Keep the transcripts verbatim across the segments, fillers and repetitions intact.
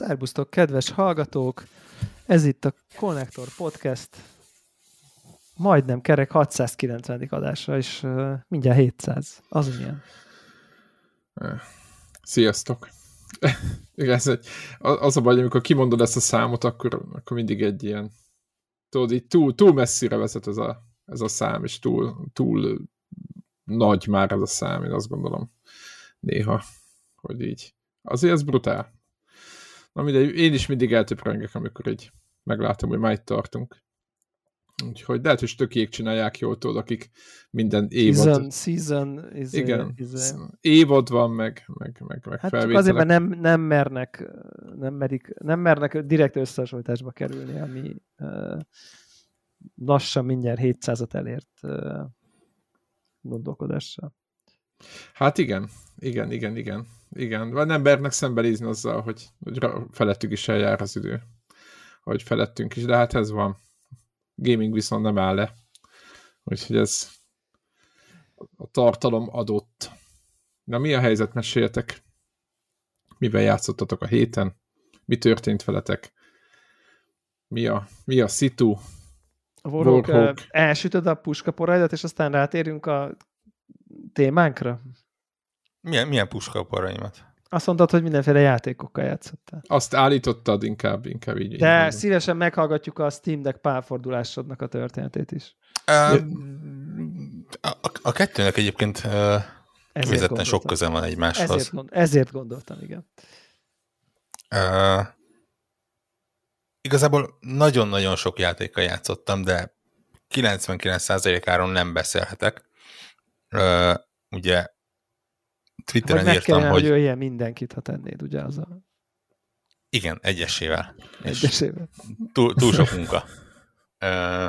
Szerbusztok, kedves hallgatók! Ez itt a Konnektor Podcast, majdnem kerek hatszázkilencvenedik adásra, és uh, mindjárt hétszáz. Az milyen? Sziasztok! Igen, az a baj, amikor kimondod ezt a számot, akkor, akkor mindig egy ilyen, tudod, így túl, túl messzire vezet ez a, ez a szám, és túl, túl nagy már ez a szám, én azt gondolom néha, hogy így. Azért ez brutál. Na mindegy, én is mindig eltöprengek, amikor így meglátom, hogy már itt tartunk. Úgyhogy lehet, hogy stökiék csinálják jól, tudod, akik minden évad... Season, season is igen, is is évad van, meg, meg, meg, meg hát felvételek. azért, mert nem, nem mernek, nem, merik, nem mernek direkt összehasonlításba kerülni, ami uh, lassan mindjárt hétszázat elért uh, gondolkodással. Hát igen, igen, igen, igen. igen. Vagy nem mernek szembenézni azzal, hogy, hogy felettük is eljár az idő. Hogy felettünk is, de hát ez van. Gaming viszont nem áll le. Úgyhogy ez a tartalom adott. Na mi a helyzet, meséljetek? Mivel játszottatok a héten? Mi történt veletek? Mi a, mi a szitu? A Warhawk, Warhawk. Elsütöd a puskaporaidat, és aztán rátérünk a témánkra? Milyen, milyen puskaporaimat? Azt mondtad, hogy mindenféle játékokkal játszottál. Azt állítottad inkább, inkább így. De így szívesen meghallgatjuk a Steam Deck pálfordulásodnak a történetét is. Uh, a, a kettőnek egyébként uh, vezetten sok köze van egymáshoz. Ezért, gond, ezért gondoltam, igen. Uh, igazából nagyon-nagyon sok játékkal játszottam, de kilencvenkilenc százalékáról nem beszélhetek. Uh, ugye Twitteren meg írtam, kellene, hogy... hogy jöjjön mindenkit, ha tennéd, ugye az a... Igen, egyesével. Egyesével. Túl, túl sok munka. Uh,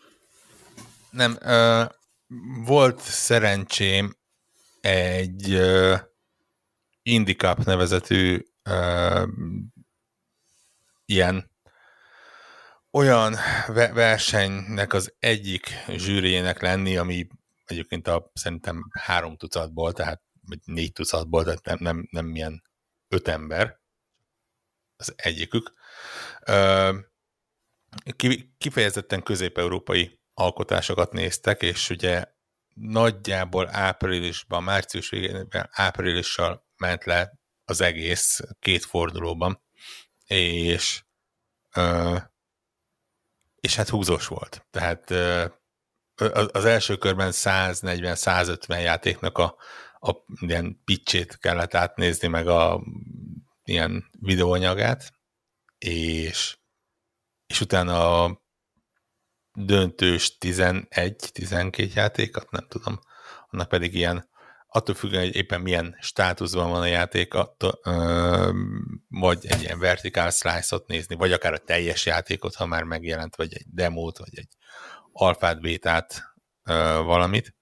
nem, uh, volt szerencsém egy uh, IndieCup nevezetű uh, ilyen olyan versenynek az egyik zsűriének lenni, ami egyébként a, szerintem három tucatból, tehát vagy négy tucatból, tehát nem, nem, nem milyen öt ember, az egyikük. Kifejezetten közép-európai alkotásokat néztek, és ugye nagyjából áprilisban, március végén, áprilissal ment le az egész két fordulóban, és és hát húzós volt. Tehát az első körben száznegyven-százötven játéknak a, a ilyen pitchét kellett átnézni, meg a ilyen videóanyagát, és, és utána a döntős tizenegy-tizenkét játékat, nem tudom, annak pedig ilyen, attól függően, hogy éppen milyen státuszban van a játék, attól, ö, vagy egy ilyen vertical slice-ot nézni, vagy akár a teljes játékot, ha már megjelent, vagy egy demót, vagy egy alfát, bétát, ö, valamit.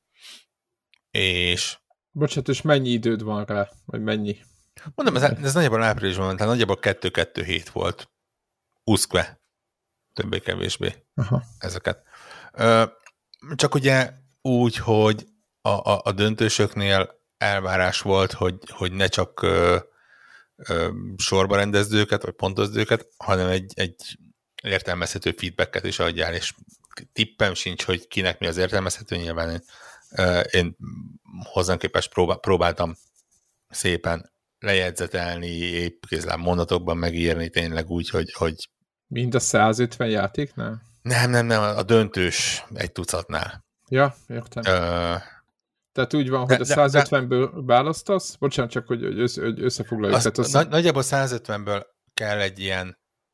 És... Bocsánat, és mennyi időd van rá? Vagy mennyi? Mondom, ez, ez nagyjából áprilisban van, tehát nagyjából kettő-kettő hét volt. Uszkve. Többé-kevésbé. Aha. Ezeket. Ö, csak ugye úgy, hogy a, a, a döntősöknél elvárás volt, hogy, hogy ne csak ö, ö, sorba rendezd őket, vagy pontozd őket, hanem egy, egy értelmezhető feedbacket is adjál, és tippem sincs, hogy kinek mi az értelmezhető, nyilván én, ö, én hozzám képest próbál, próbáltam szépen lejegyzetelni, épp kézlám mondatokban megírni tényleg úgy, hogy, hogy mind a százötven játéknál? Nem, nem, nem, a döntős egy tucatnál. Ja, értem. Ö... Tehát úgy van, de, hogy a százötvenből választasz? Bocsánat, csak hogy összefoglaljuk. Az, az... nagy, nagyjából százötvenből kell egy ilyen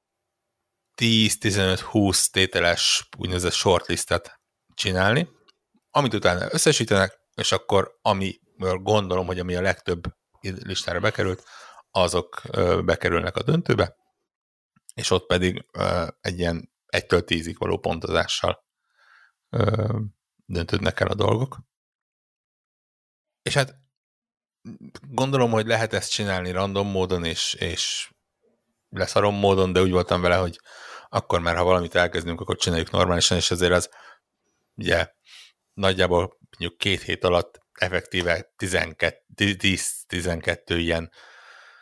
tíz-tizenöt-húsz tételes úgynevezett shortlistet csinálni, amit utána összesítenek, és akkor amiről gondolom, hogy ami a legtöbb listára bekerült, azok bekerülnek a döntőbe, és ott pedig egy ilyen egytől tízig való pontozással döntődnek el a dolgok. És hát gondolom, hogy lehet ezt csinálni random módon, és, és leszarom módon, de úgy voltam vele, hogy akkor már, ha valamit elkezdünk, akkor csináljuk normálisan, és azért az ugye nagyjából mondjuk két hét alatt effektíve tíz-tizenkettő ilyen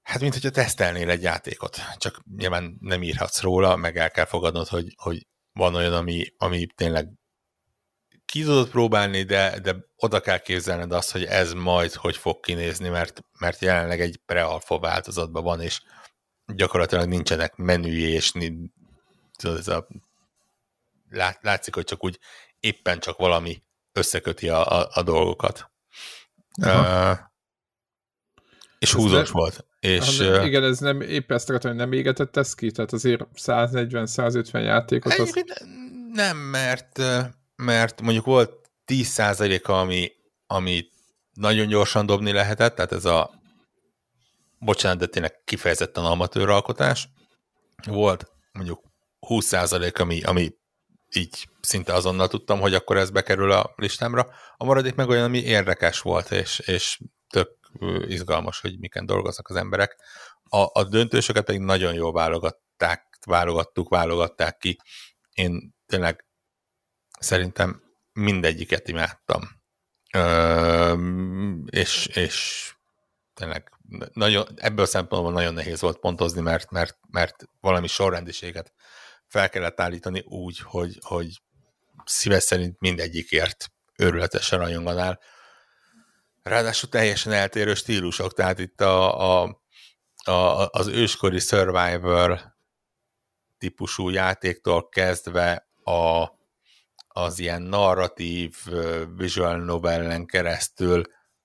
Hát, mint hogyha tesztelnél egy játékot, csak nyilván nem írhatsz róla, meg el kell fogadnod, hogy, hogy van olyan, ami, ami tényleg ki tudod próbálni, de, de oda kell képzelned azt, hogy ez majd hogy fog kinézni, mert, mert jelenleg egy pre-alpha változatban van, és gyakorlatilag nincsenek menüjé, és tudod, ez a, lát, látszik, hogy csak úgy éppen csak valami összeköti a, a, a dolgokat. Uh, és ez húzós nem, volt. És, nem, uh, igen, ez nem, épp ezt akartam, hogy nem égetett ez ki, tehát azért száznegyven-százötven játékot. Az... Nem, mert, mert mondjuk volt tíz százaléka, ami, ami nagyon gyorsan dobni lehetett, tehát ez a bocsánat, de tényleg kifejezetten amatőr alkotás. Volt mondjuk húsz százalék, ami, ami így szinte azonnal tudtam, hogy akkor ez bekerül a listámra. A maradék meg olyan, ami érdekes volt, és, és tök izgalmas, hogy miken dolgoznak az emberek. A, a döntősöket pedig nagyon jól válogatták, válogattuk, válogatták ki. Én tényleg szerintem mindegyiket imádtam. Ö, és, és tényleg nagyon, ebből a szempontból nagyon nehéz volt pontozni, mert, mert, mert valami sorrendiséget fel kellett állítani úgy, hogy, hogy szíves szerint mindegyikért őrületesen rajonganál. Ráadásul teljesen eltérő stílusok, tehát itt a, a, a, az őskori Survivor típusú játéktól kezdve a, az ilyen narratív visual novellen keresztül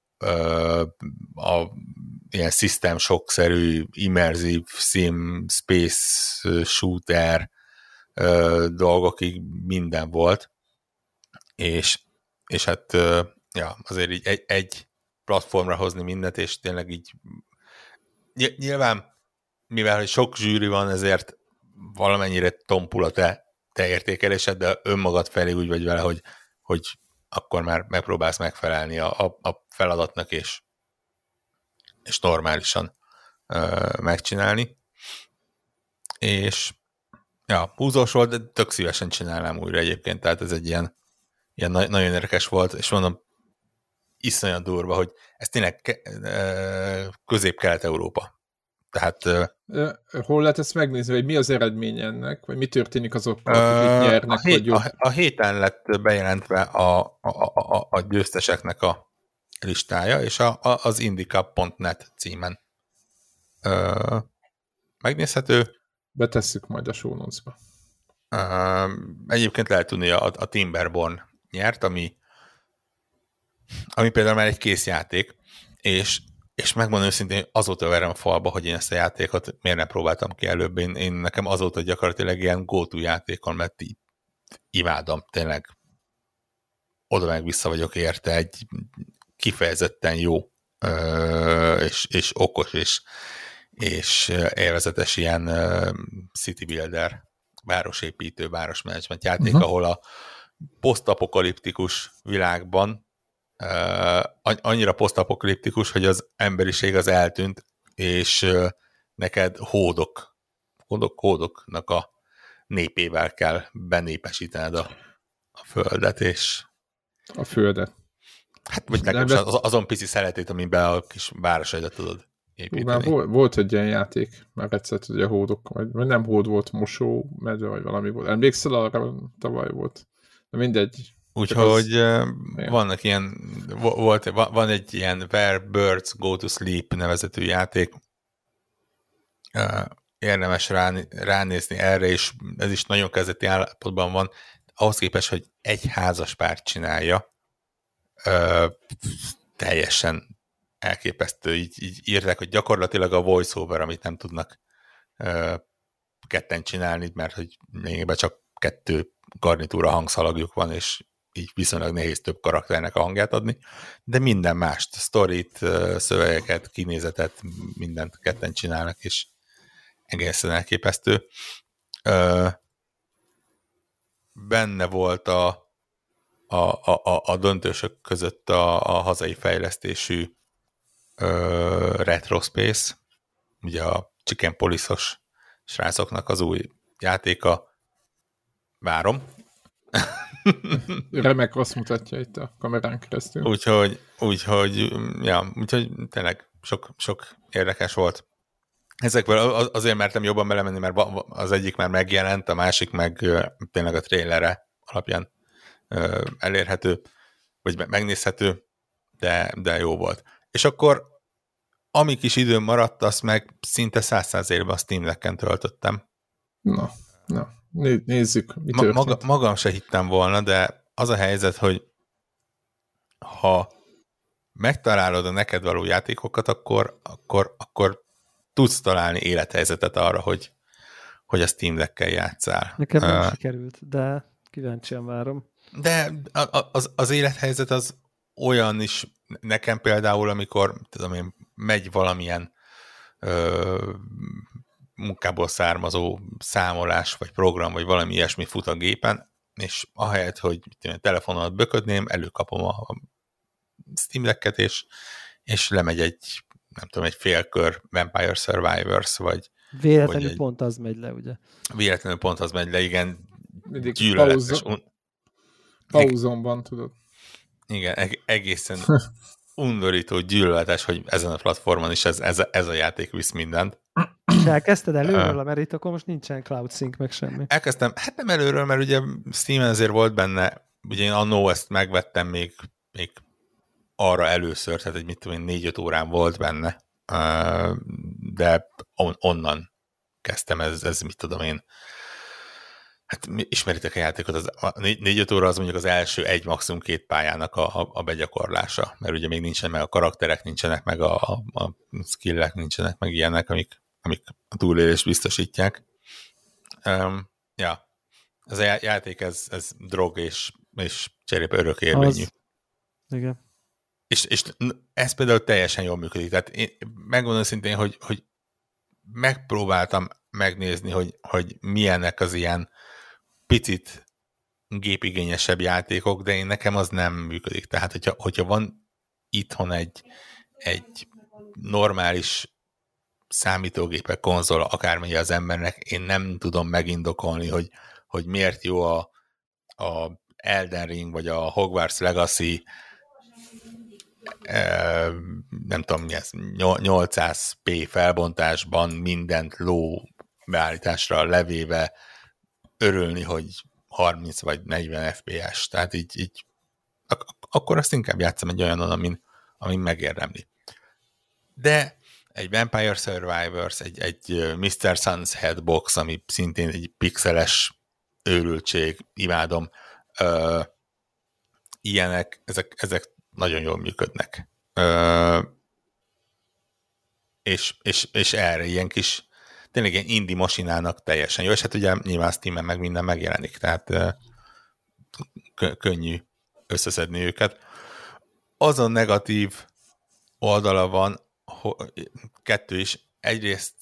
a ilyen system shock-szerű immersive sim, space shooter dolgokig minden volt, és, és hát ja, azért így egy, egy platformra hozni mindent, és tényleg így nyilván, mivel hogy sok zsűri van, ezért valamennyire tompul a te, te értékelésed, de önmagad felé úgy vagy vele, hogy, hogy akkor már megpróbálsz megfelelni a, a, a feladatnak, és, és normálisan ö, megcsinálni. És ja, húzós volt, de tök szívesen csinálnám újra egyébként, tehát ez egy ilyen, ilyen na- nagyon érdekes volt, és mondom, iszonyat durva, hogy ez tényleg ke- Közép-Kelet-Európa. Tehát... Hol lehet ezt megnézni, vagy mi az eredmény ennek, vagy mi történik azokkal, akik nyernek? A, hét, a, a héten lett bejelentve a, a, a, a győzteseknek a listája, és a, a, az indicap pont net címen ö, megnézhető. Betesszük majd a show notes-ba. Ö, egyébként lehet tudni, a, a Timberborn nyert, ami, ami például már egy kész játék, és És megmondom őszintén, azóta verem a falba, hogy én ezt a játékot miért nem próbáltam ki előbb. Én, én nekem azóta gyakorlatilag ilyen go-to játékon, mert így imádom, tényleg oda meg vissza vagyok érte, egy kifejezetten jó és, és okos és, és élvezetes ilyen city builder, városépítő, városmenedzsment játék, uh-huh. ahol a posztapokaliptikus világban Uh, annyira posztapokaliptikus, hogy az emberiség az eltűnt, és uh, neked hódok, hódok, hódoknak a népével kell benépesítened a, a földet, és... A földet. Hát, vagy legalábbis az, azon pici szeletét, amiben a kis városaidat tudod építeni. Már volt, volt egy ilyen játék, már egyszer, hogy a hódok, vagy, vagy nem hód volt, mosó, medve, vagy valami volt. Emlékszel arra, tavaly volt. De mindegy. Úgyhogy az... vannak ilyen, volt, van egy ilyen Where Birds Go to Sleep nevezetű játék. Érdemes ránézni erre, és ez is nagyon kezdeti állapotban van. Ahhoz képest, hogy egy házas párt csinálja, teljesen elképesztő. Így, így írták, hogy gyakorlatilag a voiceover, amit nem tudnak ketten csinálni, mert hogy lényegében csak kettő garnitúra hangszalagjuk van, és így viszonylag nehéz több karakternek a hangját adni, de minden mást, sztorit, szövegeket, kinézetet, mindent ketten csinálnak, és egészen elképesztő. Benne volt a, a, a, a döntősök között a, a hazai fejlesztésű Retrospace, ugye a Chicken Police-os srácoknak az új játéka. Várom. Remek azt mutatja itt a kamerán keresztül. Úgyhogy, úgyhogy, ja, úgyhogy tényleg sok, sok érdekes volt. Ezekből azért mertem jobban belemenni, mert az egyik már megjelent, a másik meg tényleg a trailere alapján elérhető, vagy megnézhető, de, de jó volt. És akkor ami kis időm maradt, azt meg szinte száz százalékban a Steam Decken töltöttem. Na, na, nézzük, mi Ma, maga, magam se hittem volna, de az a helyzet, hogy ha megtalálod a neked való játékokat, akkor, akkor, akkor tudsz találni élethelyzetet arra, hogy, hogy a Steam Deckkel játsszál. Nekem nem uh, sikerült, de kíváncsian várom. De az, az élethelyzet az olyan is, nekem például, amikor tudom én, megy valamilyen ö, munkából származó számolás, vagy program, vagy valami ilyesmi fut a gépen, és ahelyett, hogy telefonomat böködném, előkapom a Steam Decket, és, és lemegy egy, nem tudom, egy félkör Vampire Survivors, vagy véletlenül vagy egy, pont az megy le, ugye? Véletlenül pont az megy le, igen, mindig gyűlöletes. Pauz, pauzomban, tudod. Igen, egészen undorító, gyűlöletes, hogy ezen a platformon is ez, ez, ez a játék visz mindent. És elkezdted előről, mert itt akkor most nincsen cloud sync, meg semmi. Elkezdtem, hát nem előről, mert ugye Steamen azért volt benne, ugye én annó ezt megvettem még, még arra először, tehát egy mit tudom én, négy-öt órán volt benne, de on, onnan kezdtem, ez, ez mit tudom én, hát ismeritek a játékot, az, a négy-öt óra az mondjuk az első egy, maximum két pályának a, a, a begyakorlása, mert ugye még nincsen meg a karakterek, nincsenek meg a, a, a skillek, nincsenek meg ilyenek, amik, amik a túlélést biztosítják. Um, ja, ez a játék, ez, ez drog és, és cserébe örök érvényű. Az. Igen. És, és ez például teljesen jól működik. Tehát én megmondom szintén, hogy, hogy megpróbáltam megnézni, hogy, hogy milyenek az ilyen picit gépigényesebb játékok, de én nekem az nem működik. Tehát, hogyha, hogyha van itthon egy, egy normális számítógépek, konzol, akármennyi az embernek, én nem tudom megindokolni, hogy, hogy miért jó a, a Elden Ring, vagy a Hogwarts Legacy nem tudom mi ez, nyolcszáz pé felbontásban mindent ló beállításra levéve örülni, hogy harminc vagy negyven ef pé es. Tehát így, így ak- akkor azt inkább játszom egy olyanon, amin, amin megérdemli. De egy Vampire Survivors, egy, egy miszter Sun's Headbox, ami szintén egy pixeles őrültség, imádom. Ö, ilyenek, ezek, ezek nagyon jól működnek. Ö, és, és, és erre ilyen kis tényleg ilyen indie masinának teljesen jó, és hát ugye nyilván Steamen meg minden megjelenik, tehát ö, kö, könnyű összeszedni őket. Az a negatív oldala van, kettő is. Egyrészt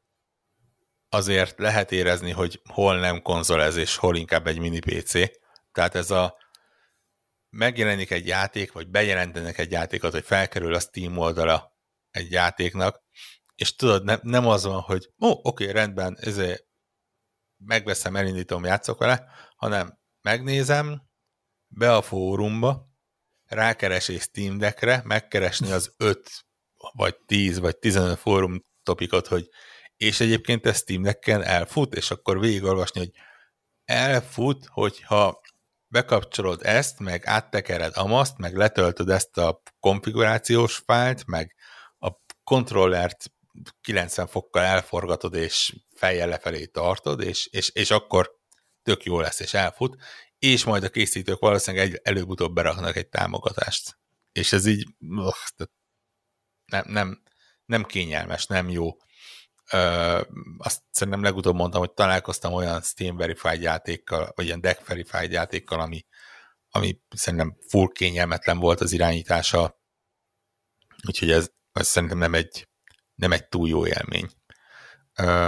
azért lehet érezni, hogy hol nem konzol ez, és hol inkább egy mini pé cé. Tehát ez a megjelenik egy játék, vagy bejelentenek egy játékot, hogy felkerül a Steam oldala egy játéknak, és tudod, nem, nem az van, hogy ó, oké, okay, rendben, ezért megveszem, elindítom, játszok vele, hanem megnézem, be a fórumba, rákeresés Steam Deckre, megkeresni az öt vagy tíz vagy tizenöt fórum topikot, hogy és egyébként ez Steam Decken elfut, és akkor végigolvasni, hogy elfut, hogyha bekapcsolod ezt, meg áttekered amaszt, meg letöltöd ezt a konfigurációs fájlt, meg a kontrollert kilencven fokkal elforgatod, és fejjel lefelé tartod, és, és, és akkor tök jó lesz, és elfut, és majd a készítők valószínűleg egy, előbb-utóbb beraknak egy támogatást. És ez így uh, nem, nem, nem kényelmes, nem jó. Ö, azt szerintem legutóbb mondtam, hogy találkoztam olyan Steam Verified játékkal, vagy ilyen Deck Verified játékkal, ami, ami szerintem full kényelmetlen volt az irányítása, úgyhogy ez, ez szerintem nem egy, nem egy túl jó élmény. Ö,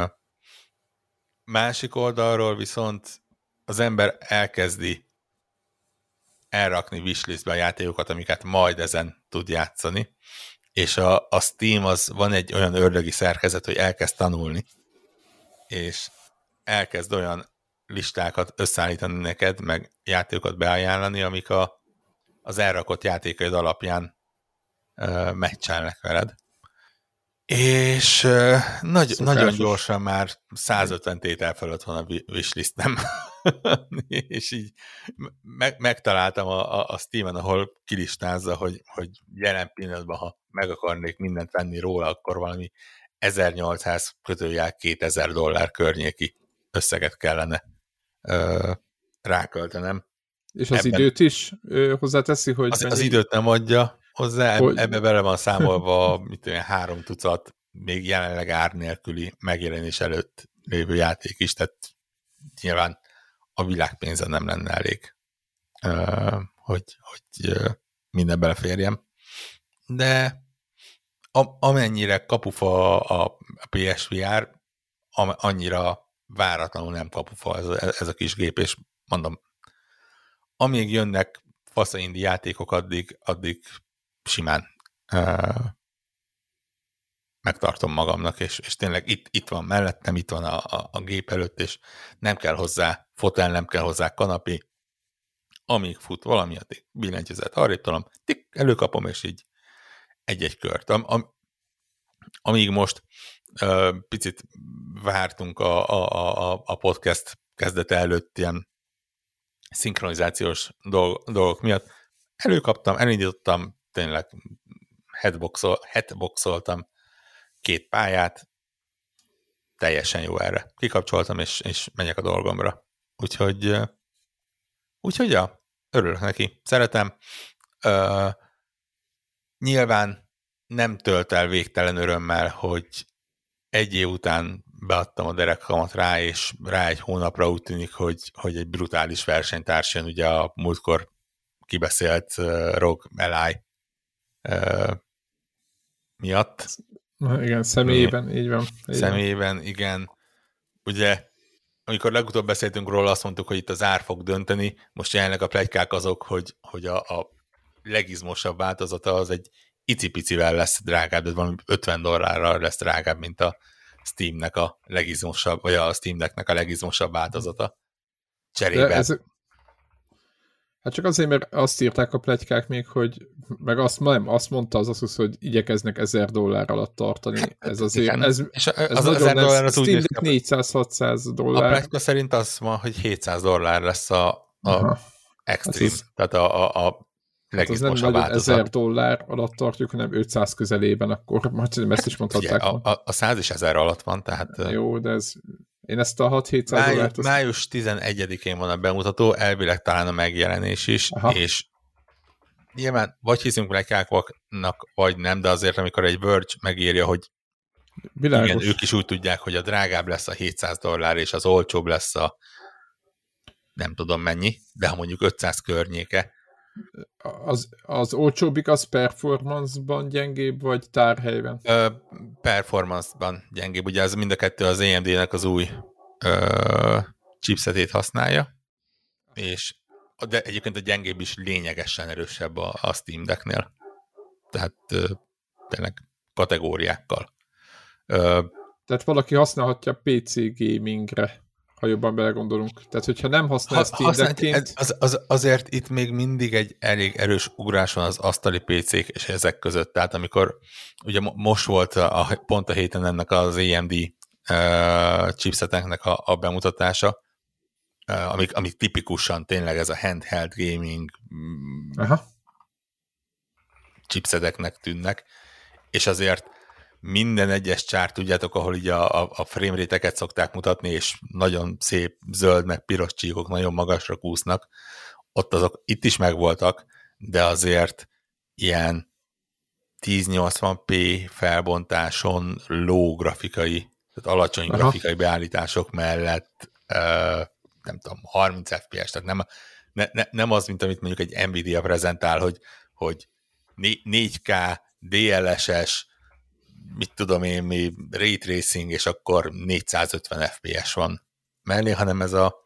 másik oldalról viszont az ember elkezdi elrakni wishlistbe a játékokat, amiket majd ezen tud játszani, és a, a Steam az van egy olyan ördögi szerkezet, hogy elkezd tanulni, és elkezd olyan listákat összeállítani neked, meg játékokat beajánlani, amik a, az elrakott játékaid alapján uh, meccselnek veled. És uh, nagy, nagyon gyorsan már százötven tétel fölött van a wishlistem. És így me- megtaláltam a, a, a Steamen, ahol kilistázza, hogy, hogy jelen pillanatban, ha meg akarnék mindent venni róla, akkor valami ezernyolcszáz kötőjel kétezer dollár környéki összeget kellene uh, ráköltenem. És az Ebben időt is ö, hozzáteszi, hogy... Az, az időt nem adja hozzá, hogy... ebbe bele van számolva mit tudom, három tucat még jelenleg ár nélküli megjelenés előtt lévő játék is, tehát nyilván a világpénze nem lenne elég, uh, hogy, hogy uh, minden beleférjem. De a, amennyire kapufa a pé es vé er, am, annyira váratlanul nem kapufa ez, ez a kis gép, és mondom, amíg jönnek faszaindi játékok, addig, addig simán uh, megtartom magamnak, és, és tényleg itt, itt van mellettem, itt van a, a, a gép előtt, és nem kell hozzá fotel, nem kell hozzá kanapé, amíg fut valami, addig billentyűzet arrébb tolom, tik, előkapom, és így egy-egy kört. Am, am, amíg most uh, picit vártunk a, a, a, a podcast kezdete előtt ilyen szinkronizációs dolg, dolgok miatt, előkaptam, elindítottam, tényleg headboxol, headboxoltam két pályát, teljesen jó erre. Kikapcsoltam, és, és megyek a dolgomra. Úgyhogy, úgyhogy ja, örülök neki. Szeretem. Uh, nyilván nem tölt el végtelen örömmel, hogy egy év után beadtam a derekamat rá, és rá egy hónapra úgy tűnik, hogy, hogy egy brutális versenytárs jön, ugye a múltkor kibeszélt uh, Rogue Ally uh, miatt. Na, igen, személyében, így van. Így személyében, van. Igen. Ugye, amikor legutóbb beszéltünk róla, azt mondtuk, hogy itt az ár fog dönteni, most jelenleg a pletykák azok, hogy, hogy a, a legizmosabb változata az egy icipicivel lesz drágább, de valami ötven dollárral lesz drágább, mint a Steamnek a legizmosabb, vagy a Steam Decknek a legizmosabb változata. Cserében. Ez, hát csak azért, mert azt írták a pletykák még, hogy meg azt, nem, azt mondta az Asus, hogy igyekeznek ezer dollár alatt tartani. Hát, ez azért, igen. ez, és ez az ezer dollár az úgy néz négyszáz-hatszáz dollár. A pletyka szerint az van, hogy hétszáz dollár lesz a, a Extreme, hát tehát a, a, a legizmosabb hát változat. ezer dollár alatt tartjuk, hanem ötszáz közelében, akkor majd ezt is mondhatták. Ugye, a, a száz és ezer alatt van, tehát... Jó, de ez... Én ezt a hat-hétszáz május, dollárt... Azt... Május tizenegyedikén van a bemutató, elvileg talán a megjelenés is, aha. És nyilván vagy hiszünk pletykáknak, vagy nem, de azért, amikor egy Verge megírja, hogy világos. Igen, ők is úgy tudják, hogy a drágább lesz a hétszáz dollár, és az olcsóbb lesz a nem tudom mennyi, de ha mondjuk ötszáz környéke. Az, az olcsóbbik az performance-ban gyengébb, vagy tárhelyben? Ö, performance-ban gyengébb. Ugye ez mind a kettő az á em dé-nek az új ö, chipsetét használja, és de egyébként a gyengébb is lényegesen erősebb a, a Steam Decknél. Tehát ö, tényleg kategóriákkal. Ö, Tehát valaki használhatja pé cé gamingre, ha jobban belegondolunk. Tehát, hogyha nem használ ha, Steam Deckként... Az, az, azért itt még mindig egy elég erős ugrás van az asztali pé cék és ezek között. Tehát amikor ugye most volt a, pont a héten ennek az á em dé uh, chipseteknek a, a bemutatása, uh, amik, amik tipikusan tényleg ez a handheld gaming aha. chipseteknek tűnnek, és azért minden egyes csárt, tudjátok, ahol így a, a, a frame rate-eket szokták mutatni, és nagyon szép zöld, meg piros csíkok nagyon magasra kúsznak, ott azok itt is megvoltak, de azért ilyen ezernyolcvan pé felbontáson low grafikai, tehát alacsony aha. grafikai beállítások mellett uh, nem tudom, harminc ef pé es, tehát nem, ne, ne, nem az, mint amit mondjuk egy Nvidia prezentál, hogy, hogy négy ká, dé el es-es, mit tudom én, mi ray tracing, és akkor négyszázötven ef pé es van mellé, hanem ez a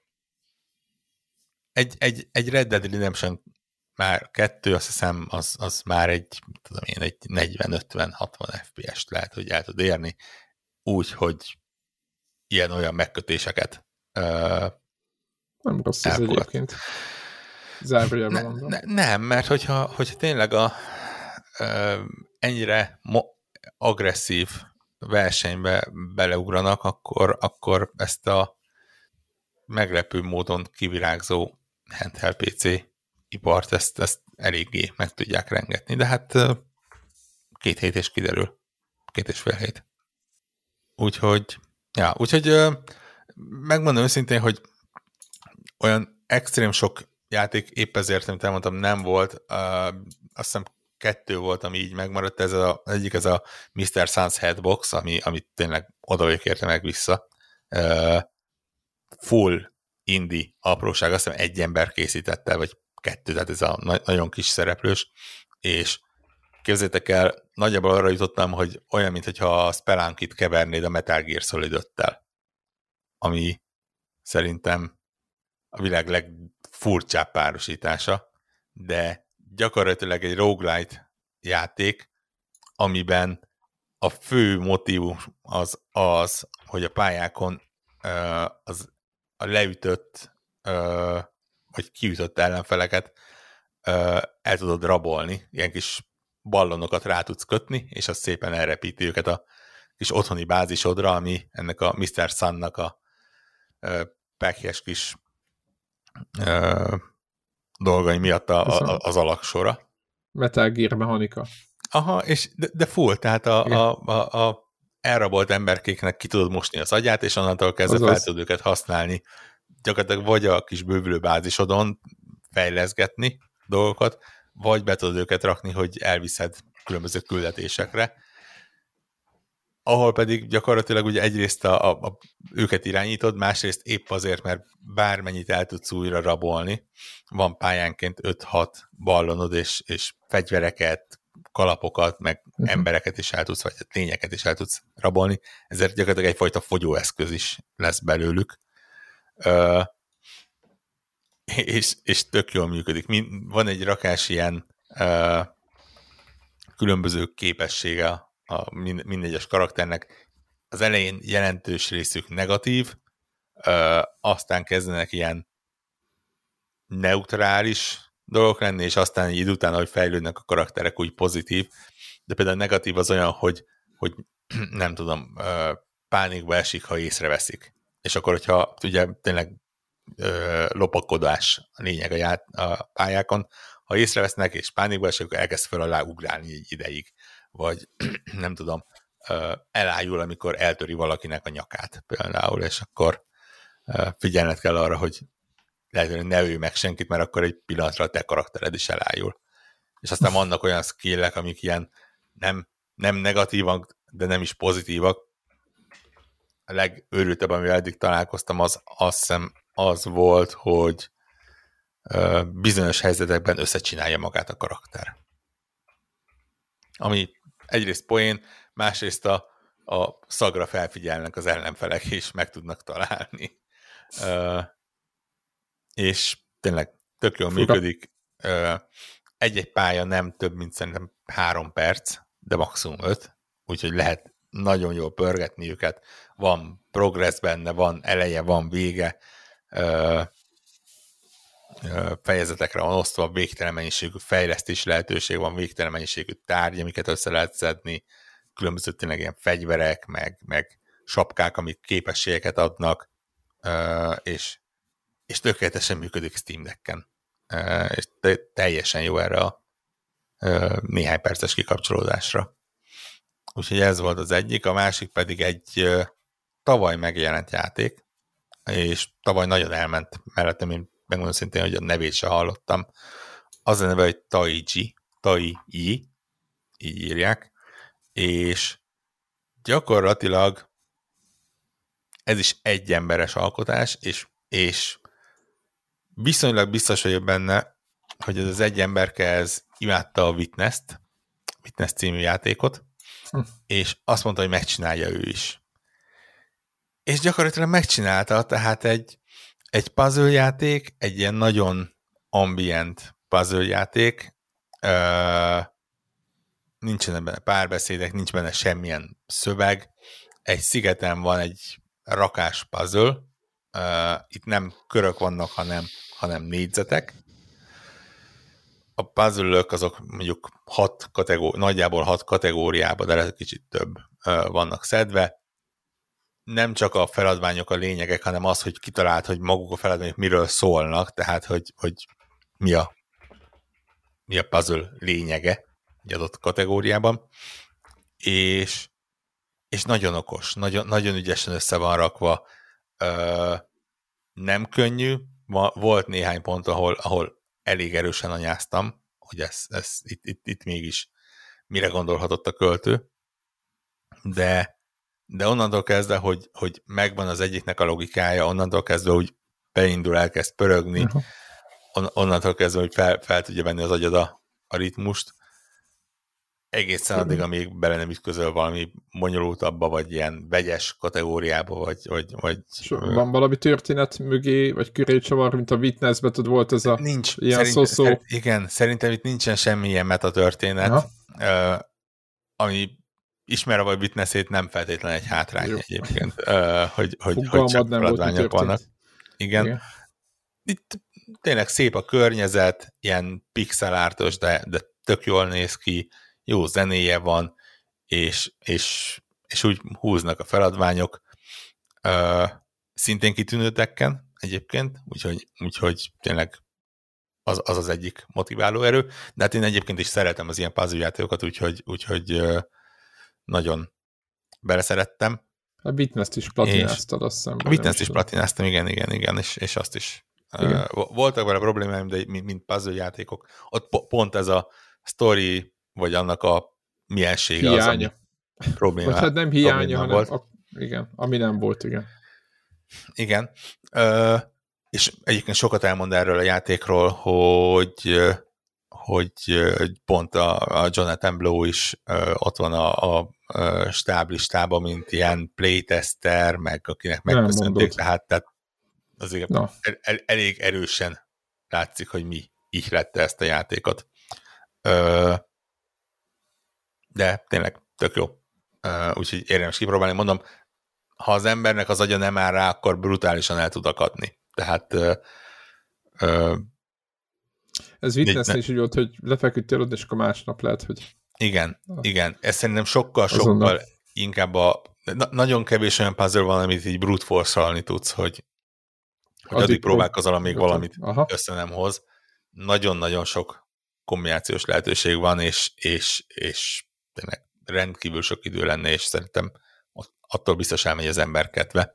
egy, egy, egy Red Dead Redemption már kettő, azt hiszem, az, az már egy, tudom én, egy negyven-ötven-hatvan ef pé es-t lehet, hogy el tud érni, úgy, hogy ilyen-olyan megkötéseket uh, nem rossz ez egyébként. Zárójelben ne, mondom. Ne, nem, mert hogyha, hogyha tényleg a uh, ennyire mo- agresszív versenybe beleugranak, akkor, akkor ezt a meglepő módon kivirágzó handheld pé cé ipart, ezt, ezt eléggé meg tudják rengetni, de hát két hét és kiderül. Két és fél hét. Úgyhogy, ja, úgyhogy megmondom őszintén, hogy olyan extrém sok játék épp ezért, amit elmondtam, nem volt. Uh, azt hiszem kettő volt, ami így megmaradt. Ez a, az egyik ez a miszter Sun's Headbox, ami, amit tényleg oda vagyok érte meg vissza. Uh, full indie apróság, azt hiszem egy ember készítette, vagy kettő, tehát ez a na- nagyon kis szereplős, és képzeljétek el, nagyjából arra jutottam, hogy olyan, mintha a Spelunkit kevernéd a Metal Gear Solid öttel, ami szerintem a világ legfurcsább párosítása, de gyakorlatilag egy roguelite játék, amiben a fő motívum az az, hogy a pályákon uh, az a leütött uh, vagy kiütött ellenfeleket uh, el tudod rabolni, ilyen kis ballonokat rá tudsz kötni, és az szépen elrepíti őket a kis otthoni bázisodra, ami ennek a miszter Sunnak a uh, pekjes kis uh, dolgai miatt a, a, az alaksora. Metal Gear mechanika. Aha, és de, de full, tehát a, a, a, a elrabolt emberkéknek ki tudod mosni az agyát, és onnantól kezdve Azaz. fel tudod őket használni. Gyakorlatilag vagy a kis bővülő bázisodon fejleszgetni dolgokat, vagy be tudod őket rakni, hogy elviszed különböző küldetésekre. Ahol pedig gyakorlatilag ugye egyrészt a, a, a, őket irányítod, másrészt épp azért, mert bármennyit el tudsz újra rabolni, van pályánként öt-hat ballonod, és, és fegyvereket, kalapokat, meg uh-huh. embereket is el tudsz, vagy lényeket is el tudsz rabolni, ezért gyakorlatilag egyfajta fogyóeszköz is lesz belőlük. Uh, és, és tök jól működik. Van egy rakás ilyen uh, különböző képessége a mindegyes karakternek. Az elején jelentős részük negatív, uh, aztán kezdenek ilyen neutrális dolgok lenni, és aztán egy idő után, ahogy fejlődnek a karakterek, úgy pozitív. De például a negatív az olyan, hogy, hogy nem tudom, uh, pánikba esik, ha észreveszik. És akkor, hogyha ugye tényleg uh, lopakodás a lényeg a, ját, a pályákon, ha észrevesznek és pánikba esik, akkor elkezd fel alá ugrálni egy ideig. Vagy nem tudom, uh, elájul, amikor eltöri valakinek a nyakát például, és akkor uh, figyelned kell arra, hogy lehet, hogy ne ölj meg senkit, mert akkor egy pillanatra a te karaktered is elájul. És aztán vannak olyan skillek, amik ilyen nem, nem negatívak, de nem is pozitívak. A legőrültebb, amivel eddig találkoztam, az azt hiszem az volt, hogy uh, bizonyos helyzetekben összecsinálja magát a karakter. Ami egyrészt poén, másrészt a, a szagra felfigyelnek az ellenfelek, és meg tudnak találni. Uh, és tényleg tök jól Fura. működik. Egy-egy pálya nem több, mint szerintem három perc, de maximum öt, úgyhogy lehet nagyon jól pörgetni őket. Van progress benne, van eleje, van vége, fejezetekre van osztva, végtelen mennyiségű fejlesztési lehetőség van, végtelen mennyiségű tárgy, amiket össze lehet szedni, különböző tényleg ilyen fegyverek, meg, meg sapkák, amik képességeket adnak, és és tökéletesen működik Steam Decken. Uh, és te- teljesen jó erre a uh, néhány perces kikapcsolódásra. Úgyhogy ez volt az egyik, a másik pedig egy uh, tavaly megjelent játék, és tavaly nagyon elment mellettem, én megmondom szintén, hogy a nevét se hallottam. Az a neve, hogy Taiji, Taiji, így írják, és gyakorlatilag ez is egy emberes alkotás, és, és viszonylag biztos vagyok benne, hogy ez az egy emberke ez imádta a Witness-t, Witness című játékot, hm. és azt mondta, hogy megcsinálja ő is. És gyakorlatilag megcsinálta, tehát egy, egy puzzle játék, egy ilyen nagyon ambient puzzle játék, uh, nincsenek benne párbeszédek, nincs benne semmilyen szöveg, egy szigeten van egy rakás puzzle, uh, itt nem körök vannak, hanem hanem négyzetek. a puzzle-ök azok mondjuk hat kategóri, nagyjából hat kategóriában, de lehet kicsit több vannak szedve. Nem csak a feladványok a lényegek, hanem az, hogy kitalált, hogy maguk a feladványok miről szólnak, tehát hogy, hogy mi, a, mi a puzzle lényege egy adott kategóriában. És, és nagyon okos, nagyon, nagyon ügyesen össze van rakva. Ö, nem könnyű, volt néhány pont, ahol, ahol elég erősen anyáztam, hogy ez, ez itt, itt, itt mégis mire gondolhatott a költő, de, de onnantól kezdve, hogy, hogy megvan az egyiknek a logikája, onnantól kezdve, hogy beindul, elkezd pörögni, uh-huh. on, onnantól kezdve, hogy fel, fel tudja venni az agyad a, a ritmust, egészen addig, uh-huh. amíg bele nem ütközöl valami bonyolultabba, vagy ilyen vegyes kategóriába, vagy... vagy, vagy van valami történet mögé, vagy köré csavar, mint a Witnessben, tudod, volt ez a nincs, ilyen szerint, szó-szó. Szerint, igen, szerintem itt nincsen semmilyen metatörténet, uh, ami ismerve a Witnessét nem feltétlenül egy hátrány jó. egyébként, uh, hogy, hogy, hogy csak feladványok vannak. Igen. igen. Itt tényleg szép a környezet, ilyen pixelártos, de, de tök jól néz ki, jó zenéje van, és, és, és úgy húznak a feladványok. Uh, szintén kitűnőtekken egyébként, úgyhogy, úgyhogy tényleg az, az az egyik motiváló erő, de hát én egyébként is szeretem az ilyen puzzle játékokat, úgyhogy, úgyhogy uh, nagyon beleszerettem. A Witness-t is platináztad, azt hiszem. A Witness-t is platináztam, igen, igen, igen, és, és azt is. Uh, voltak vele problémáim, de mint, mint puzzle játékok, ott po- pont ez a story, vagy annak a miensége hiánya. Az, ami probléma. Vagy hát nem hiánya, hanem volt. A, igen, ami nem volt, igen. Igen. Ö, és egyébként sokat elmond erről a játékról, hogy, hogy pont a, a Jonathan Blow is ö, ott van a, a, a stáblistában, mint ilyen playtester, meg akinek megköszönték, tehát, tehát azért no. el, el, elég erősen látszik, hogy mi ihlette ezt a játékot. Ö, de tényleg tök jó. Ö, úgyhogy érdemes kipróbálni. Mondom, ha az embernek az agya nem áll rá, akkor brutálisan el tud akadni. Tehát ö, ö, ez Witness is úgy volt, hogy lefeküdtél ott, és akkor másnap lehet, hogy... Igen, ah. igen. Ez szerintem sokkal-sokkal sokkal inkább a... Na, nagyon kevés olyan puzzle van, amit így brute force-alni tudsz, hogy, hogy addig, addig próbálkozol, amíg valamit Aha. össze nem hoz. Nagyon-nagyon sok kombinációs lehetőség van, és, és, és tényleg rendkívül sok idő lenne, és szerintem attól biztos elmegy az ember kedve.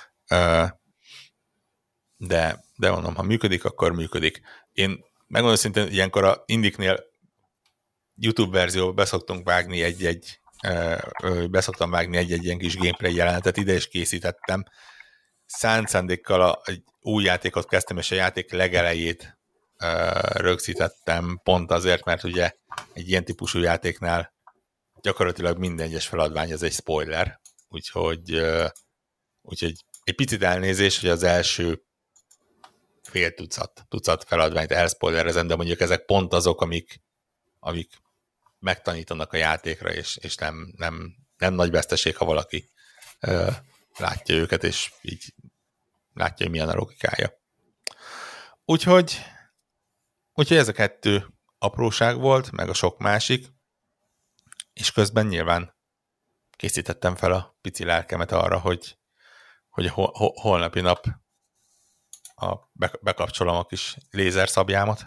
De, de mondom, ha működik, akkor működik. Én megmondom szintén, ilyenkor a Indiknél YouTube verzióba beszoktunk vágni egy-egy beszoktam vágni egy-egy ilyen kis gameplay jelenetet, ide is készítettem. Szánt szándékkal a, egy új játékot kezdtem, és a játék legelejét rögzítettem, pont azért, mert ugye egy ilyen típusú játéknál gyakorlatilag minden egyes feladvány az egy spoiler, úgyhogy, úgyhogy egy picit elnézés, hogy az első fél tucat, tucat feladványt elspoilerezem, de mondjuk ezek pont azok, amik, amik megtanítanak a játékra, és, és nem, nem, nem nagy veszteség, ha valaki ö, látja őket, és így látja, hogy milyen a logikája. Úgyhogy, úgyhogy ez a kettő apróság volt, meg a sok másik, és közben nyilván készítettem fel a pici lelkemet arra, hogy, hogy a hol, holnapi nap a, bekapcsolom a kis lézerszabjámat.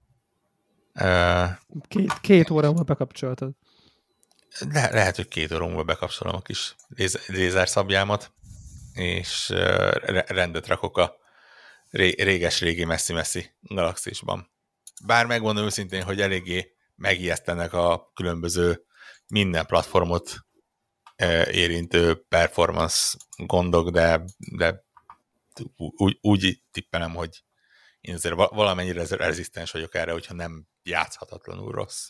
Két, két óra múlva bekapcsoltad. Le, lehet, hogy két óra múlva bekapcsolom a kis lézerszabjámat, és rendet rakok a réges-régi messzi-messzi galaxisban. Bár megmondom őszintén, hogy eléggé megijesztenek a különböző minden platformot érintő performance gondok, de, de úgy, úgy tippelem, hogy én azért valamennyire rezisztens vagyok erre, hogyha nem játszhatatlanul rossz.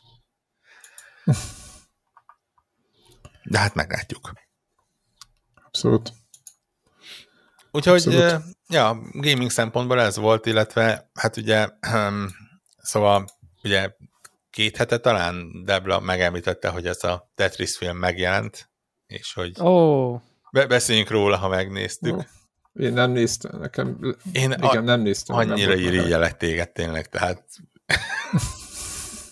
De hát meglátjuk. Abszolút. Úgyhogy, Abszolút. ja, gaming szempontból ez volt, illetve hát ugye, szóval ugye két hete talán Debla megemlítette, hogy ez a Tetris film megjelent, és hogy oh. be- beszéljünk róla, ha megnéztük. Oh. Én nem néztem, nekem, Én igen, a, nem néztem. Annyira irigyelek téged tényleg, tehát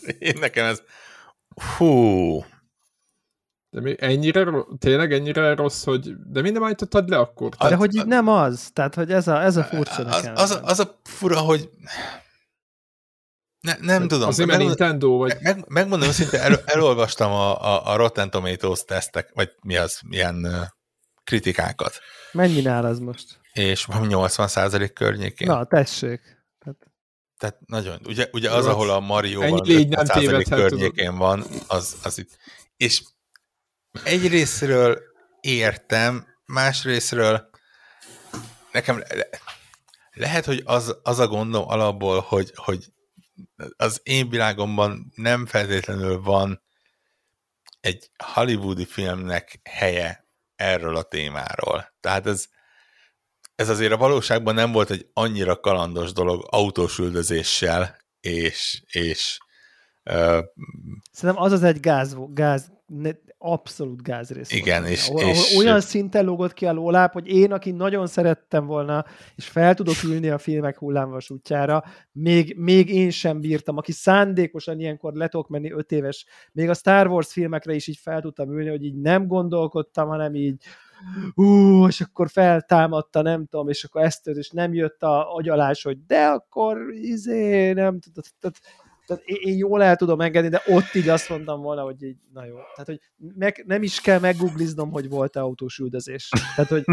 Én nekem ez... Hú... De még ennyire, tényleg ennyire rossz, hogy... De minden állítottad le akkor? De hogy így nem az. Tehát, hogy ez a, ez a furcsa az, nekem. az, az a fura, hogy... Ne, nem tudom. Azért, mert Nintendo vagy... Meg, megmondom őszintén, el, elolvastam a, a, a Rotten Tomatoes tesztek, vagy mi az, milyen uh, kritikákat. Mennyi nál az most? És nyolcvan százalék környékén. Na, tessék. Tehát, Tehát nagyon. Ugye, ugye az, ahol a Mario van ötven százalék környékén van, az, az itt. És egyrészről értem, másrészről nekem le, lehet, hogy az, az a gondom alapból, hogy, hogy az én világomban nem feltétlenül van egy hollywoodi filmnek helye erről a témáról. Tehát ez, ez azért a valóságban nem volt egy annyira kalandos dolog autós üldözéssel, és, és uh, szerintem az az egy gáz, gáz ne, abszolút gázrész. Igen, volt, és, ahol, és... ahol olyan szinten lógott ki a lóláb, hogy én, aki nagyon szerettem volna, és fel tudok ülni a filmek hullámvasútjára, még, még én sem bírtam, aki szándékosan ilyenkor le tudok menni öt éves, még a Star Wars filmekre is így fel tudtam ülni, hogy így nem gondolkodtam, hanem így hú, és akkor feltámadta, nem tudom, és akkor ezt, és nem jött a agyalás, hogy de akkor izé, nem tudom, tehát én jól el tudom engedni, de ott így azt mondtam volna, hogy így, na jó. Tehát, hogy meg, nem is kell meggoogliznom, hogy volt-e autós üldözés. Tehát, hogy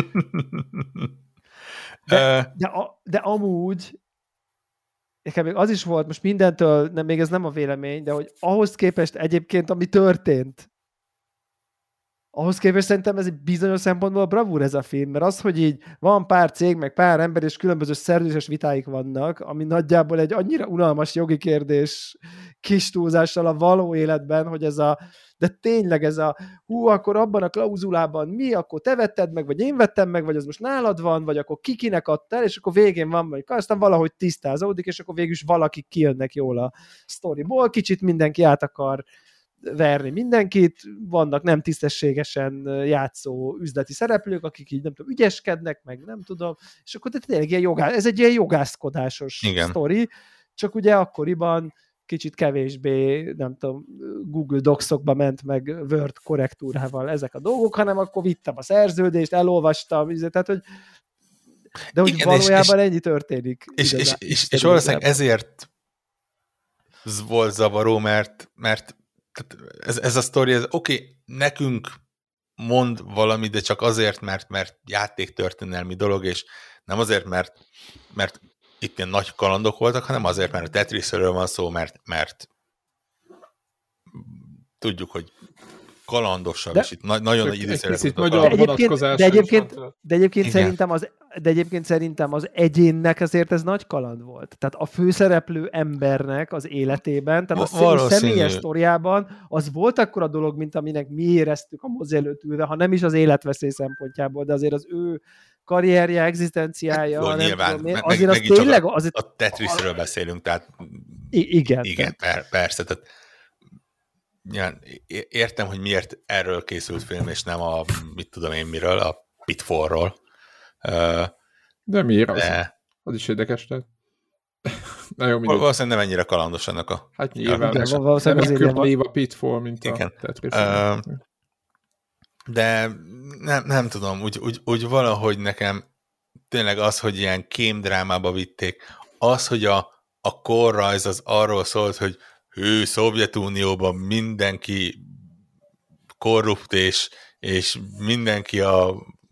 de, de, a, de amúgy nekem még az is volt, most mindentől, nem, még ez nem a vélemény, de hogy ahhoz képest egyébként, ami történt, ahhoz képest szerintem ez egy bizonyos szempontból bravúr ez a film, mert az, hogy így van pár cég, meg pár ember, és különböző szerződéses vitáik vannak, ami nagyjából egy annyira unalmas jogi kérdés kis túlzással a való életben, hogy ez a, de tényleg ez a, hú, akkor abban a klauzulában mi, akkor te vetted meg, vagy én vettem meg, vagy az most nálad van, vagy akkor kikinek adtál, és akkor végén van, vagy aztán valahogy tisztázódik, és akkor végül is valaki kijönnek jól a sztoriból, kicsit mindenki át akar verni mindenkit, vannak nem tisztességesen játszó üzleti szereplők, akik így nem tudom, ügyeskednek, meg nem tudom, és akkor tényleg ilyen jogá, ez egy ilyen jogászkodásos Igen. sztori, csak ugye akkoriban kicsit kevésbé, nem tudom, Google Docs-okba ment meg Word korrektúrával ezek a dolgok, hanem akkor vittem a szerződést, elolvastam, tehát, hogy de hogy igen, valójában és, ennyi történik. És, és, és, és valószínűleg ezért volt zavaró, mert, mert ez, ez a sztori, ez oké, okay, nekünk mond valami, de csak azért, mert, mert játéktörténelmi dolog, és nem azért, mert, mert itt ilyen nagy kalandok voltak, hanem azért, mert a Tetrisről van szó, mert, mert tudjuk, hogy kalandosabb, de, és itt na- nagyon nagy időszerűen de egyébként, de egyébként, de egyébként szerintem az de egyébként szerintem az egyénnek azért ez nagy kaland volt. Tehát a főszereplő embernek az életében, tehát a személyes sztoriában az volt akkor a dolog, mint aminek mi éreztük a mozi előtt ülve, ha nem is az életveszély szempontjából, de azért az ő karrierje, egzisztenciája, jó, nem nyilván, tudom, meg, azért meg, az tényleg... A, azért, a Tetrisről beszélünk, tehát igen. Igen, per, persze, tehát ja, értem, hogy miért erről készült film, és nem a, mit tudom én miről, a Pitfallról. Uh, de miért? Az, de... az is érdekes, tehát. Na jó, mindegy. Valószínűleg nem ennyire kalandos ennek a... Hát nyilván, ja, nem ekkor a Pitfall, mint igen. A Tetris. Uh, de nem, nem tudom, úgy, úgy, úgy valahogy nekem tényleg az, hogy ilyen kémdrámába vitték, az, hogy a, a korrajz az arról szólt, hogy hű, Szovjetunióban mindenki korrupt, és, és mindenki a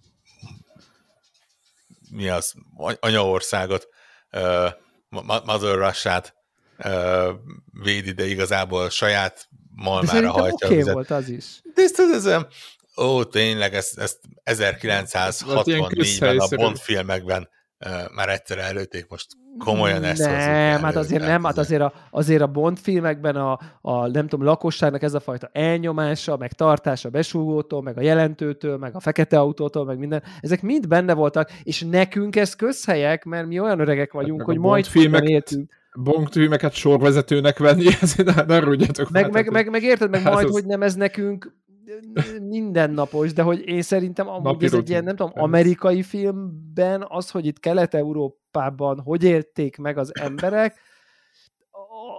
mi az, anyaországot, uh, Mother Russia-t uh, védi, de igazából saját malmára hajtja. Oké okay volt az is. De ezt tudod, ó, tényleg, ezt, ezt ezerkilencszázhatvannégyben a Bond filmekben uh, már egyszer előtték, most komolyan ezt hozzuk. Nem, hát azért nem, hát azért a, azért a Bond filmekben a, a nem tudom, lakosságnak ez a fajta elnyomása, meg tartása besúgótól, meg a jelentőtől, meg a fekete autótól, meg minden, ezek mind benne voltak, és nekünk ez közhelyek, mert mi olyan öregek vagyunk, hát hogy majd filmek éltünk. Bond filmeket sorvezetőnek venni, ezért ne, ne rúgjatok meg, meg, meg, meg érted, meg hát majd, az... hogy nem ez nekünk mindennapos, de hogy én szerintem amúgy Napi ez rutin. Egy ilyen, nem tudom, amerikai filmben az, hogy itt Kelet-Európában hogy élték meg az emberek,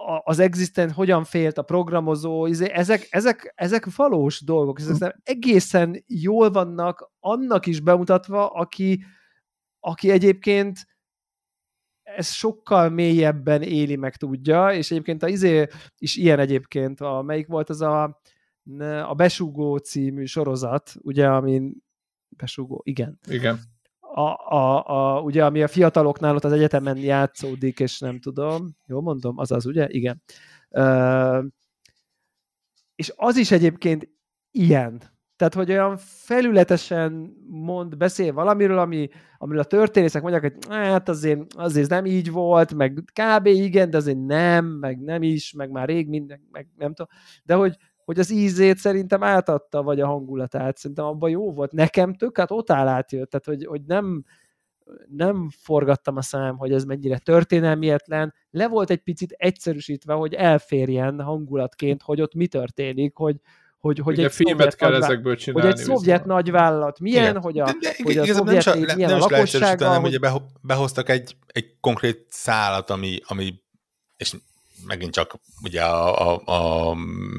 az Existence hogyan félt a programozó, ezek, ezek, ezek valós dolgok, ezek egészen jól vannak annak is bemutatva, aki, aki egyébként ez sokkal mélyebben éli meg tudja, és egyébként az izé is ilyen egyébként, a, melyik volt az a, a Besugó című sorozat, ugye, amin Besugó, igen. Igen. A, a, a, ugye, ami a fiataloknál ott az egyetemen játszódik, és nem tudom, jól mondom, azaz, ugye? Igen. Uh, és az is egyébként ilyen. Tehát, hogy olyan felületesen mond, beszél valamiről, ami, amiről a történészek mondják, hogy hát azért, azért nem így volt, meg kb. Igen, de azért nem, meg nem is, meg már rég minden, meg nem tudom. De hogy, hogy az ízét szerintem átadta, vagy a hangulatát. Szerintem abban jó volt. Nekem tök, hát ott áll átjött. Tehát, hogy, hogy nem, nem forgattam a szám, hogy ez mennyire történelmietlen. Le volt egy picit egyszerűsítve, hogy elférjen hangulatként, hogy ott mi történik, hogy hogy, hogy egy filmet kell nagyvá... ezekből csinálni. Hogy egy szovjet nagyvállalat milyen, igen. hogy a, de, de, hogy a szovjet milyen a lakossága. Nem, ugye behoztak egy, egy konkrét szálat, ami, ami és megint csak ugye a, a, a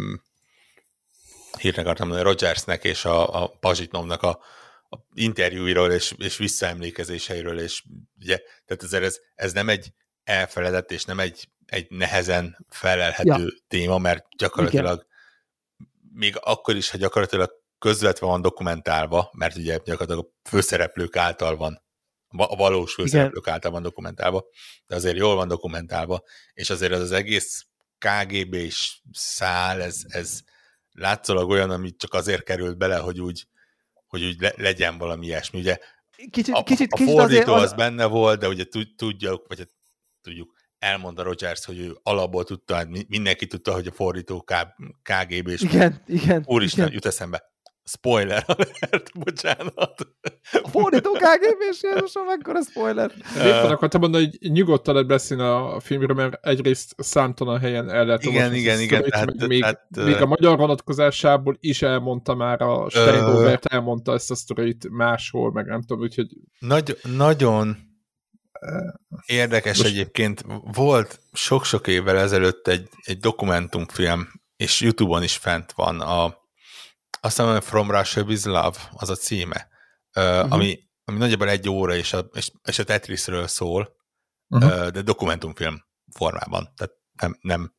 hírnek akartam mondani, Rogersnek és a, a Pazsitnovnak a, a interjúiról és, és visszaemlékezéseiről, és ugye, tehát ezért ez, ez nem egy elfeledett, és nem egy, egy nehezen felelhető ja. téma, mert gyakorlatilag igen. még akkor is, ha gyakorlatilag közvetve van dokumentálva, mert ugye gyakorlatilag a főszereplők által van, a valós főszereplők igen. által van dokumentálva, de azért jól van dokumentálva, és azért az, az egész ká gé bé-s szál, ez, ez látszólag olyan, ami csak azért került bele, hogy úgy, hogy úgy le, legyen valami ilyesmi. Ugye kicsit, a, kicsit, a kicsit fordító az, az... benne volt, de ugye tudjuk, vagy tudjuk, elmondta Rogers, hogy ő alapból tudta, mindenki tudta, hogy a fordító ká gé bé-s. Igen, igen. Úristen, igen. jut eszembe. Spoiler alert, bocsánat. A fordító ká gé bé-s, Jézusom, mekkora spoiler. Éppen akartam mondani, hogy nyugodtan lehet beszélni a filmről, mert egyrészt számtalan helyen el lehet igen, igen, igen. Tehát, még, tehát, még a magyar vonatkozásából is elmondta már a Stein Robert, elmondta ezt a sztorit máshol, meg nem tudom, úgyhogy... Nagy, nagyon érdekes most... egyébként. Volt sok-sok évvel ezelőtt egy, egy dokumentumfilm, és YouTube-on is fent van, a azt hiszem, From Russia with Love, az a címe, uh-huh. ami, ami nagyjából egy óra, és a, és, és a Tetrisről szól, uh-huh. de dokumentumfilm formában. Tehát nem, nem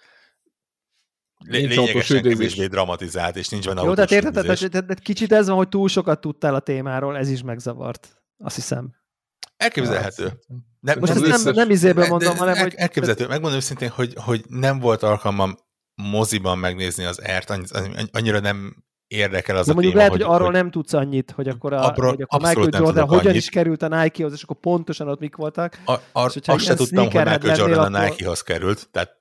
lényegesen kevésbé dramatizált, és nincs benne jó, tehát érted, tehát, tehát kicsit ez van, hogy túl sokat tudtál a témáról, ez is megzavart, azt hiszem. Elképzelhető. Nem, most ezt nem, nem izéből mondom, hanem, el, hogy... Elképzelhető. Megmondom őszintén, hogy, hogy nem volt alkalmam moziban megnézni az ert, annyira nem érdekel az de a mondjuk téma, lehet, hogy, hogy arról nem tudsz annyit, hogy akkor, a, abról, hogy akkor Michael Jordan hogyan annyit. is került a Nike-hoz, és akkor pontosan ott mik voltak. A, a, azt se tudtam, hogy Michael Jordan akkor... a Nike-hoz került, tehát,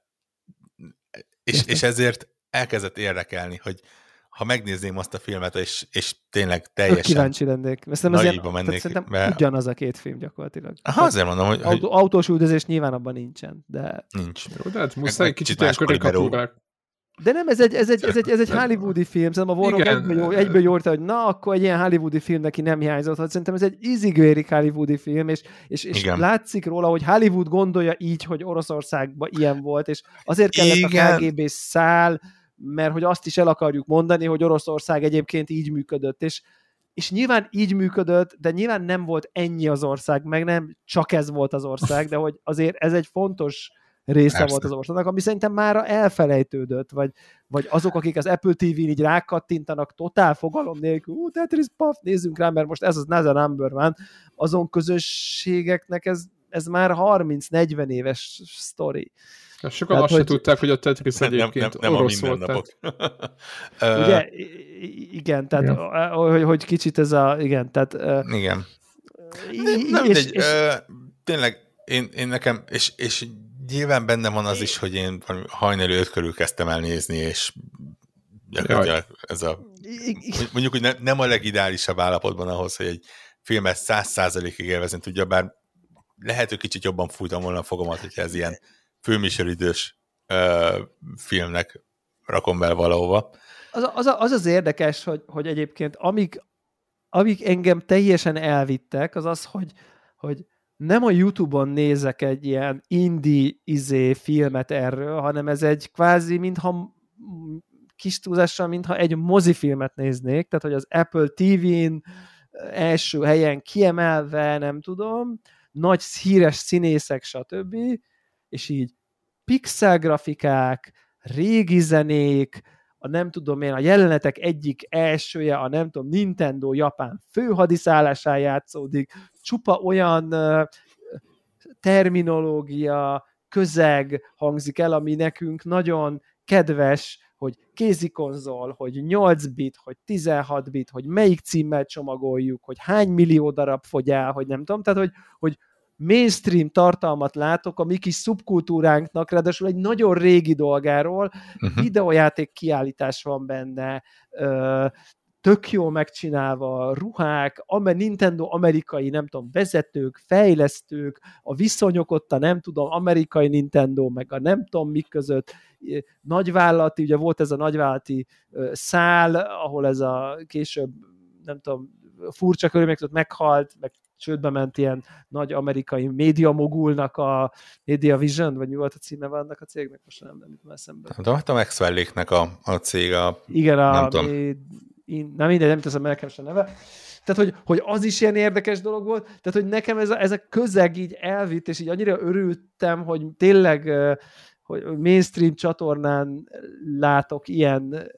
és, és ezért elkezdett érdekelni, hogy ha megnézném azt a filmet, és, és tényleg teljesen kíváncsi lennék. naívba mennék. Szerintem be... ugyanaz a két film gyakorlatilag. Aha, azért mondom, hogy... Autó, hogy... Autós üldözés nyilván abban nincsen, de... Nincs. Jó, de hát muszáj egy kicsit ilyen karikatúrák. De nem, ez egy, ez egy, ez egy, ez egy hollywoodi film, szerintem a Warrock egyből, jó, egyből jól hogy na, akkor egy ilyen hollywoodi film neki nem hiányzott, hogy szerintem ez egy ízigvérik hollywoodi film, és, és, és látszik róla, hogy Hollywood gondolja így, hogy Oroszországban ilyen volt, és azért kellett igen. a ká gé bé szál, mert hogy azt is el akarjuk mondani, hogy Oroszország egyébként így működött, és, és nyilván így működött, de nyilván nem volt ennyi az ország, meg nem csak ez volt az ország, de hogy azért ez egy fontos része Persze. volt az országnak, ami szerintem már elfelejtődött, vagy, vagy azok, akik az Apple té vén így rákattintanak totál fogalom nélkül, ú, Tetris, paf, nézzünk rá, mert most ez az Naza number van, azon közösségeknek ez, ez már harminc-negyven éves sztori. Sokan tehát, azt hogy... se tudták, hogy a Tetris nem, egyébként nem, nem, orosz nem volt. Ugye, igen, tehát igen. Hogy, hogy kicsit ez a, igen, tehát... Igen. Nem, nem és, és... Uh, tényleg, én, én nekem, és, és nyilván benne van az is, hogy én hajnali öt körül kezdtem el nézni, és ez a, mondjuk, hogy ne, nem a legideálisabb állapotban ahhoz, hogy egy filmet száz százalékig élvezni tudja, bár lehet, hogy kicsit jobban fújtam volna a fogamat, hogyha ez ilyen főműsoridős uh, filmnek rakom be valahova. Az az, az, az érdekes, hogy, hogy egyébként amíg, amíg engem teljesen elvittek, az az, hogy, hogy nem a YouTube-on nézek egy ilyen indie izé filmet erről, hanem ez egy kvázi, mintha kis túlzással, mintha egy mozifilmet néznék, tehát hogy az Apple té vén első helyen kiemelve, nem tudom, nagy híres színészek, stb. És így pixel grafikák, régi zenék, a nem tudom én, a jelenetek egyik elsője, a nem tudom, Nintendo Japán főhadiszállásán játszódik, csupa olyan uh, terminológia, közeg hangzik el, ami nekünk nagyon kedves, hogy kézikonzol, hogy nyolc bit, hogy tizenhat bit, hogy melyik címmel csomagoljuk, hogy hány millió darab fogy el, hogy nem tudom, tehát hogy, hogy mainstream tartalmat látok a mi kis szubkultúránknak, ráadásul egy nagyon régi dolgáról, uh-huh. videójáték kiállítás van benne, tök jól megcsinálva, ruhák, amer Nintendo amerikai, nem tudom, vezetők, fejlesztők, a viszonyok ott a nem tudom, amerikai Nintendo, meg a nem tudom mik között, nagyvállalati, ugye volt ez a nagyvállalati szál, ahol ez a később, nem tudom, furcsa körülmények között meghalt, meg csődbe ment ilyen nagy amerikai média mogulnak a Media Vision, vagy mi volt a címe annak a cégnek, most nem, nem jutom eszembe. Hát a Maxwell-léknek a, a cég a... Igen, a... Nem tudom. Én, nem mindegy, nem teszem nekem sem neve. Tehát, hogy, hogy az is ilyen érdekes dolog volt, tehát, hogy nekem ez a, ez a közeg így elvitt, és így annyira örültem, hogy tényleg hogy mainstream csatornán látok ilyen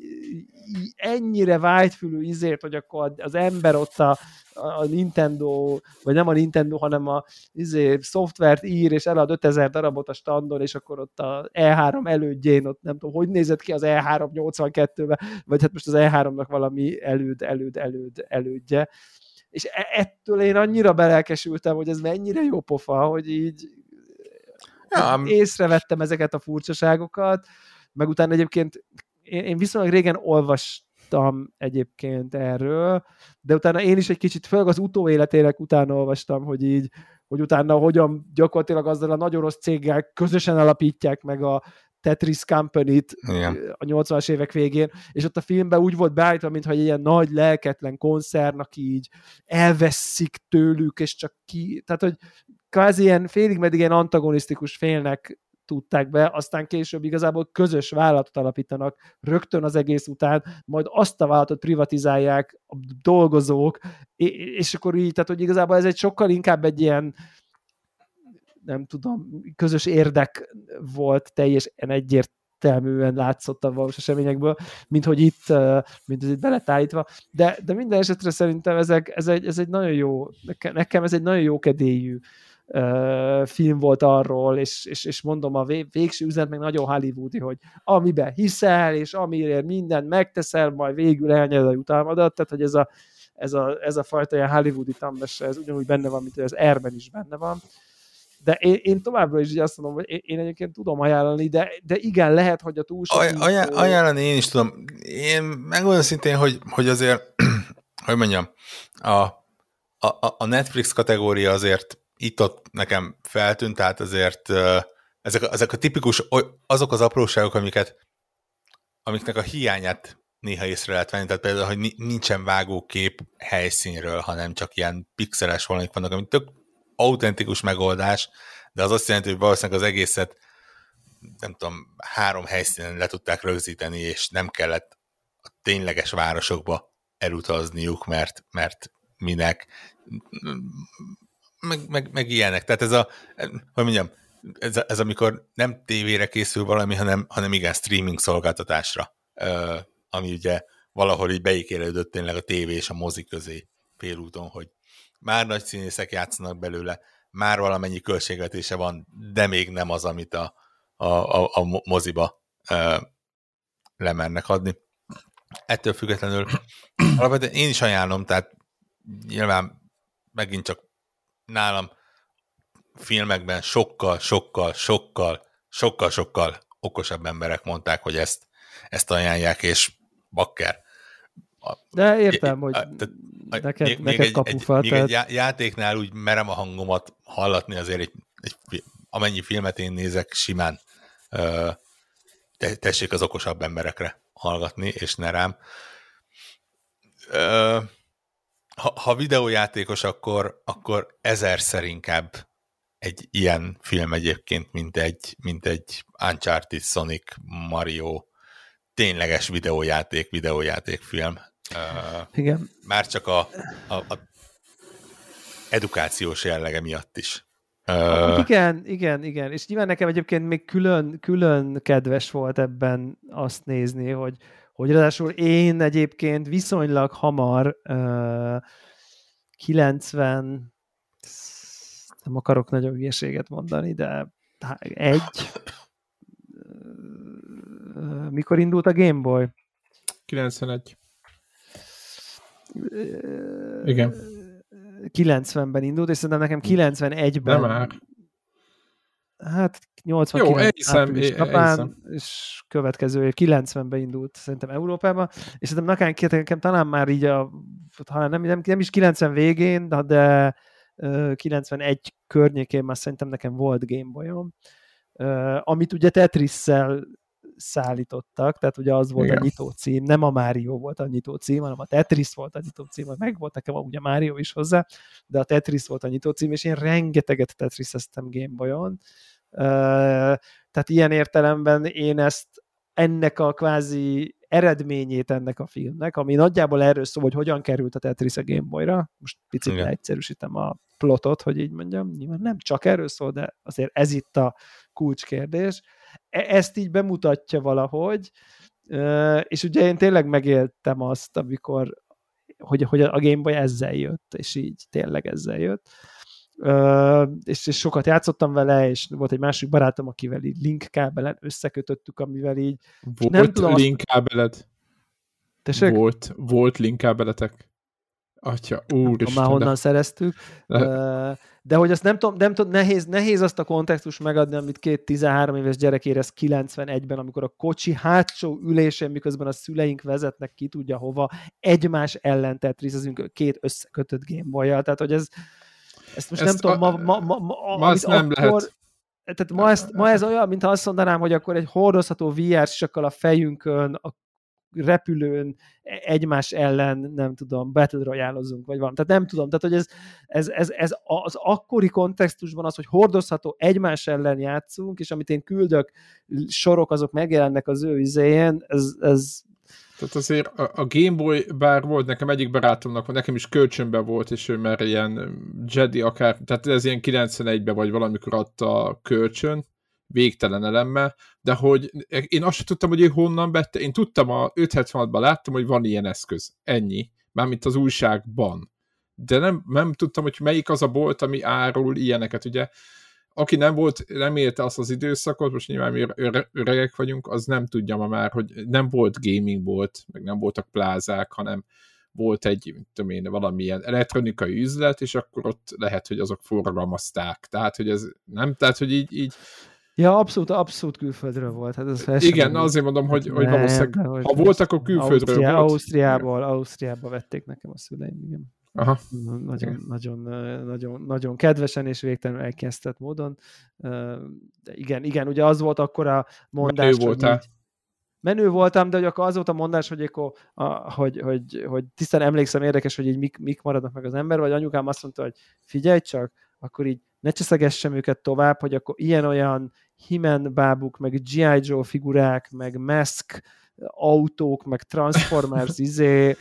ennyire vágyfülű izért, hogy akkor az ember ott a, a Nintendo, vagy nem a Nintendo, hanem a izé, szoftvert ír, és elad ötezer darabot a standon, és akkor ott az E három elődjén, ott nem tudom, hogy nézett ki az E három nyolcvankettőben, vagy hát most az E háromnak valami előd, előd, előd, elődje. És ettől én annyira belelkesültem, hogy ez mennyire jó pofa, hogy így ja, észrevettem ezeket a furcsaságokat, meg utána egyébként én, én viszonylag régen olvastam egyébként erről, de utána én is egy kicsit, főleg az utóéletélek utána olvastam, hogy így, hogy utána hogyan gyakorlatilag azzal a nagyon rossz céggel közösen alapítják meg a Tetris Company-t igen. a nyolcvanas évek végén, és ott a filmben úgy volt beállítva, mintha egy ilyen nagy lelketlen koncern, aki így elveszik tőlük, és csak ki, tehát hogy kvázi ilyen félig meddig ilyen antagonisztikus félnek tudták be, aztán később igazából közös vállalatot alapítanak rögtön az egész után, majd azt a vállalatot privatizálják a dolgozók, és akkor így, tehát hogy igazából ez egy sokkal inkább egy ilyen nem tudom, közös érdek volt teljesen egyértelműen látszott a valós eseményekből, mint hogy itt, mint hogy itt beletállítva. De, de minden esetre szerintem ezek, ez, egy, ez egy nagyon jó, nekem ez egy nagyon jó kedélyű uh, film volt arról, és, és, és mondom, a végső üzenet meg nagyon hollywoodi, hogy amiben hiszel, és amiért mindent megteszel, majd végül elnyeled a jutalmadat, tehát hogy ez a, ez a, ez a fajta ilyen hollywoodi tambesse, ez ugyanúgy benne van, mint hogy az Airben is benne van. De én, én továbbra is azt mondom, hogy én, én egyébként tudom ajánlani, de, de igen, lehet, hogy a túl sok... Aj, ajánl, ajánlani én is tudom. Én megmondom szintén, hogy, hogy azért, hogy mondjam, a, a, a Netflix kategória azért itt-ott nekem feltűnt, tehát azért ezek, ezek a tipikus, azok az apróságok, amiket, amiknek a hiányát néha észre lehet venni, tehát például, hogy nincsen vágókép helyszínről, hanem csak ilyen pixeles valamik vannak, amit tök autentikus megoldás, de az azt jelenti, hogy valószínűleg az egészet nem tudom, három helyszínen le tudták rögzíteni, és nem kellett a tényleges városokba elutazniuk, mert, mert minek, meg, meg, meg ilyenek. Tehát ez a, hogy mondjam, ez, ez amikor nem tévére készül valami, hanem, hanem igen, streaming szolgáltatásra, ami ugye valahol így beikélődött tényleg a tévé és a mozi közé félúton, hogy már nagy színészek játszanak belőle, már valamennyi költségvetése van, de még nem az, amit a, a, a, a moziba e, lemernek adni. Ettől függetlenül alapvetően én is ajánlom, tehát nyilván megint csak nálam filmekben sokkal, sokkal, sokkal, sokkal, sokkal okosabb emberek mondták, hogy ezt, ezt ajánlják, és bakker. De értem, a, hogy a, a, neked, még, neked még kapufa. Egy, tehát... még egy játéknál úgy merem a hangomat hallatni, azért egy, egy, amennyi filmet én nézek, simán te, tessék az okosabb emberekre hallgatni, és ne rám. ha, ha videójátékos, akkor, akkor ezerszer inkább egy ilyen film egyébként, mint egy, mint egy Uncharted, Sonic, Mario, tényleges videójáték, videójáték film. Uh, Igen. Már csak a, a, a edukációs jellege miatt is. Uh, igen, igen, igen. És nyilván nekem egyébként még külön, külön kedves volt ebben azt nézni, hogy, hogy ráadásul én egyébként viszonylag hamar uh, kilencven nem akarok nagyon hülyeséget mondani, de egy uh, mikor indult a Game Boy? kilencvenegy. Igen. kilencvenben indult, és szerintem nekem kilencvenegyben... Nem már. Hát nyolcvankilenc Jó, elhiszem, április napán, és következő év kilencvenben indult szerintem Európában, és szerintem nekem, nekem talán már így a, talán nem, nem, nem is kilencven végén, de uh, kilencvenegy környékén már szerintem nekem volt Game Boy-om, uh, amit ugye Tetris-szel szállítottak, tehát ugye az volt igen. A nyitó cím, nem a Mario volt a nyitó cím, hanem a Tetris volt a nyitó cím, meg volt nekem ugye Mario is hozzá, de a Tetris volt a nyitó cím, és én rengeteget Tetris-eztem Game Boy-on. Uh, tehát ilyen értelemben én ezt ennek a kvázi eredményét ennek a filmnek, ami nagyjából erről szól, hogy hogyan került a Tetris a Game Boy-ra, most picit leegyszerűsítem a plotot, hogy így mondjam, nyilván nem csak erről szól, de azért ez itt a kulcskérdés. Ezt így bemutatja valahogy, és ugye én tényleg megéltem azt, amikor, hogy, hogy a Game Boy ezzel jött, és így tényleg ezzel jött. És, és sokat játszottam vele, és volt egy másik barátom, akivel így linkkábelen összekötöttük, amivel így... Volt nem tudom, linkkábeled? Tessék? Volt, volt linkkábeletek? Atya, úristen. Már honnan de... szereztük. De... de hogy azt nem tudom, nem tudom nehéz, nehéz azt a kontextus megadni, amit két tizenhárom éves gyerek érez kilencvenegyben, amikor a kocsi hátsó ülésén, miközben a szüleink vezetnek ki tudja hova, egymás ellen tetrizezünk két összekötött Game Boy-jal. Tehát, hogy ez ezt most ezt nem a... tudom, ma, ma, ma, ma, ma ezt nem akkor... lehet. Tehát ma, ezt, ma ez olyan, mintha azt mondanám, hogy akkor egy hordozható vé er-sisakkal a fejünkön, a repülőn egymás ellen, nem tudom, Battle Royale-ozunk, vagy valami. Tehát nem tudom, tehát hogy ez, ez, ez, ez az akkori kontextusban az, hogy hordozható egymás ellen játszunk, és amit én küldök, sorok azok megjelennek az ő izéjén, ez, ez tehát azért a, a Game Boy, bár volt nekem egyik barátomnak, nekem is kölcsönben volt, és ő már ilyen Jedi akár, tehát ez ilyen kilencvenegyben vagy valamikor adta a kölcsön, végtelen elemmel, de hogy én azt sem tudtam, hogy ő honnan vette. Én tudtam, a ötszázhetvanhatban láttam, hogy van ilyen eszköz. Ennyi. Mármint az újságban. De nem, nem tudtam, hogy melyik az a bolt, ami árul ilyeneket. Ugye, aki nem volt, nem élte azt az időszakot, most nyilván mi öregek vagyunk, az nem tudja ma már, hogy nem volt gaming bolt, meg nem voltak plázák, hanem volt egy, tudom én, valamilyen elektronikai üzlet, és akkor ott lehet, hogy azok forgalmazták. Tehát, hogy ez nem, tehát, hogy így, így ja, abszolút, abszolút külföldről volt. Hát ez igen, azért mondom, hogy, hogy valószínűleg, hogy ha voltak, akkor külföldről Ausztriá, volt. Ausztriából, Ausztriába vették nekem a szüleim, igen. Aha. Nagyon, igen. Nagyon, nagyon, nagyon kedvesen és végtelenül elkezdett módon. De igen, igen, ugye az volt akkor a mondás, menő voltál. Így, menő voltam, de akkor az volt a mondás, hogy, akkor, a, hogy, hogy, hogy tisztán emlékszem, érdekes, hogy így mik, mik maradnak meg az ember, vagy anyukám azt mondta, hogy figyelj csak, akkor így ne cseszegessem őket tovább, hogy akkor ilyen-olyan He-Man bábuk, meg gé i. Joe figurák, meg Mask autók, meg Transformers izé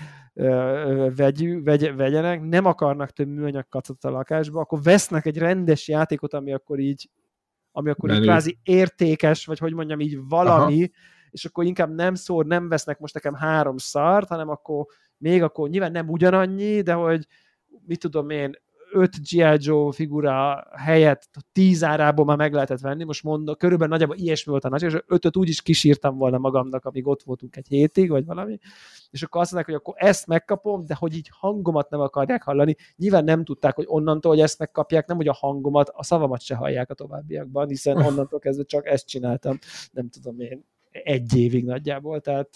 vegyű, vegy, vegyenek, nem akarnak több műanyag kacot a lakásba, akkor vesznek egy rendes játékot, ami akkor így, ami akkor így kvázi értékes, vagy hogy mondjam így valami, aha. És akkor inkább nem szór, nem vesznek most nekem három szart, hanem akkor még akkor nyilván nem ugyanannyi, de hogy mit tudom én, öt gé i. Joe figura helyett tíz árából már meg lehetett venni, most mondom, körülbelül nagyjából ilyesmi volt a nagy, és ötöt úgy is kisírtam volna magamnak, amíg ott voltunk egy hétig, vagy valami, és akkor azt mondják, hogy akkor ezt megkapom, de hogy így hangomat nem akarják hallani. Nyilván nem tudták, hogy onnantól, hogy ezt megkapják, nem hogy a hangomat, a szavamat se hallják a továbbiakban, hiszen onnantól kezdve csak ezt csináltam, nem tudom én, egy évig nagyjából, tehát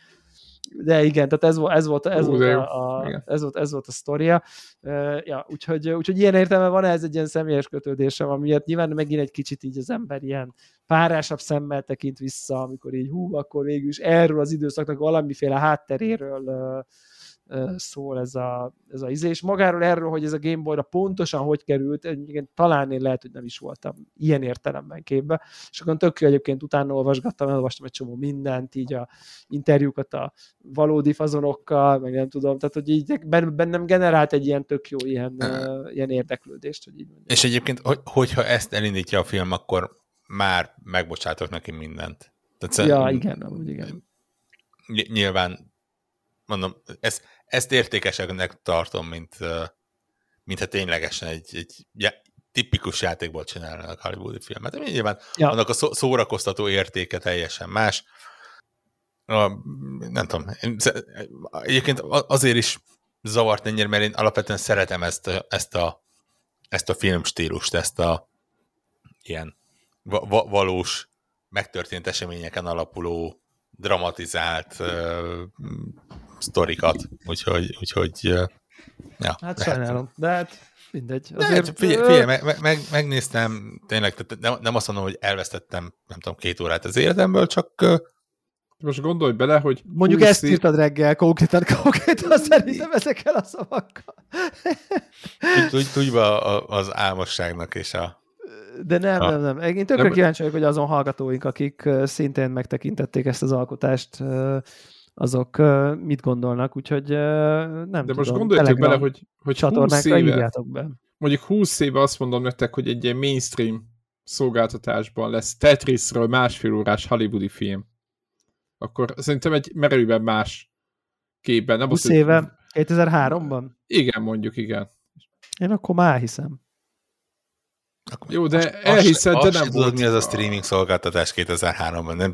de igen, tehát ez volt, ez volt, ez volt, a, a, ez volt, ez volt a sztoria. Uh, ja, úgyhogy, úgyhogy ilyen értelemben van ez egy ilyen személyes kötődésem, amiért nyilván megint egy kicsit így az ember ilyen párásabb szemmel tekint vissza, amikor így hú, akkor végül is erről az időszaknak valamiféle hátteréről uh, szól ez a, ez a izé, és magáról erről, hogy ez a Game Boy-ra pontosan hogy került, igen, talán én lehet, hogy nem is voltam ilyen értelemben képbe, és akkor tök jó egyébként utána olvasgattam, elolvastam egy csomó mindent, így a interjúkat a valódi fazonokkal, meg nem tudom, tehát hogy így bennem generált egy ilyen tök jó ilyen, uh, ilyen érdeklődést, hogy így mondjam. És egyébként, hogy, hogyha ezt elindítja a film, akkor már megbocsátok neki mindent. Tehát ja, igen, amúgy igen. Nyilván, mondom, ezt, ezt értékeseknek tartom, mint, mint ha ténylegesen egy, egy ja, tipikus játékból csinálnak hollywoodi filmet. Nyilván ja. Annak a szórakoztató értéke teljesen más. Nem tudom, egyébként azért is zavart ennyire, mert én alapvetően szeretem ezt a, ezt a, ezt a filmstílust, ezt a ilyen va- valós, megtörtént eseményeken alapuló, dramatizált uh, sztorikat, úgyhogy, úgyhogy uh, ja. Hát sajnálom, de hát mindegy. Azért... Figyelj, figyelj meg, meg, megnéztem, tényleg, nem, nem azt mondom, hogy elvesztettem, nem tudom, két órát az életemből, csak uh, most gondolj bele, hogy... Mondjuk ezt szív... írtad reggel, konkrétan, konkrétan szerintem ezekkel a szavakkal. Tudj be az álmosságnak és a... De nem, a... nem, nem. Én tökre nem... kíváncsi vagyok, hogy azon hallgatóink, akik szintén megtekintették ezt az alkotást, azok mit gondolnak, úgyhogy nem De tudom. most gondoljatok bele, hogy, hogy húsz éve, be. mondjuk húsz éve azt mondom nektek, hogy egy ilyen mainstream szolgáltatásban lesz Tetrisről másfél órás hollywoodi film. Akkor szerintem egy merőben más képben. Nem húsz az, éve? Hogy... kétezer-háromban? Igen, mondjuk, igen. Én akkor már elhiszem. Akkor jó, de azt, elhiszed, azt, de nem tudod, mi az a streaming szolgáltatás kétezer-háromban, nem?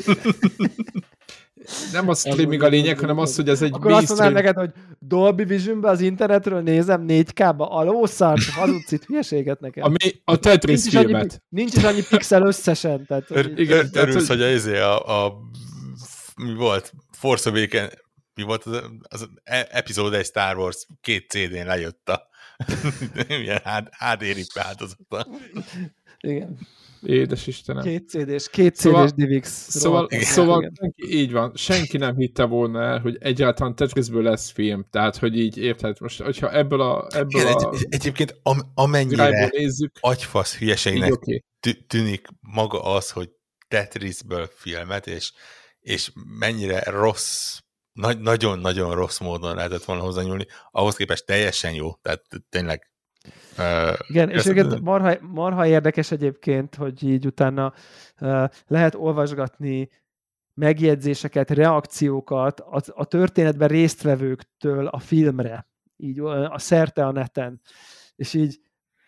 Nem a streaming a lényeg, hanem az, hogy ez egy akkor mainstream... azt mondanám neked, hogy Dolby Visionbe az internetről nézem négy ká-ba, aló szart, hazudsz itt hülyeséget nekem. A, mi, a Tetris nincs filmet. Annyi, nincs is annyi pixel összesen. Tehát, Ör, igen, örülsz, hogy ez a, a mi volt? Force Awakens, mi volt az, az epizód egy Star Wars két cé dén lejött a milyen há dé rip változata. Igen. Édes Istenem. Két cé dés, két cé dés dé vé iksz. Szóval, szóval senki, így van, senki nem hitte volna el, hogy egyáltalán Tetrisből lesz film. Tehát, hogy így érted, most, hogyha ebből a... Ebből igen, a egy, egyébként am, amennyire nézzük, agyfasz hülyeségnek okay. tűnik maga az, hogy Tetrisből filmet, és, és mennyire rossz, na, nagyon-nagyon rossz módon lehetett volna hozzányúlni, ahhoz képest teljesen jó. Tehát tényleg Uh, igen, és egyébként marha, marha érdekes egyébként, hogy így utána uh, lehet olvasgatni megjegyzéseket, reakciókat a, a történetben résztvevőktől a filmre, így a szerte a neten. És így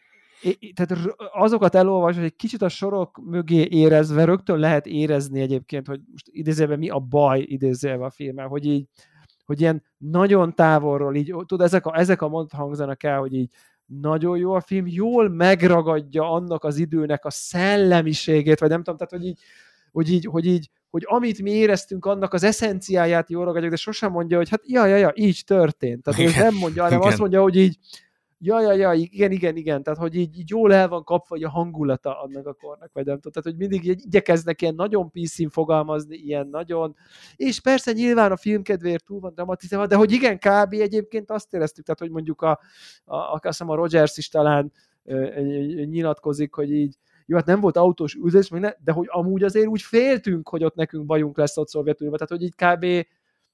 tehát azokat elolvasva, hogy egy kicsit a sorok mögé érezve rögtön lehet érezni egyébként, hogy most idézőben mi a baj idézőben a filmmel, hogy így, hogy ilyen nagyon távolról így, tudod, ezek a, ezek a mondatok hangzanak el, hogy így nagyon jó a film, jól megragadja annak az időnek a szellemiségét, vagy nem tudom, tehát hogy így, hogy így, hogy így, hogy amit mi éreztünk, annak az eszenciáját jól ragadjuk, de sosem mondja, hogy hát ja, ja, ja, így történt. Tehát igen, nem mondja, hanem igen. Azt mondja, hogy így ja, ja, ja, igen, igen, igen, tehát hogy így, így jól el van kapva a hangulata annak a kornak, vagy nem tudom, tehát hogy mindig így igyekeznek ilyen nagyon píszín fogalmazni, ilyen nagyon, és persze nyilván a film kedvéért túl van dramatizálva, de hogy igen, kb. Egyébként azt éreztük, tehát hogy mondjuk a, a, a, azt hiszem a Rogers is talán ö, ö, nyilatkozik, hogy így, jó, hát nem volt autós üldözés, de hogy amúgy azért úgy féltünk, hogy ott nekünk bajunk lesz ott Szovjetunióban, tehát hogy így kb.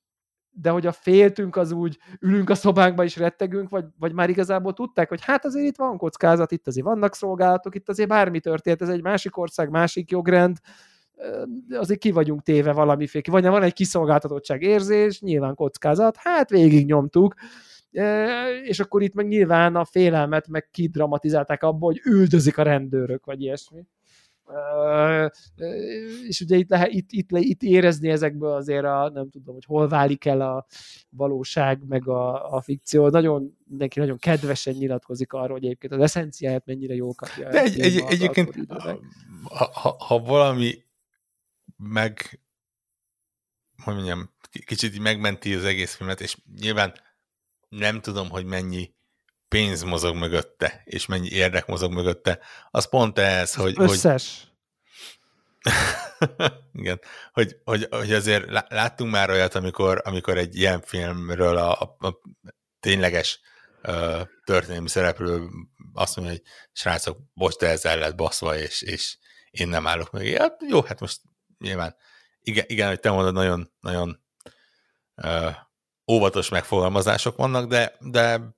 De hogy a féltünk, az úgy ülünk a szobánkba és rettegünk, vagy, vagy már igazából tudták, hogy hát azért itt van kockázat, itt azért vannak szolgálatok, itt azért bármi történt, ez egy másik ország, másik jogrend, azért ki vagyunk téve valamiféle, vagy van egy kiszolgáltatottság érzés, nyilván kockázat, hát végig nyomtuk, és akkor itt meg nyilván a félelmet meg kidramatizálták abból, hogy üldözik a rendőrök, vagy ilyesmi. Uh, és ugye itt, lehet, itt, itt, itt érezni ezekből azért a, nem tudom, hogy hol válik el a valóság, meg a, a fikció. Nagyon, mindenki nagyon kedvesen nyilatkozik arról, hogy egyébként az eszenciáját mennyire jól kapja. De egy, egy, egyébként, ha, ha, ha valami meg, hogy mondjam, kicsit megmenti az egész filmet, és nyilván nem tudom, hogy mennyi pénz mozog mögötte, és mennyi érdek mozog mögötte, az pont ez, hogy... Összes. Igen, hogy, hogy, hogy azért láttunk már olyat, amikor, amikor egy ilyen filmről a, a, a tényleges uh, történelmi szereplő azt mondja, hogy srácok, bocs, de ezzel lett baszva, és, és én nem állok meg. Ja, jó, hát most nyilván igen, igen, hogy te mondod, nagyon, nagyon uh, óvatos megfogalmazások vannak, de, de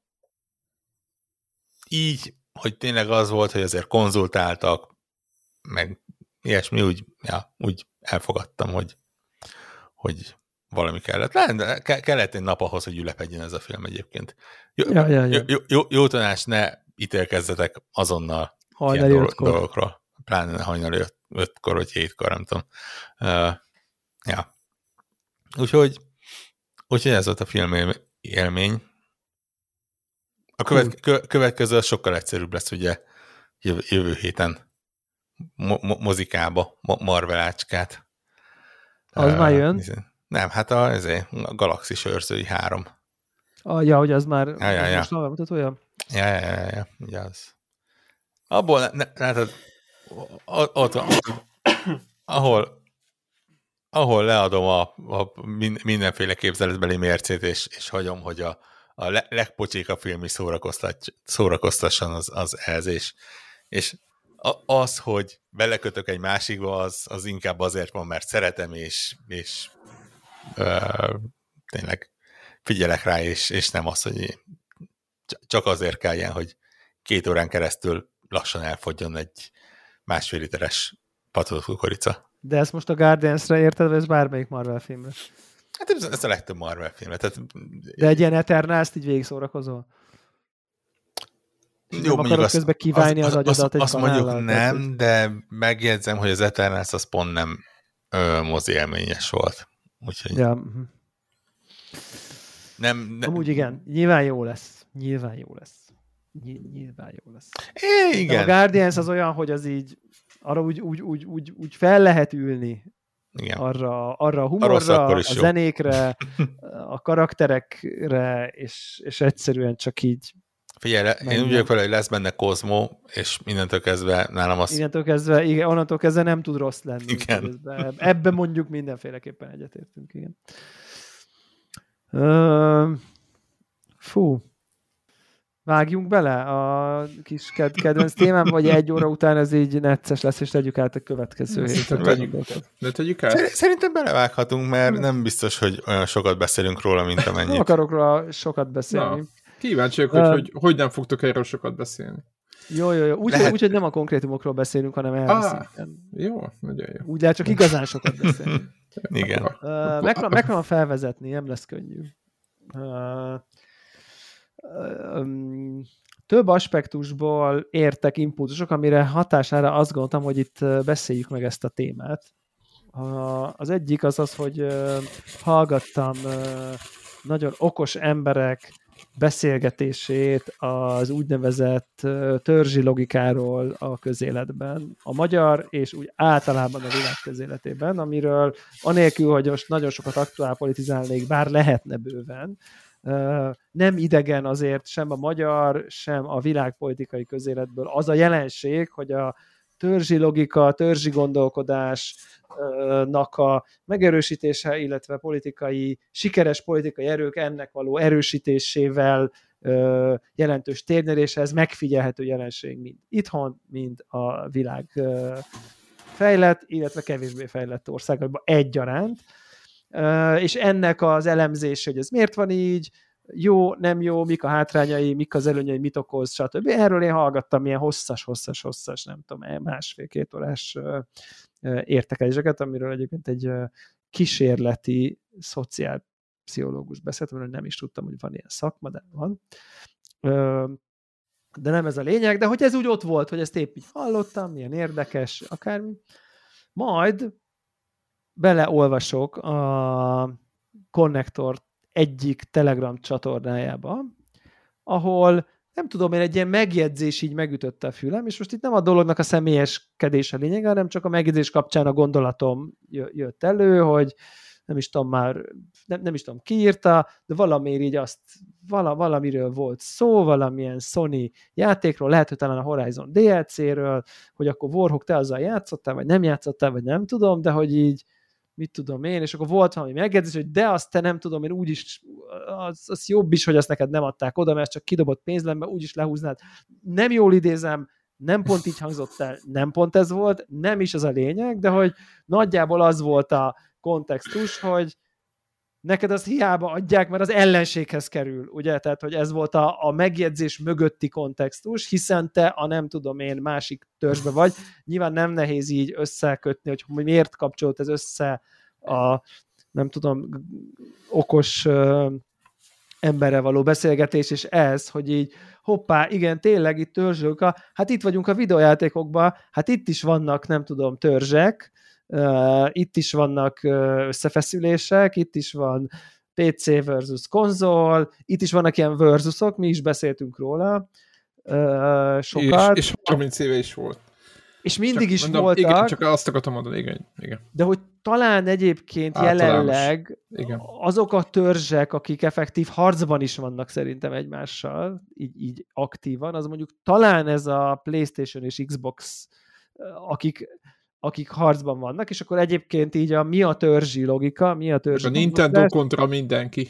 így, hogy tényleg az volt, hogy azért konzultáltak, meg ilyesmi, úgy, ja, úgy elfogadtam, hogy, hogy valami kellett. Le, kellett egy nap ahhoz, hogy ülepedjen ez a film egyébként. Jó, ja, ja, ja. jó, jó, jó tanács, ne ítélkezzetek azonnal hajnali ilyen ötkor. dolgokról. Pláne hajnali ötkor, vagy hétkor, nem tudom. Uh, ja. Úgyhogy, úgyhogy ez volt a film élmény. A követ, kö, következő az sokkal egyszerűbb lesz, ugye jövő, jövő héten mo, mo, mozikába, mo, Marvelácskát. Az uh, már jön? Nem, hát a, ezért, a Galaxis őrzői három. Ah, ja, hogy az már ja, ja, ja. most már mutatója? Ja, ja, ja, ja, ugye az. Abból, ne, látod, ott, ott, ott, ahol, ahol leadom a, a mindenféle képzeletbeli mércét, és, és hagyom, hogy a, a legpocsékabb film is szórakoztasson, az, az ez, és, és az, hogy belekötök egy másikba, az, az inkább azért van, mert szeretem, és, és ö, tényleg figyelek rá, és, és nem az, hogy csak azért kelljen, hogy két órán keresztül lassan elfogjon egy másfél literes patolt kukorica. De ezt most a Guardians-re érted, vagy ez bármelyik Marvel filmre? Hát ez, ez a legtöbb Marvel filmre. Tehát... De egy ilyen Eternals-t így végig szórakozol? Jó, nem akarod közben kiválni az, az, az agyadat egy Azt mondjuk kanállal, nem, tehát, de megjegyzem, hogy az Eternals az pont nem ö, mozi élményes volt. Úgyhogy... Ja. Nem, nem... Amúgy igen, nyilván jó lesz. Nyilván jó lesz. Nyilván jó lesz. É, igen. De a Guardians az olyan, hogy az így arra úgy, úgy, úgy, úgy, úgy fel lehet ülni. Igen. Arra, arra a humorra, a, a zenékre, a karakterekre, és, és egyszerűen csak így. Figyelj, én úgy vagyok vele, hogy lesz benne Cosmo, és mindentől kezdve nálam az... Mindentől kezdve, igen, onnantól kezdve nem tud rossz lenni. Igen. Ebben mondjuk mindenféleképpen egyetértünk, igen. Uh, fú. Vágjunk bele a kis ked- kedvenc témám, vagy egy óra után ez így necces lesz, és tegyük át a következő héten. De tegyük át. Szerintem belevághatunk, mert nem biztos, hogy olyan sokat beszélünk róla, mint amennyit. Nem akarok róla sokat beszélni. Na, kíváncsiak, hogy, uh, hogy hogy nem fogtok erről sokat beszélni. Jó, jó, jó. Úgy, lehet... úgy hogy nem a konkrétumokról beszélünk, hanem erről ah, szinten. Jó, nagyon jó. Úgy lehet csak igazán sokat beszélni. Igen. Uh, megpróbálom felvezetni, nem lesz könnyű. Uh, um, több aspektusból értek impulzusok, amire hatására azt gondoltam, hogy itt beszéljük meg ezt a témát. Uh, az egyik az az, hogy uh, hallgattam uh, nagyon okos emberek beszélgetését az úgynevezett törzsi logikáról a közéletben, a magyar és úgy általában a világ közéletében, amiről anélkül, hogy most nagyon sokat aktuál politizálnék, bár lehetne bőven, nem idegen azért sem a magyar, sem a világpolitikai közéletből az a jelenség, hogy a törzsi logika, törzsi gondolkodásnak a megerősítése, illetve politikai, sikeres politikai erők ennek való erősítésével jelentős térnyerése, ez megfigyelhető jelenség mind itthon, mind a világ fejlett, illetve kevésbé fejlett országokban egyaránt. És ennek az elemzése, hogy ez miért van így, jó, nem jó, mik a hátrányai, mik az előnyei, mit okoz, stb. Erről én hallgattam ilyen hosszas, hosszas, hosszas, nem tudom, másfél-két órás értekezéseket, amiről egyébként egy kísérleti szociálpszichológus beszélt, amiről nem is tudtam, hogy van ilyen szakma, de van. De nem ez a lényeg, de hogy ez úgy ott volt, hogy ezt épp így hallottam, milyen érdekes, akármi. Majd beleolvasok a Konnektor egyik Telegram csatornájába, ahol nem tudom, én egy ilyen megjegyzés így megütötte a fülem, és most itt nem a dolognak a személyeskedése lényeg, hanem csak a megjegyzés kapcsán a gondolatom jött elő, hogy nem is tudom már, nem, nem is tudom ki írta, de valamiért így azt, vala, valamiről volt szó, valamilyen Sony játékról, lehet, hogy talán a Horizon dé el cé-ről, hogy akkor Warhawk, te azzal játszottál, vagy nem játszottál, vagy nem tudom, de hogy így, mit tudom én, és akkor volt valami megjegyzés, hogy de azt te nem tudom én úgyis, az, az jobb is, hogy azt neked nem adták oda, mert csak kidobott pénz lenne, úgyis lehúznád. Nem jól idézem, nem pont így hangzott el, nem pont ez volt, nem is az a lényeg, de hogy nagyjából az volt a kontextus, hogy neked azt hiába adják, mert az ellenséghez kerül, ugye? Tehát, hogy ez volt a, a megjegyzés mögötti kontextus, hiszen te a nem tudom én másik törzsbe vagy. Nyilván nem nehéz így összekötni, hogy miért kapcsolt ez össze a nem tudom, okos uh, emberrel való beszélgetés, és ez, hogy így hoppá, igen, tényleg itt törzsök, a, hát itt vagyunk a videójátékokban, hát itt is vannak, nem tudom, törzsek, uh, itt is vannak uh, összefeszülések, itt is van pé cé versus konzol, itt is vannak ilyen versusok, mi is beszéltünk róla uh, sokat. És, és harminc éve is volt. És mindig csak, is mondom, voltak. Igen, csak azt akartam mondani, igen, igen. De hogy talán egyébként általános. Jelenleg igen. azok a törzsek, akik effektív harcban is vannak szerintem egymással, így, így aktívan, az mondjuk talán ez a PlayStation és Xbox, akik, akik harcban vannak, és akkor egyébként így a mi a törzsi logika, mi a törzsi a Nintendo kontra mindenki.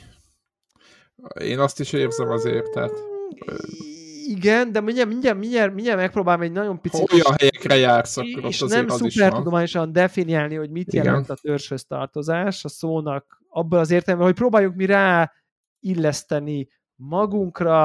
Én azt is érzem azért, tehát... Igen, de mindjárt, mindjárt, mindjárt, mindjárt megpróbálom egy nagyon picit... Olyan helyekre jársz, akkor és ott nem az szupertudományosan definiálni, hogy mit Igen. jelent a törzshöz tartozás a szónak, abban az értelemben, hogy próbáljuk mi rá illeszteni magunkra,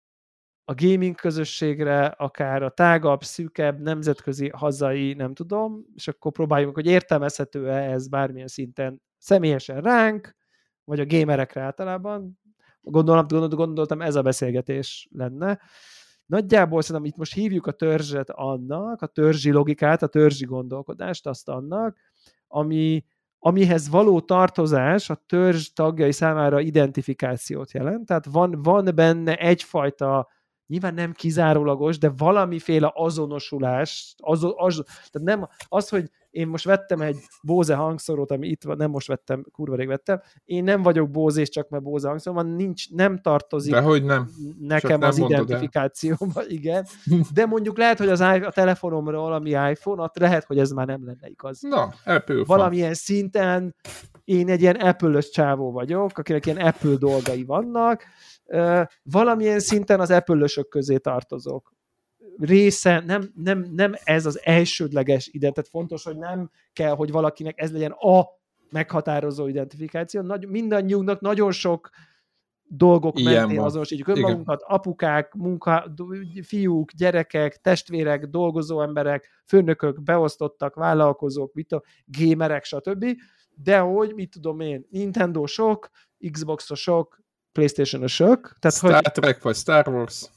a gaming közösségre, akár a tágabb, szűkebb, nemzetközi, hazai, nem tudom, és akkor próbáljuk, hogy értelmezhető-e ez bármilyen szinten személyesen ránk, vagy a gamerekre általában. Gondolom, gondoltam, ez a beszélgetés lenne. Nagyjából szerintem itt most hívjuk a törzset annak, a törzsi logikát, a törzsi gondolkodást, azt annak, ami, amihez való tartozás a törzs tagjai számára identifikációt jelent. Tehát van, van benne egyfajta, nyilván nem kizárólagos, de valamiféle azonosulás. Azo, az, tehát nem az, hogy én most vettem egy Bose hangszorót, ami itt van, nem most vettem, kurva rég vettem, én nem vagyok Bose, és csak mert Bose hangszoró van, nincs, nem tartozik Dehogy nem. nekem nem az identifikációba, igen. De mondjuk lehet, hogy az i- a telefonomról, ami iPhone, ott lehet, hogy ez már nem lenne igaz. Na, Apple Valamilyen fan. szinten én egy ilyen Apple-ös csávó vagyok, akinek ilyen Apple dolgai vannak, valamilyen szinten az Apple-ösök közé tartozok. Része, nem, nem, nem ez az elsődleges identitás. Tehát fontos, hogy nem kell, hogy valakinek ez legyen a meghatározó identifikáció. Nagy, mindannyiunknak nagyon sok dolgok Ilyen mentén van. azonosítjuk önmagunkat, apukák, munka, fiúk, gyerekek, testvérek, dolgozó emberek, főnökök, beosztottak, vállalkozók, mit tudom, gamerek, stb. De hogy, mit tudom én, Nintendo-sok, Xbox-osok, PlayStation-osok. Tehát, Star hogy Trek vagy Star Wars.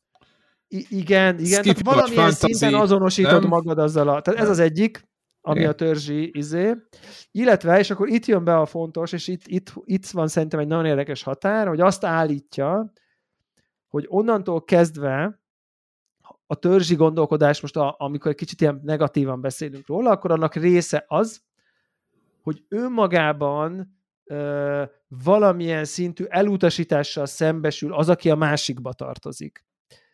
I- igen, igen, Skip tehát valamilyen fantasy, szinten azonosítod nem? magad azzal a... Tehát ez az egyik, ami igen. A törzsi izé. Illetve, és akkor itt jön be a fontos, és itt, itt, itt van szerintem egy nagyon érdekes határ, hogy azt állítja, hogy onnantól kezdve a törzsi gondolkodás, most a, amikor egy kicsit ilyen negatívan beszélünk róla, akkor annak része az, hogy önmagában ö, valamilyen szintű elutasítással szembesül az, aki a másikba tartozik.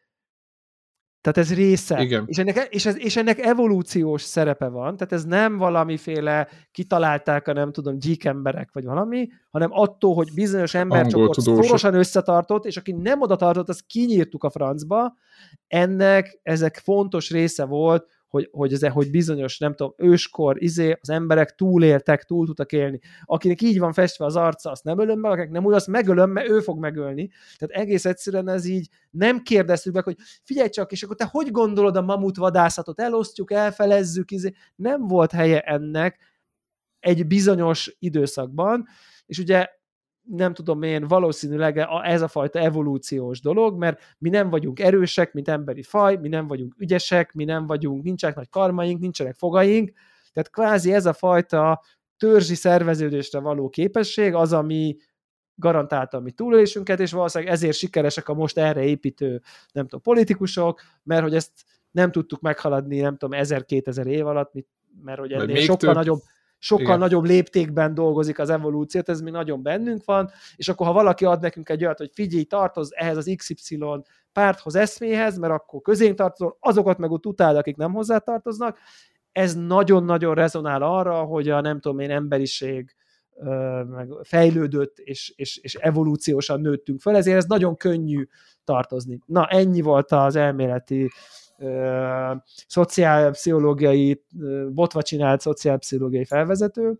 Tehát ez része. Igen. És ennek, és, ez, és ennek evolúciós szerepe van, tehát ez nem valamiféle kitalálták a nem tudom, geek emberek vagy valami, hanem attól, hogy bizonyos embercsoport szorosan összetartott, és aki nem oda tartott, azt kinyírtuk a francba, ennek ezek fontos része volt, hogy, hogy, ez, hogy bizonyos, nem tudom, őskor, izé, az emberek túléltek, túl tudtak élni. Akinek így van festve az arca, azt nem ölöm meg, akinek nem úgy, azt megölöm, mert ő fog megölni. Tehát egész egyszerűen ez így nem kérdeztük meg, hogy figyelj csak, és akkor te hogy gondolod a mamut vadászatot? Elosztjuk, elfelezzük, izé. Nem volt helye ennek egy bizonyos időszakban, és ugye nem tudom én, valószínűleg ez a fajta evolúciós dolog, mert mi nem vagyunk erősek, mint emberi faj, mi nem vagyunk ügyesek, mi nem vagyunk, nincsenek nagy karmaink, nincsenek fogaink, tehát kvázi ez a fajta törzsi szerveződésre való képesség az, ami garantálta a mi túlélésünket, és valószínűleg ezért sikeresek a most erre építő, nem tudom, politikusok, mert hogy ezt nem tudtuk meghaladni, nem tudom, ezer-kétezer év alatt, mert hogy ennél sokkal több... nagyobb sokkal Igen. nagyobb léptékben dolgozik az evolúciót, ez még nagyon bennünk van, és akkor ha valaki ad nekünk egy olyat, hogy figyelj, tartoz ehhez az iksz ipszilon párthoz, eszméhez, mert akkor közénk tartozol, azokat meg ott utáld, akik nem hozzátartoznak, ez nagyon-nagyon rezonál arra, hogy a nem tudom én emberiség meg fejlődött, és, és, és evolúciósan nőttünk fel, ezért ez nagyon könnyű tartozni. Na, ennyi volt az elméleti ö, szociálpszichológiai, ö, botva csinált szociálpszichológiai felvezető,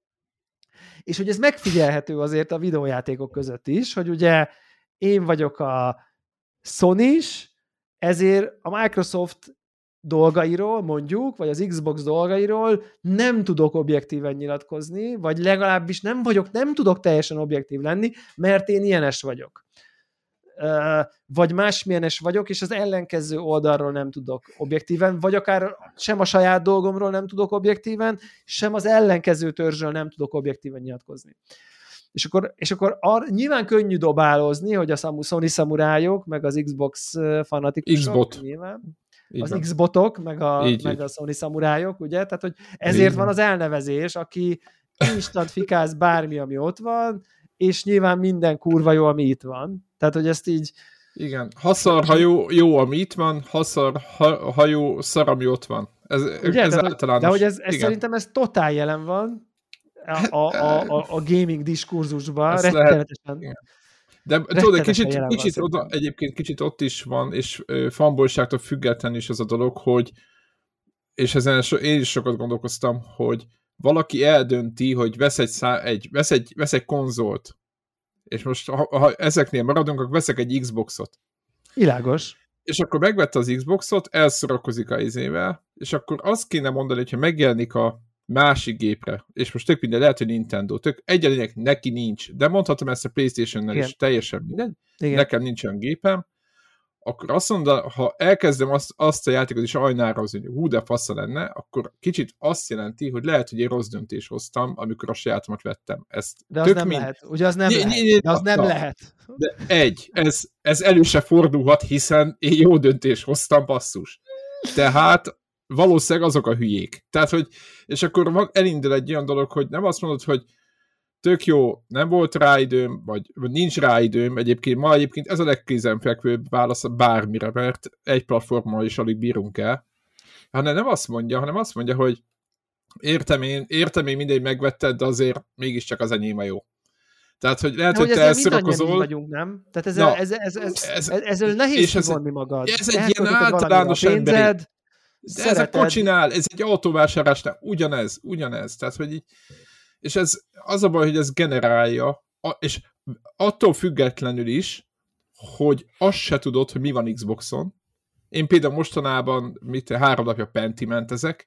és hogy ez megfigyelhető azért a videójátékok között is, hogy ugye én vagyok a Sony-s, ezért a Microsoft dolgairól mondjuk, vagy az Xbox dolgairól nem tudok objektíven nyilatkozni, vagy legalábbis nem vagyok, nem tudok teljesen objektív lenni, mert én ilyenes vagyok. Vagy másmilyenes vagyok, és az ellenkező oldalról nem tudok objektíven, vagy akár sem a saját dolgomról nem tudok objektíven, sem az ellenkező törzsről nem tudok objektíven nyilatkozni. És akkor, és akkor ar, nyilván könnyű dobálózni, hogy a Sony szamurájok, meg az Xbox fanatikusok, Xbot. nyilván, Így az van. X-botok, meg a, Így, meg így. a Sony szamurájok, ugye? Tehát, hogy ezért Így van van. az elnevezés, aki instant fikáz bármi, ami ott van, és nyilván minden kurva jó, ami itt van. Tehát, hogy ezt így... Igen. Ha szar, ha jó, jó, ami itt van, ha szar, ha, ha jó, szar, ami ott van. Ez, Ugye? ez Tehát, általános. de hogy ez, ez Igen. szerintem ez totál jelen van a, a, a, a, a gaming diskurzusban, Ezt rettenetesen. lehet, De tudod, egy kicsit, jelen kicsit van, oda, egyébként kicsit ott is van, és ö, fanboyságtól független is az a dolog, hogy, és ezen so, én is sokat gondolkoztam, hogy valaki eldönti, hogy vesz egy, szá, egy, vesz egy, vesz egy konzolt, és most ha, ha ezeknél maradunk, akkor veszek egy Xboxot. Világos. És akkor megvette az Xboxot, elszorakozik a izével, és akkor azt kéne mondani, hogyha megjelenik a másik gépre, és most tök minden, lehet, hogy Nintendo, tök egyenlőnek neki nincs, de mondhatom ezt a PlayStation-nel is, teljesen mindegy, Igen. nekem nincsen gépem, akkor azt mondja, ha elkezdem azt, azt a játékot is ajnározni, hogy hú, de fasza lenne, akkor kicsit azt jelenti, hogy lehet, hogy egy rossz döntést hoztam, amikor a sajátomat vettem. Ezt de az tök nem mind... lehet. Ugye az nem Ny- lehet. ny- ny- De az nem na, lehet. De egy, ez, ez elő se fordulhat, hiszen én jó döntést hoztam, basszus. Tehát valószínűleg azok a hülyék. Tehát, hogy, és akkor van, elindul egy olyan dolog, hogy nem azt mondod, hogy tök jó, nem volt rá időm, vagy, vagy nincs rá időm, egyébként ma egyébként ez a legkézenfekvőbb válasz bármire, mert egy platformmal is alig bírunk el, hanem nem azt mondja, hanem azt mondja, hogy értem én, értem én mindegy megvetted, de azért mégiscsak az enyém a jó. Tehát, hogy lehet, de hogy, hogy te elszorakozol. vagyunk, nem? Tehát ezzel, Na, ez, ez, ez, ez, ez, ezzel nehéz ez kivonni magad. Ez egy Elköltöd ilyen általános valamire a pénzed, emberi... De szereted. ez a kocsinál, ez egy autóvásárlásnál ugyanez, ugyanez. Tehát, hogy így, és ez az a baj, hogy ez generálja, és attól függetlenül is, hogy azt se tudod, hogy mi van Xboxon. Én például mostanában mit, három napja pentimentezek,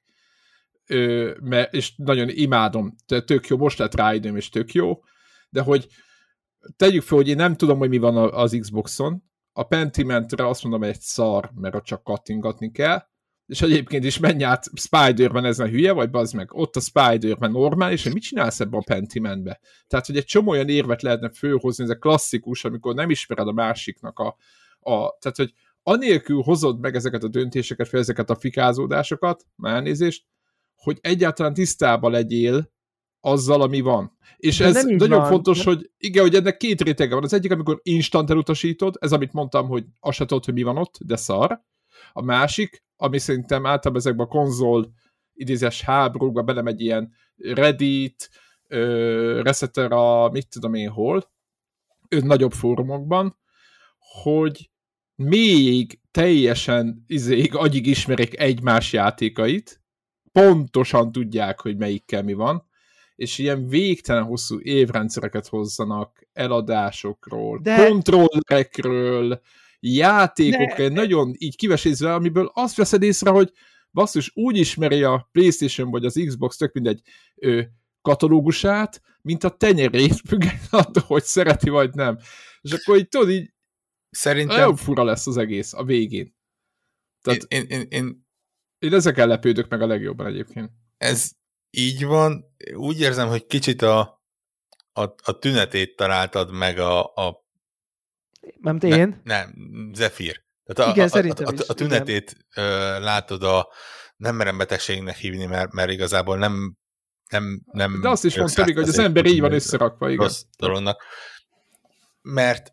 és nagyon imádom, tök jó, most lett rá időm, és tök jó, de hogy tegyük fel, hogy én nem tudom, hogy mi van az Xboxon, a Pentimentre azt mondom, hogy egy szar, mert ott csak kattingatni kell, és egyébként is menj át Spider-Man, ez a hülye, vagy bazd meg, ott a Spider-Man normális, és mit csinálsz ebben a Pentimentbe? Tehát, hogy egy csomó olyan érvet lehetne fölhozni, ez a klasszikus, amikor nem ismered a másiknak a, a tehát, hogy anélkül hozod meg ezeket a döntéseket, fel ezeket a fikázódásokat, már elnézést, hogy egyáltalán tisztában legyél azzal, ami van. És de ez nagyon van. fontos, hogy igen, hogy ennek két rétege van. Az egyik, amikor instant elutasítod, ez amit mondtam, hogy azt se tudod, hogy mi van ott, de szar. A másik, ami szerintem általában ezekben a konzol idézés háborúkba belemegy ilyen Reddit, uh, Resetera, mit tudom én hol, nagyobb fórumokban, hogy még teljesen izéig, agyig ismerik egymás játékait, pontosan tudják, hogy melyikkel mi van, és ilyen végtelen hosszú évrendszereket hozzanak eladásokról, de... kontrollerekről, játékokról, de... nagyon így kivesézve, amiből azt veszed észre, hogy basszus, úgy ismeri a PlayStation vagy az Xbox, tök mindegy ö, katalógusát, mint a tenyerét, függetlenül attól, hogy szereti vagy nem. És akkor így tudod, így szerintem... nagyon fura lesz az egész a végén. Tehát én, én, én, én... én ezekkel lepődök meg a legjobban egyébként. Ez így van. Úgy érzem, hogy kicsit a, a, a tünetét találtad meg a... a nem én? Ne, nem, Zephyr. Tehát a, igen, a, szerintem a, a, a tünetét igen. Ö, látod a, nem merem betegségnek hívni, mert, mert igazából nem nem, nem de azt is mondta pedig, hogy az ember így van összerakva, igen. Rossz dolognak. Mert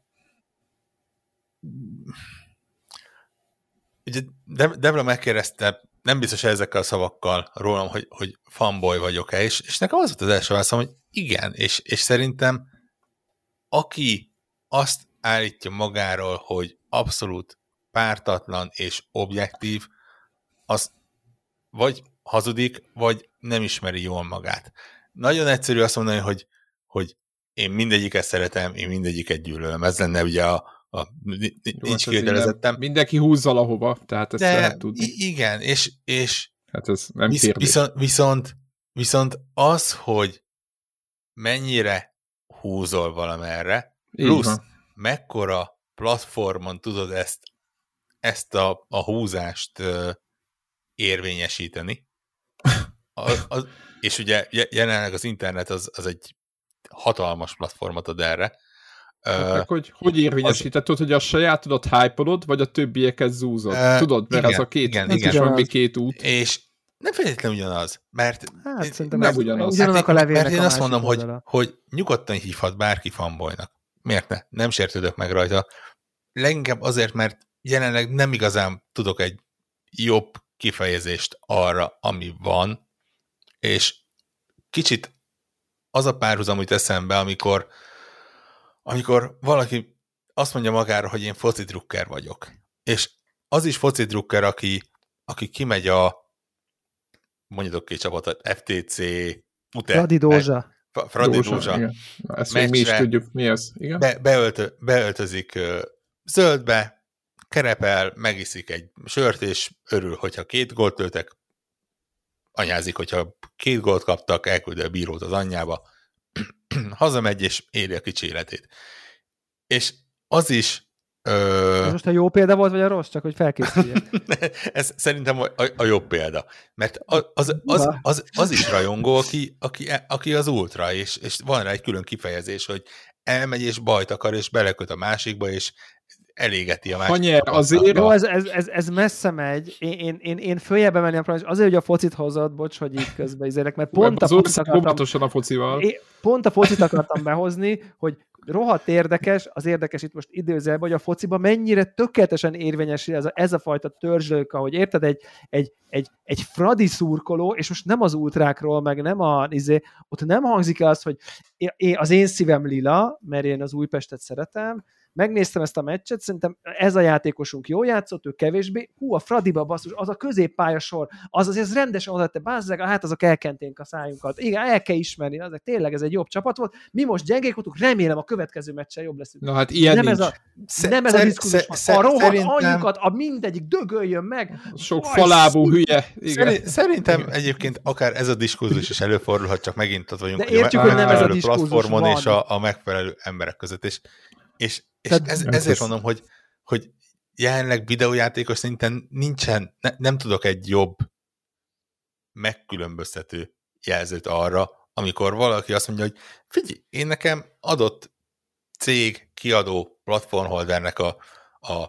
ugye Debla megkérdezte, nem biztos ezekkel a szavakkal rólam, hogy, hogy fanboy vagyok-e, és, és nekem az volt az első válaszom, hogy igen, és, és szerintem aki azt állítja magáról, hogy abszolút pártatlan és objektív, az vagy hazudik, vagy nem ismeri jól magát. Nagyon egyszerű azt mondani, hogy, hogy én mindegyiket szeretem, én mindegyiket gyűlölöm. Ez lenne ugye a, a nincs kérdelezettem. Mindenki húz valahova, tehát ezt de lehet tudni. Igen, és, és hát ez nem visz, viszont, viszont, viszont az, hogy mennyire húzol valamerre, plusz mekkora platformon tudod ezt, ezt a, a húzást uh, érvényesíteni. Az, az, és ugye jelenleg az internet az, az egy hatalmas platformot ad erre. Hát meg, hogy hogy érvényesíted, hogy a sajátodat hype-olod, vagy a többieket zúzod? Uh, Tudod, mert igen, az a két, igen, igen, igen. van még két út. És nem feltétlenül ugyanaz, mert hát, szerintem nem ugyanaz. Ugyanannak a levélnek mert én a azt mondom, hogy, hogy nyugodtan hívhat bárki fanboynak. Miért ne? Nem sértődök meg rajta. Leginkább azért, mert jelenleg nem igazán tudok egy jobb kifejezést arra, ami van, és kicsit az a párhuzam úgy eszembe, amikor, amikor valaki azt mondja magára, hogy én foci drukker vagyok. És az is foci drukker, aki, aki kimegy a mondjatok két csapatot, ef té cé, u té e, Fradi Dózsa. Fradi Dózsa. Ezt még mi is tudjuk, mi ez. Igen? Be, beöltö, beöltözik uh, zöldbe, kerepel, megiszik egy sört, és örül, hogyha két gólt lőtek, anyázik, hogyha két gólt kaptak, elküldi a bírót az anyjába, hazamegy, és éli a kicsi életét. És az is... Ö... Ez most a jó példa volt, vagy a rossz? Csak, hogy felkészüljek. Ez szerintem a, a, a jobb példa. Mert az, az, az, az, az is rajongó, aki, aki, aki az ultra, és, és van rá egy külön kifejezés, hogy elmegy, és bajt akar, és beleköt a másikba, és elégeti a másik. Hanyer, azért... Jó, ez, ez, ez, ez messze megy. Én, én, én, én följebb emelni a problémát, azért, hogy a focit hozott, bocs, hogy így közben izélek, mert pont a, focit akartam, a focival. Én, pont a focit akartam behozni, hogy rohadt érdekes, az érdekes itt most időzelben, hogy a fociban mennyire tökéletesen érvényesül ez a, ez a fajta törzslőka, hogy érted, egy, egy, egy, egy fradi szurkoló, és most nem az ultrákról, meg nem a, izé, ott nem hangzik el az, hogy én, az én szívem lila, mert én az Újpestet szeretem, megnéztem ezt a meccset, szerintem ez a játékosunk jól játszott, ő kevésbé, hú, a Fradiba basszus, az a középpályasor, az azért rendesen odaadta, bázzeg, hát azok elkenténk a szájunkat. Igen, el kell ismerni, azok tényleg ez egy jobb csapat volt. Mi most gyengék voltunk, remélem a következő meccsen jobb leszünk. Na hát ilyen nem nincs. Ez a, sze, nem ez a diszkurzus. A rohadt anyjukat, a mindegyik dögöljön meg. Sok falábú hülye. Igen. Szerintem igen. Egyébként akár ez a diskurzus is előfordulhat, csak megint ott vagyunk, de értjük, hogy, a, hogy nem ez a platformon van. És a, a megfelelő emberek között. És, és És ez, ezért mondom, hogy, hogy jelenleg videójátékos szinten nincsen, ne, nem tudok egy jobb megkülönböztető jelzőt arra, amikor valaki azt mondja, hogy figyelj, én nekem adott cég, kiadó, platformholdernek a, a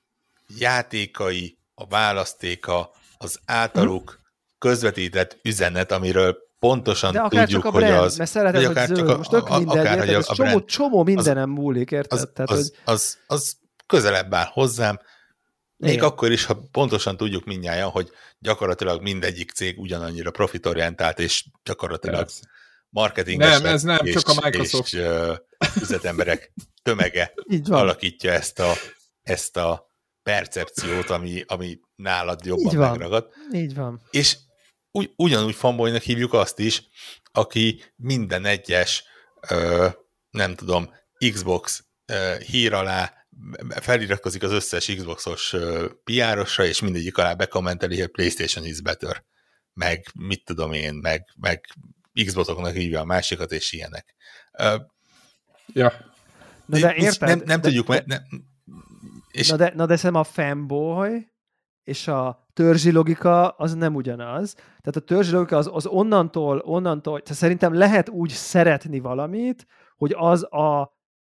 játékai, a választéka, az általuk közvetített üzenet, amiről pontosan de akár tudjuk, csak a brand, hogy az... mert szeretem, hogy zöld, most tök mindegy, akár, érted, ez a csomó, brand, csomó mindenem múlik, érted? Az, Tehát, az, hogy... az, az közelebb áll hozzám, még igen. akkor is, ha pontosan tudjuk mindnyájan, hogy gyakorlatilag mindegyik cég ugyanannyira profitorientált, és gyakorlatilag Persze. marketingesek nem, ez nem, és, csak a Microsoft. és uh, üzletemberek tömege alakítja ezt a, ezt a percepciót, ami, ami nálad jobban Így van. megragad. Így van. És Ugy, ugyanúgy fanboynak hívjuk azt is, aki minden egyes, ö, nem tudom, Xbox ö, hír alá feliratkozik az összes Xboxos ö, pé er-osra, és mindegyik alá bekommenteli, hogy PlayStation is better. Meg mit tudom én, meg, meg Xboxoknak hívja a másikat, és ilyenek. Ö, ja. Na de érted? Nem, nem de, tudjuk, de, mert... Nem, és na de, na de szerintem a fanboy és a törzsi logika az nem ugyanaz. Tehát a törzsi logika az, az onnantól, onnantól, tehát szerintem lehet úgy szeretni valamit, hogy az a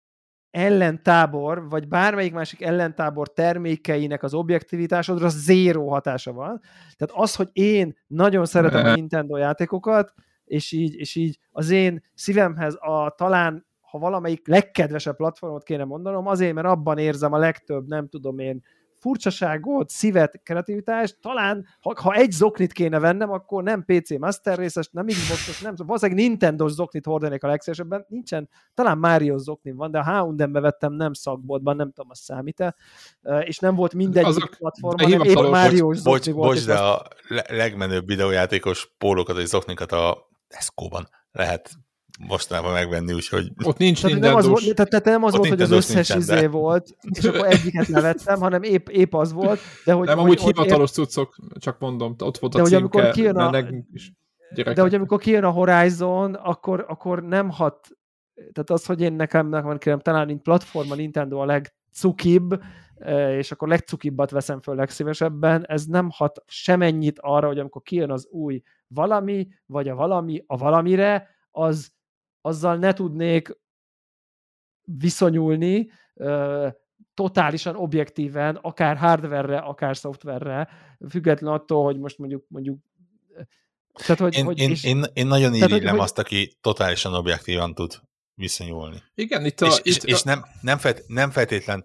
ellentábor, vagy bármelyik másik ellentábor termékeinek az objektivitásodra zéró hatása van. Tehát az, hogy én nagyon szeretem a Nintendo játékokat, és így, és így az én szívemhez a talán, ha valamelyik legkedvesebb platformot kéne mondanom, azért, mert abban érzem a legtöbb, nem tudom én, furcsaságot, szívet, kreativitást, talán, ha, ha egy zoknit kéne vennem, akkor nem pé cé Master Race-es, nem Xbox-os, nem, valószínűleg Nintendo-s zoknit hordanék a legszívesebben, nincsen, talán Mario zoknim van, de a há és em-be vettem, nem szakboltban, nem tudom, az számít-e, és nem volt mindegyik platform, hanem épp Mario-s zokni volt. Bocs, de a legmenőbb videójátékos pólókat és zoknikat a Tesco-ban lehet mostanában megvenni, úgyhogy... Ott nincs tehát Nintendo-s. Nem az volt, tehát nem az volt, hogy az összes nincsen, izé de... volt, és akkor egyiket levettem, hanem épp, épp az volt. De hogy, nem, hogy, amúgy hogy hivatalos ér... cuccok, csak mondom, ott volt a de címke. Hogy kijön a... De hogy amikor kijön a Horizon, akkor, akkor nem hat... Tehát az, hogy én nekem, nekem kérem, talán mint platforma Nintendo a legcukibb, és akkor legcukibbat veszem föl legszívesebben, ez nem hat semennyit arra, hogy amikor kijön az új valami, vagy a valami a valamire, az azzal ne tudnék viszonyulni uh, totálisan objektíven, akár hardware-re, akár szoftverre, független attól, hogy most mondjuk mondjuk tehát, hogy, én, hogy, én, és, én, én nagyon tehát, irigylem hogy, azt, aki totálisan objektívan tud viszonyulni. Igen, itt a... És, itt és, a... és nem, nem, felt, nem feltétlen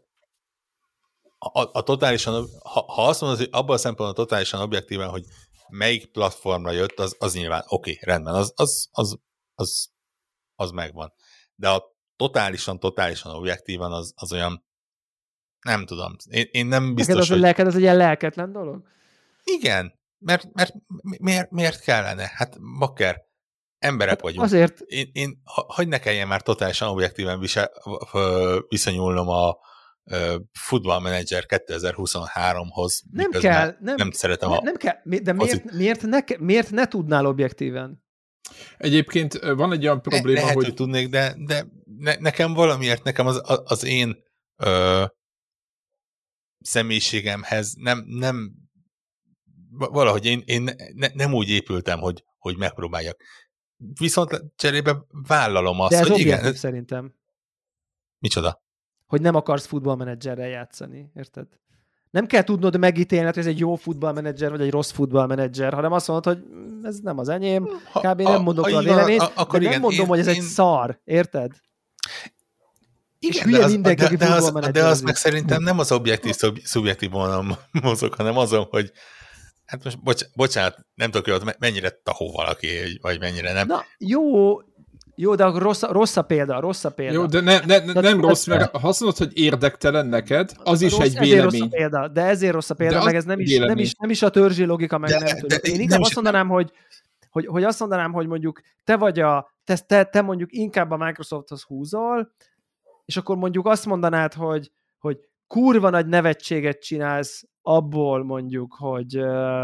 a, a totálisan, ha, ha azt mondod, hogy abban a szempontból totálisan objektíven, hogy melyik platformra jött, az, az nyilván oké, okay, rendben, az, az, az, az az megvan. De a totálisan, totálisan objektívan az, az olyan, nem tudom, én, én nem biztos, az, hogy... Lelked, az egy ilyen lelketlen dolog? Igen, mert, mert miért, miért kellene? Hát bakker, emberek hát vagyunk. Azért... Én, én, hogy ne kelljen már totálisan objektíven visel, viszonyulnom a Football Manager kétezer-huszonháromhoz. Nem kell. Nem, nem szeretem ne, a... Nem kell, de miért, miért, ne, miért ne tudnál objektíven? Egyébként van egy olyan probléma, Lehet, hogy... hogy tudnék, de, de ne, nekem valamiért, nekem az, az én ö, személyiségemhez nem, nem valahogy én, én ne, nem úgy épültem, hogy, hogy megpróbáljak. Viszont cserébe vállalom azt, de ez hogy objektív igen. Szerintem. Micsoda? Hogy nem akarsz futballmenedzserrel játszani, érted? Nem kell tudnod megítélni, hogy ez egy jó futballmenedzser, vagy egy rossz futballmenedzser, hanem azt mondod, hogy ez nem az enyém, ha, kb. Nem mondok a véleményt, a, akkor de nem igen, mondom, én, hogy ez én... egy szar, érted? Igen, és hülye de, mindenki, az, de, de, az, de az meg szerintem nem az objektív, szubjektív vonalon mozog, hanem azon, hogy hát most bocs, bocsánat, nem tudok, hogy mennyire tahó valaki, vagy mennyire nem. Na, jó, jó, de akkor rossz, rossz a példa, rossz a példa. Jó, de ne, ne, ne, nem de, rossz, mert ha azt mondod, hogy érdektelen neked, az is rossz, egy vélemény. Ezért rossz a példa, de ezért rossz a példa, meg ez nem is, nem, is, nem is a törzsi logika, meg de, nem tudom. Én inkább azt mondanám, hogy, hogy, hogy azt mondanám, hogy mondjuk te vagy a, te, te, te mondjuk inkább a Microsofthoz húzol, és akkor mondjuk azt mondanád, hogy, hogy kurva nagy nevetséget csinálsz abból mondjuk, hogy,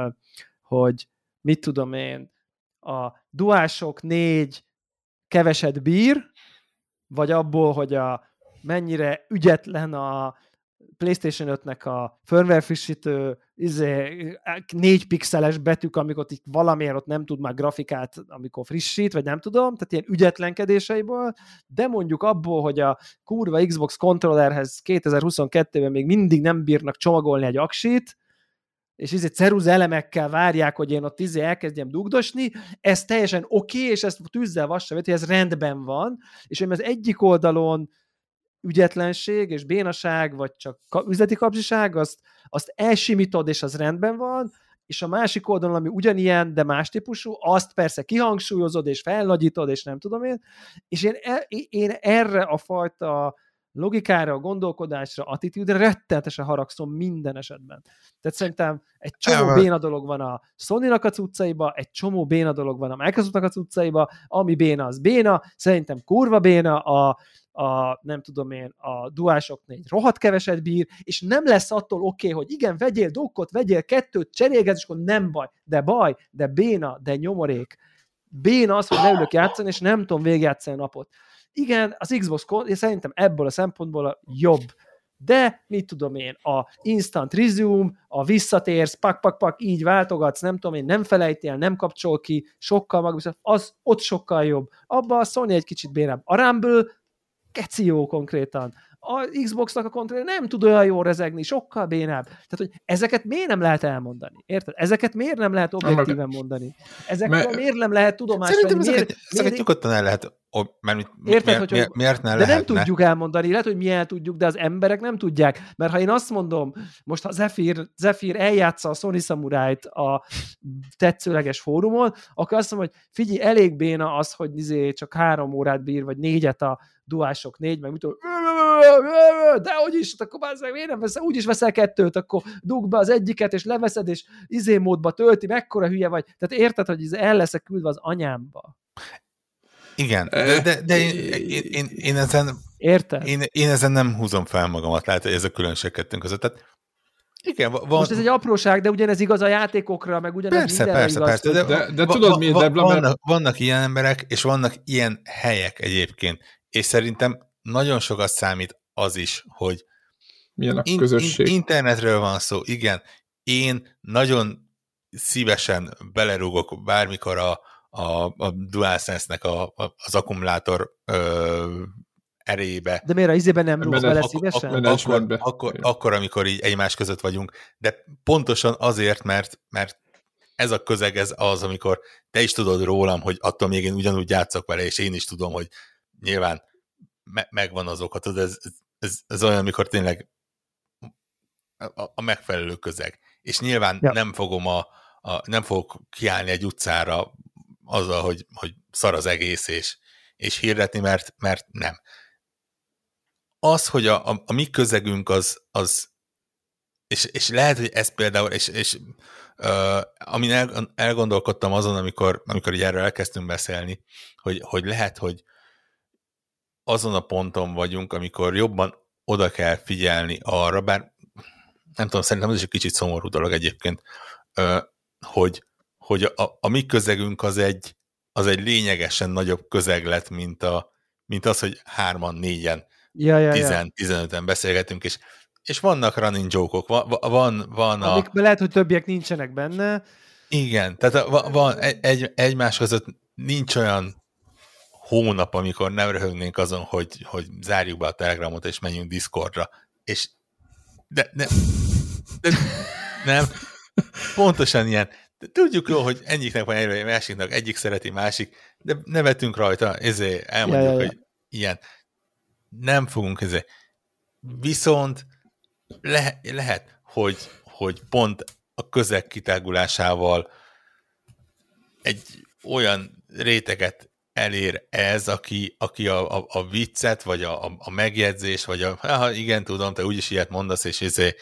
hogy mit tudom én, a DualShock négy keveset bír, vagy abból, hogy a mennyire ügyetlen a PlayStation ötnek a firmware frissítő izé, négy pixeles betűk, amikor itt valamiért ott nem tud már grafikát, amikor frissít, vagy nem tudom, tehát ilyen ügyetlenkedéseiből, de mondjuk abból, hogy a kurva Xbox controllerhez kétezer-huszonkettőben még mindig nem bírnak csomagolni egy aksit, és izé ceruza elemekkel várják, hogy én ott izé elkezdjem dugdosni, ez teljesen oké, okay, és ezt tűzzel vassal vett, hogy ez rendben van, és hogy az egyik oldalon ügyetlenség és bénaság, vagy csak üzleti kapzsiság, azt, azt elsimítod, és az rendben van, és a másik oldalon, ami ugyanilyen, de más típusú, azt persze kihangsúlyozod, és felnagyítod, és nem tudom én, és én, én erre a fajta logikára, a gondolkodásra, attitűdre rettenetesen haragszom minden esetben. Tehát szerintem egy csomó béna dolog van a Sony-nak a cuccaiba, egy csomó béna dolog van a Microsoftnak a cuccaiba, ami béna, az béna, szerintem kurva béna, a, a nem tudom én, a DualShock négy rohadt keveset bír, és nem lesz attól oké, okay, hogy igen, vegyél dokkot, vegyél kettőt, cserélgetsz, és akkor nem baj, de baj, de béna, de nyomorék. Béna az, hogy leülök játszani, és nem tudom végigjátszani a napot. Igen, az Xbox szerintem ebből a szempontból a jobb. De, mit tudom én, a instant resume, a visszatérsz, pak, pak, pak, így váltogatsz, nem tudom én, nem felejtél, nem kapcsol ki, sokkal magusabb, az ott sokkal jobb. Abba a Sony egy kicsit bénább. A Rumble keci jó konkrétan. a Xboxnak a kontroller nem tud olyan jól rezegni, sokkal bénább. Tehát, hogy ezeket miért nem lehet elmondani? Érted? Ezeket miért nem lehet objektíven mondani? Ezekről Mert... miért nem lehet tudomást Szerintem venni? ezeket, Miért, ezeket miért... nyugodtan el lehet, mert mit, Érted, miért, hogy miért, miért ne de lehetne? nem tudjuk elmondani, lehet, hogy mi el tudjuk, de az emberek nem tudják. Mert ha én azt mondom, most ha Zephyr, Zephyr eljátsza a Sony Samurai-t a tetszőleges fórumon, akkor azt mondom, hogy figyelj, elég béna az, hogy izé csak három órát bír, vagy négyet a DualShock négy, meg mit tudom, de hogy is, akkor bázzák, miért nem veszel, úgyis veszel kettőt, akkor dugd be az egyiket, és leveszed, és izé módba tölti, mekkora hülye vagy. Tehát érted, hogy el leszek küldve az anyámba. Igen, de, de, de én, én, én, én ezen Érted? Én, én ezen nem húzom fel magamat, lehet, hogy ez a különbség kettőnk között. Tehát, igen, van... Most ez egy apróság, de ugyanez igaz a játékokra, meg ugyanez persze, mindenre persze, igaz. persze, de, de, de va, tudod va, mi, va, Debla, vannak, mert... vannak ilyen emberek, és vannak ilyen helyek egyébként, és szerintem nagyon sokat számít az is, hogy milyen a in, közösség. In, internetről van szó, igen. Én nagyon szívesen belerúgok bármikor a, a, a DualSense-nek a, a, az akkumulátor ö, erejébe. De miért a izében nem rúgsz bele ak- szívesen? ak- Akkor, akkor, akkor, amikor így egymás között vagyunk, de pontosan azért, mert, mert ez a közeg, ez az, amikor te is tudod rólam, hogy attól még én ugyanúgy játszok vele, és én is tudom, hogy nyilván me- megvan az oka, tudod, ez, ez, ez olyan, amikor tényleg a, a megfelelő közeg. És nyilván ja. nem fogom a, a, nem fogok kiállni egy utcára azzal, hogy, hogy szar az egész, és, és hirdetni, mert, mert nem. Az, hogy a, a, a mi közegünk az, az és, és lehet, hogy ez például, és, és uh, amin el, elgondolkodtam azon, amikor, amikor így erről elkezdtünk beszélni, hogy, hogy lehet, hogy azon a ponton vagyunk, amikor jobban oda kell figyelni arra, bár nem tudom, szerintem ez is egy kicsit szomorú dolog egyébként, uh, hogy, hogy a, a mi közegünk az egy, az egy lényegesen nagyobb közeg lett, mint, a, mint az, hogy hárman, négyen, ja, ja, tizen, ja. tizenöten beszélgetünk, és, és vannak running joke-ok, van, van, van a... Amikben lehet, hogy többiek nincsenek benne. Igen, tehát van, van egy, egymás között nincs olyan hónap, amikor nem röhögnénk azon, hogy, hogy zárjuk be a Telegramot, és menjünk Discordra, és de, de, de nem, pontosan ilyen. De tudjuk jó, hogy egyiknek van erője, másiknak, egyik szereti, másik, de nevetünk rajta, ezért elmondjuk, ja, ja, ja. hogy ilyen. Nem fogunk ezért. Viszont le, lehet, hogy, hogy pont a közeg kitágulásával egy olyan réteget elér ez, aki, aki a, a, a viccet, vagy a, a, a megjegyzés, vagy a, ha igen, tudom, te úgyis ilyet mondasz, és ezért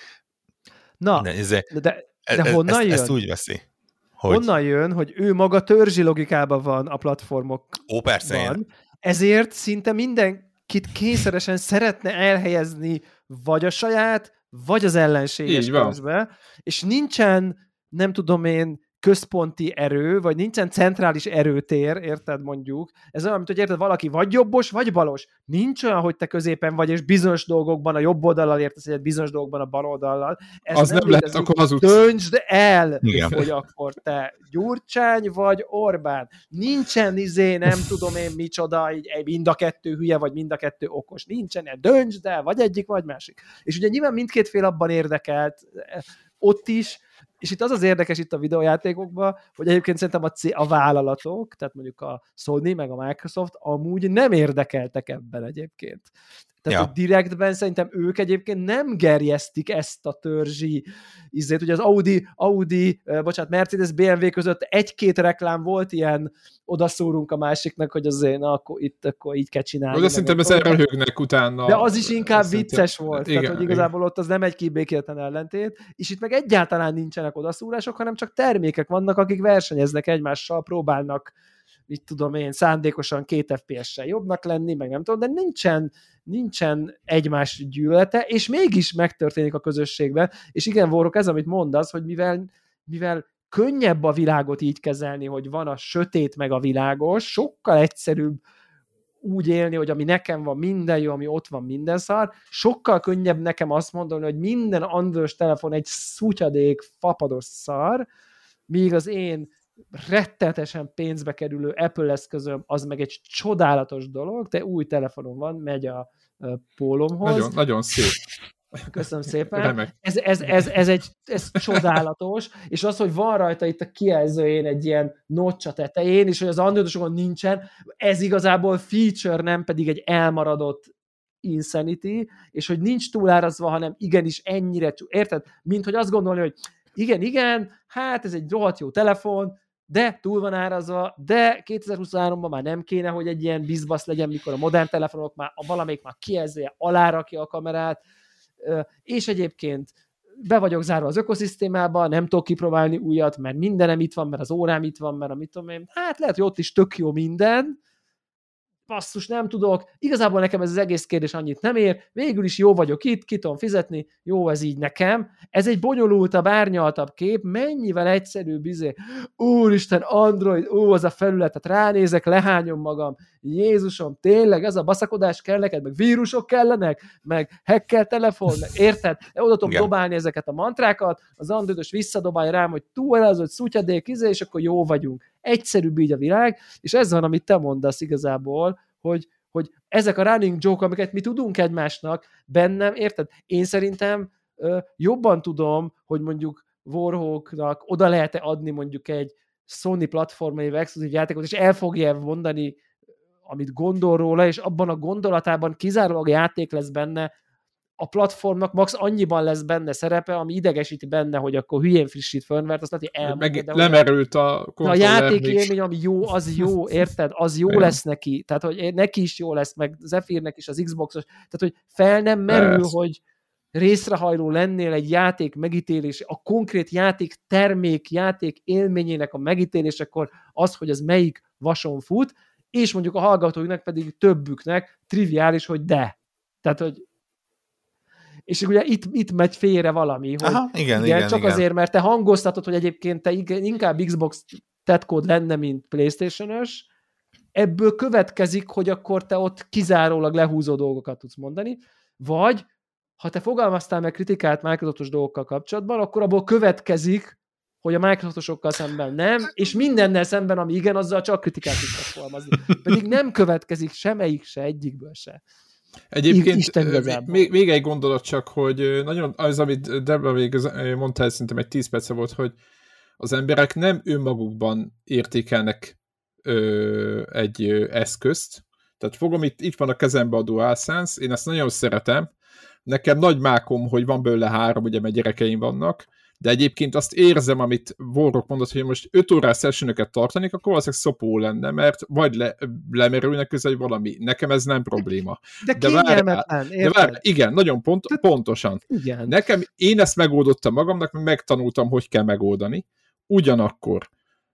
Na, de, ezért, de, de e, honnan ezt, jön? ezt úgy veszi. Hogy... Honnan jön, hogy ő maga törzsi logikában van a platformokban. Ó, persze én. Ezért szinte mindenkit kényszeresen szeretne elhelyezni vagy a saját, vagy az ellenséges közbe, és nincsen, nem tudom én, központi erő, vagy nincsen centrális erőtér, érted mondjuk. Ez olyan, mint hogy érted, valaki vagy jobbos, vagy balos. Nincs olyan, hogy te középen vagy, és bizonyos dolgokban a jobb oldallal értesz egyet, bizonyos dolgokban a bal oldallal. Ez az nem, nem lehet, akkor az utc. Döntsd el, igen. hogy akkor te Gyurcsány vagy Orbán. Nincsen izé, nem tudom én micsoda, így mind a kettő hülye, vagy mind a kettő okos. Nincsen, döntsd el, vagy egyik, vagy másik. És ugye nyilván mindkét fél abban érdekelt, ott is, és itt az az érdekes itt a videójátékokban, hogy egyébként szerintem a, c- a vállalatok, tehát mondjuk a Sony meg a Microsoft amúgy nem érdekeltek ebben egyébként. Tehát, ja. hogy direktben szerintem ők egyébként nem gerjesztik ezt a törzsi ízét. Ugye az Audi, Audi, bocsánat, Mercedes, bé em vé között egy-két reklám volt ilyen, odaszórunk a másiknak, hogy azért, na, akkor itt akkor így kell csinálni. De szerintem ez elröhögnek utána. De az is inkább vicces szerintem... volt. Igen, tehát, hogy igazából ott az nem egy kibékélten ellentét, és itt meg egyáltalán nincsenek odaszúrások, hanem csak termékek vannak, akik versenyeznek egymással, próbálnak, mit tudom én, szándékosan két ef pé es-sel jobbnak lenni, meg nem tudom, de nincsen, nincsen egymás gyűlölete, és mégis megtörténik a közösségben, és igen, Vorok, ez, amit mondasz, hogy mivel, mivel könnyebb a világot így kezelni, hogy van a sötét meg a világos, sokkal egyszerűbb úgy élni, hogy ami nekem van, minden jó, ami ott van, minden szar, sokkal könnyebb nekem azt mondani, hogy minden andrős telefon egy szutyadék, fapados szar, míg az én rettenetesen pénzbe kerülő Apple eszközöm, az meg egy csodálatos dolog, de új telefonom van, megy a pólomhoz. Nagyon, nagyon szép. Köszönöm szépen. Ez, ez, ez, ez egy ez csodálatos, és az, hogy van rajta itt a kijelzőjén egy ilyen notch a tetején, és hogy az androidosokon nincsen, ez igazából feature, nem pedig egy elmaradott insanity, és hogy nincs túlárazva, hanem igenis ennyire, érted? Mint hogy azt gondolni, hogy igen, igen, hát ez egy rohadt jó telefon, de túl van árazva, de kétezer-huszonháromban már nem kéne, hogy egy ilyen bizbasz legyen, mikor a modern telefonok már valamelyik már kijelzője alárakja a kamerát, és egyébként be vagyok zárva az ökoszisztémába, nem tudok kipróbálni újat, mert mindenem itt van, mert az órám itt van, mert amit tudom én, hát lehet, hogy ott is tök jó minden, basszus, nem tudok, igazából nekem ez az egész kérdés annyit nem ér, végül is jó vagyok itt, ki tudom fizetni, jó ez így nekem, ez egy bonyolultabb, árnyaltabb kép, mennyivel egyszerűbb izé, úristen, Android, ó, az a felületet, ránézek, lehányom magam, Jézusom, tényleg ez a baszakodás kell neked, meg vírusok kellenek, meg hackkel telefon, meg érted? Oda tudom Igen. dobálni ezeket a mantrákat, az Androidos visszadobálja rám, hogy túl az, hogy szutyadék, izé, és akkor jó vagyunk. Egyszerűbb így a világ, és ez van, amit te mondasz igazából, hogy, hogy ezek a running joke, amiket mi tudunk egymásnak, bennem, érted? Én szerintem ö, jobban tudom, hogy mondjuk Warhawknak oda lehet-e adni mondjuk egy Sony platformai exkluzív játékot, és el fogja mondani, amit gondol róla, és abban a gondolatában kizárólag játék lesz benne, a platformnak max annyiban lesz benne szerepe, ami idegesíti benne, hogy akkor hülyén frissít firmware-t, azt lehet, hogy elmondja. Meg lemerült a kontroller. A játék élmény, ami jó, az jó, érted? Az jó Igen. lesz neki. Tehát, hogy neki is jó lesz, meg Zephyrnek is, az Xboxos. Tehát, hogy fel nem merül, Persze. hogy részrehajló lennél egy játék megítélés, a konkrét játék termék, játék élményének a megítélésekor az, hogy az melyik vason fut, és mondjuk a hallgatóinak pedig többüknek triviális, hogy de. Tehát, hogy és ugye itt, itt megy félre valami, hogy Aha, igen, igen, igen, csak igen. azért, mert te hangoztatod, hogy egyébként te inkább Xbox tetkód lenne, mint PlayStation-ös, ebből következik, hogy akkor te ott kizárólag lehúzó dolgokat tudsz mondani, vagy ha te fogalmaztál meg kritikát Microsoftos dolgokkal kapcsolatban, akkor abból következik, hogy a Microsoftosokkal szemben nem, és mindennel szemben, ami igen, azzal csak kritikát tudsz fogalmazni. Pedig nem következik semmelyik se, egyikből se. Egyébként még, még egy gondolat csak, hogy nagyon az, amit Debra végül mondta, szerintem egy tíz perce volt, hogy az emberek nem önmagukban értékelnek ö, egy ö, eszközt. Tehát fogom, itt, itt van a kezembe a DualSense, én ezt nagyon szeretem. Nekem nagy mákom, hogy van belőle három, ugye, mert gyerekeim vannak, de egyébként azt érzem, amit Warhawk mondott, hogy most öt órás sessionöket tartanék, akkor valószínűleg szopó lenne, mert vagy le, lemerülnek közben valami. Nekem ez nem probléma. De, de kényelmetlen, de vár, igen, nagyon pont, pontosan. Igen. Nekem, én ezt megoldottam magamnak, mert megtanultam, hogy kell megoldani. Ugyanakkor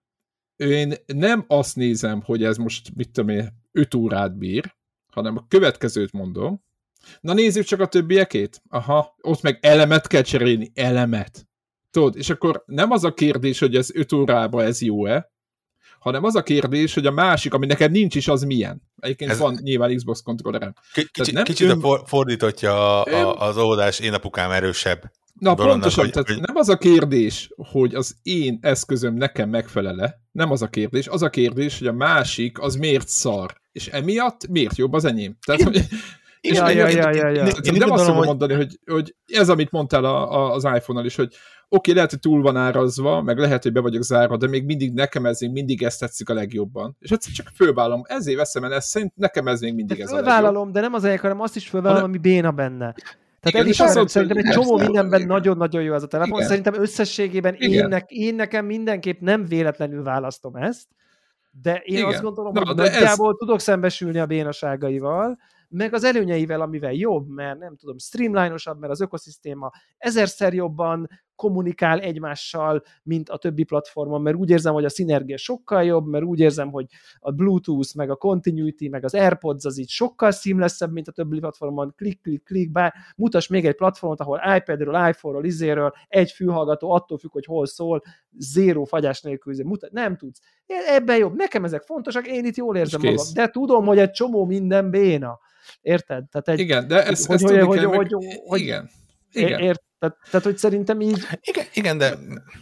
én nem azt nézem, hogy ez most, mit tudom én, öt órát bír, hanem a következőt mondom. Na nézzük csak a többiekét. Aha, ott meg elemet kell cserélni, elemet. Tudod, és akkor nem az a kérdés, hogy ez öt órában ez jó-e, hanem az a kérdés, hogy a másik, ami neked nincs is, az milyen. Egyébként ez van nyilván Xbox kontrollerem. Kicsi, nem kicsit ön... a fordítottja a, az oldás, én apukám erősebb. Na dolognak, pontosan, hogy, tehát hogy... nem az a kérdés, hogy az én eszközöm nekem megfelele, nem az a kérdés, az a kérdés, hogy a másik az miért szar, és emiatt miért jobb az enyém. Tehát, hogy... És ja, én, ja, ja, ja, ja. Én, én, én nem azt fogom hogy... mondani, hogy, hogy ez, amit mondtál a, a, az iPhone-nal is, hogy oké, okay, lehet, hogy túl van árazva, meg lehet, hogy be vagyok zárva, de még mindig nekem ez még mindig ezt tetszik a legjobban. És egyszer csak fölvállalom, ezért veszem el ezt, szerint nekem ez még mindig de ez a legjobb. Fölvállalom, de nem az egyik, hanem azt is fölvállalom, ami béna benne. Tehát el is mondom, szerintem egy csomó mindenben nagyon-nagyon jó ez a telefon. Igen. Szerintem összességében én, ne, én nekem mindenképp nem véletlenül választom ezt, de én Igen. azt gondolom, Na, hogy nagyjából ez... tudok szembesülni a bénaságaival, meg az előnyeivel, amivel jobb, mert nem tudom, streamline-osabb, mert az ökoszisztéma ezerszer jobban kommunikál egymással, mint a többi platformon, mert úgy érzem, hogy a szinergia sokkal jobb, mert úgy érzem, hogy a Bluetooth, meg a Continuity, meg az AirPods az így sokkal seamless-ebb, mint a többi platformon, klik, klik, klik, bár mutass még egy platformot, ahol iPadről, iPhone-ról, izéről, egy fülhallgató, attól függ, hogy hol szól, zéró fagyás nélkül, mutat, nem tudsz. Ebben jobb. Nekem ezek fontosak, én itt jól érzem magam, de tudom, hogy egy csomó minden béna. Érted? Tehát egy, igen, de ezt, hogy, ezt hogy, tudni hogy, kell, hogy, meg... hogy, igen. igen. Ért, tehát, tehát, hogy szerintem így... Igen, igen, de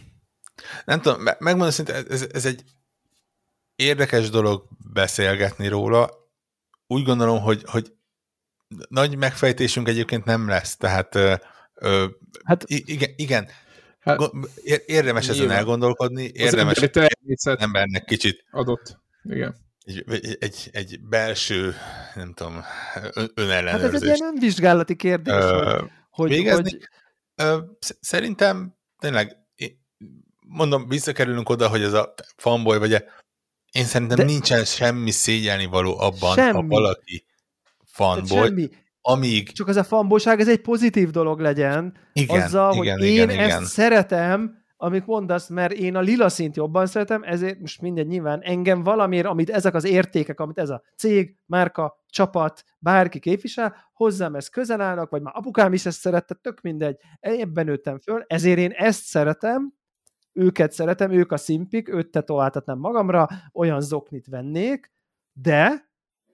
nem tudom, megmondom szinte, ez, ez egy érdekes dolog beszélgetni róla. Úgy gondolom, hogy, hogy nagy megfejtésünk egyébként nem lesz, tehát ö, ö, hát, igen, igen. Hát, érdemes ezen nyilván elgondolkodni, érdemes az embernek kicsit adott. Igen. Egy, egy, egy belső, nem tudom, önellenőrzést. Hát ez egy ilyen önvizsgálati kérdés, ö, hogy, végezni. hogy... Ö, szerintem tényleg, mondom, visszakerülünk oda, hogy ez a fanboy, vagy a, én szerintem de... nincsen semmi szégyelni való abban, semmi. Ha valaki fanboy, amíg... Csak az a fanboyság, ez egy pozitív dolog legyen, igen, azzal, igen, hogy igen, én igen, ezt igen. szeretem, amit mondasz, mert én a lila szint jobban szeretem, ezért most mindegy, nyilván engem valamiért, amit ezek az értékek, amit ez a cég, márka, csapat, bárki képvisel, hozzám ezt közel állnak, vagy már apukám is ezt szerette, tök mindegy, ebben nőttem föl, ezért én ezt szeretem, őket szeretem, ők a szimpik, őt tetováltatnám magamra, olyan zoknit vennék, de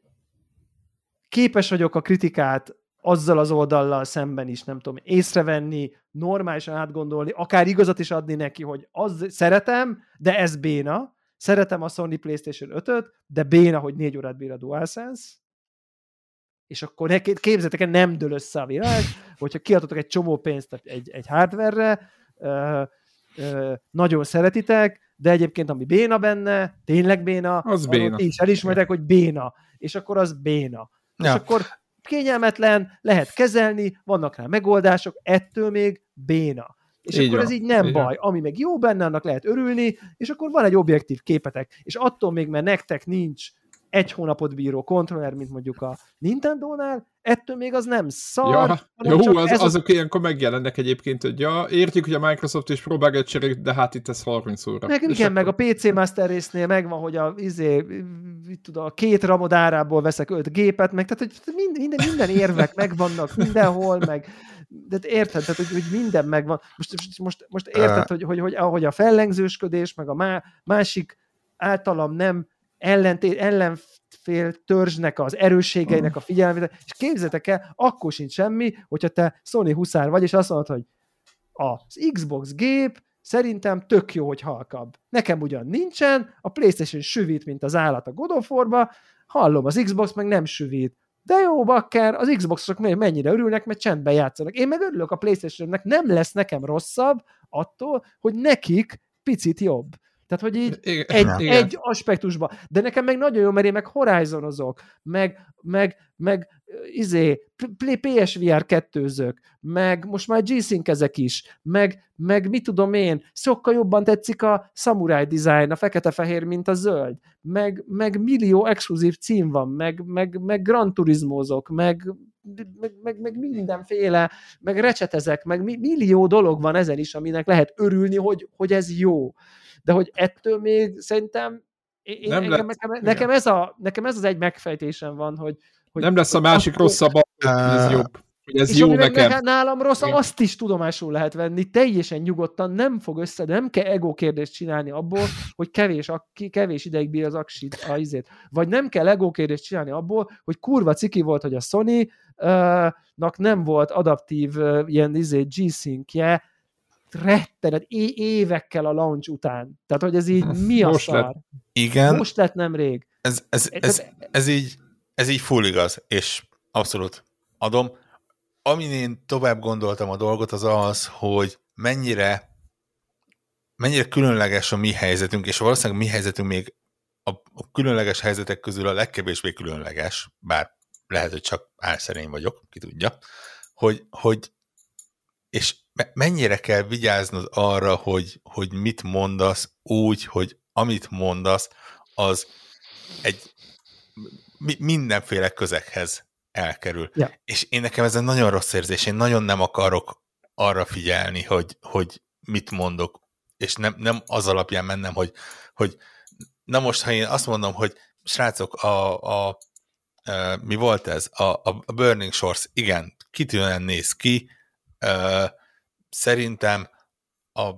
képes vagyok a kritikát azzal az oldallal szemben is, nem tudom, észrevenni, normálisan átgondolni, akár igazat is adni neki, hogy az szeretem, de ez béna. Szeretem a Sony PlayStation ötöt, de béna, hogy négy órát bír a DualSense. És akkor képzeljétek el, nem dől össze a világ, hogyha kiadottak egy csomó pénzt egy, egy hardware-re, ö, ö, nagyon szeretitek, de egyébként ami béna benne, tényleg béna, az béna. Ti is elismertek, hogy béna. És akkor az béna. Ja. És akkor kényelmetlen, lehet kezelni, vannak rá megoldások, ettől még béna. És így akkor van. Ez így nem így baj. Van. Ami meg jó benne, annak lehet örülni, és akkor van egy objektív képetek. És attól még, mert nektek nincs egy hónapot bíró kontroller, mint mondjuk a Nintendónál, ettől még az nem szar. Ja, jó, az, az azok a... ilyenkor megjelennek egyébként, hogy ja, értjük, hogy a Microsoft is próbálgat cserélni, de hát itt ez harminc óra. Meg igen, akkor... meg a pé cé Master Race-nél megvan, hogy a, izé, tudom, a két ramod árából veszek öt gépet, meg tehát, hogy minden, minden érvek megvannak mindenhol, meg de érted, tehát, hogy, hogy minden megvan. Most, most, most érted, hogy, hogy, hogy ahogy a fellengzősködés, meg a má, másik általam nem ellentét, ellenfél törzsnek az erősségeinek a figyelmét, és képzeljétek el, akkor sincs semmi, hogyha te Sony huszár vagy, és azt mondod, hogy az Xbox gép szerintem tök jó, hogy halkabb. Nekem ugyan nincsen, a PlayStation süvít, mint az állat a God of War-ba, hallom, az Xbox meg nem süvít. De jó, bakker, az Xboxosok mennyire örülnek, mert csendben játszanak. Én meg örülök a PlayStation-nek, nem lesz nekem rosszabb attól, hogy nekik picit jobb. Tehát, hogy így igen, egy, igen. egy aspektusban. De nekem meg nagyon jó, mert én meg Horizonozok, meg, meg, meg izé, pé es vé er kettőzök, meg most már G-Sync ezek is, meg, meg mit tudom én, sokkal jobban tetszik a Samurai design, a fekete-fehér, mint a zöld, meg, meg millió exkluzív cím van, meg, meg, meg Gran Turismozok, meg, meg, meg, meg mindenféle, meg recsetezek, meg millió dolog van ezen is, aminek lehet örülni, hogy, hogy ez jó. De hogy ettől még szerintem én, nem nekem, nekem, nekem, ez a, nekem ez az egy megfejtésem van, hogy, hogy nem lesz a másik akkor, rosszabb, hogy ez jobb. Hogy ez és jó nekem. Nálam rossz, azt is tudomásul lehet venni, teljesen nyugodtan, nem fog össze, de nem kell ego kérdést csinálni abból, hogy kevés, kevés ideig bír az aksit, a izét. Vagy nem kell ego kérdést csinálni abból, hogy kurva ciki volt, hogy a Sony-nak nem volt adaptív uh, ilyen izé, G-Syncje, rettenet, é- évekkel a launch után. Tehát, hogy ez így mi a most szar? Lett. Igen. Most lett nemrég. Ez, ez, ez, ez, így, ez így full igaz, és abszolút adom. Amin én tovább gondoltam a dolgot, az az, hogy mennyire mennyire különleges a mi helyzetünk, és valószínűleg a mi helyzetünk még a, a különleges helyzetek közül a legkevésbé különleges, bár lehet, hogy csak álszerény vagyok, ki tudja, hogy, hogy és mennyire kell vigyáznod arra, hogy, hogy mit mondasz úgy, hogy amit mondasz, az egy mindenféle közeghez elkerül. Ja. És én nekem ez egy nagyon rossz érzés, én nagyon nem akarok arra figyelni, hogy, hogy mit mondok, és nem, nem az alapján mennem, hogy, hogy na most, ha én azt mondom, hogy srácok, a, a, a mi volt ez? A, a Burning Shores, igen, kitűnően néz ki, Uh, szerintem a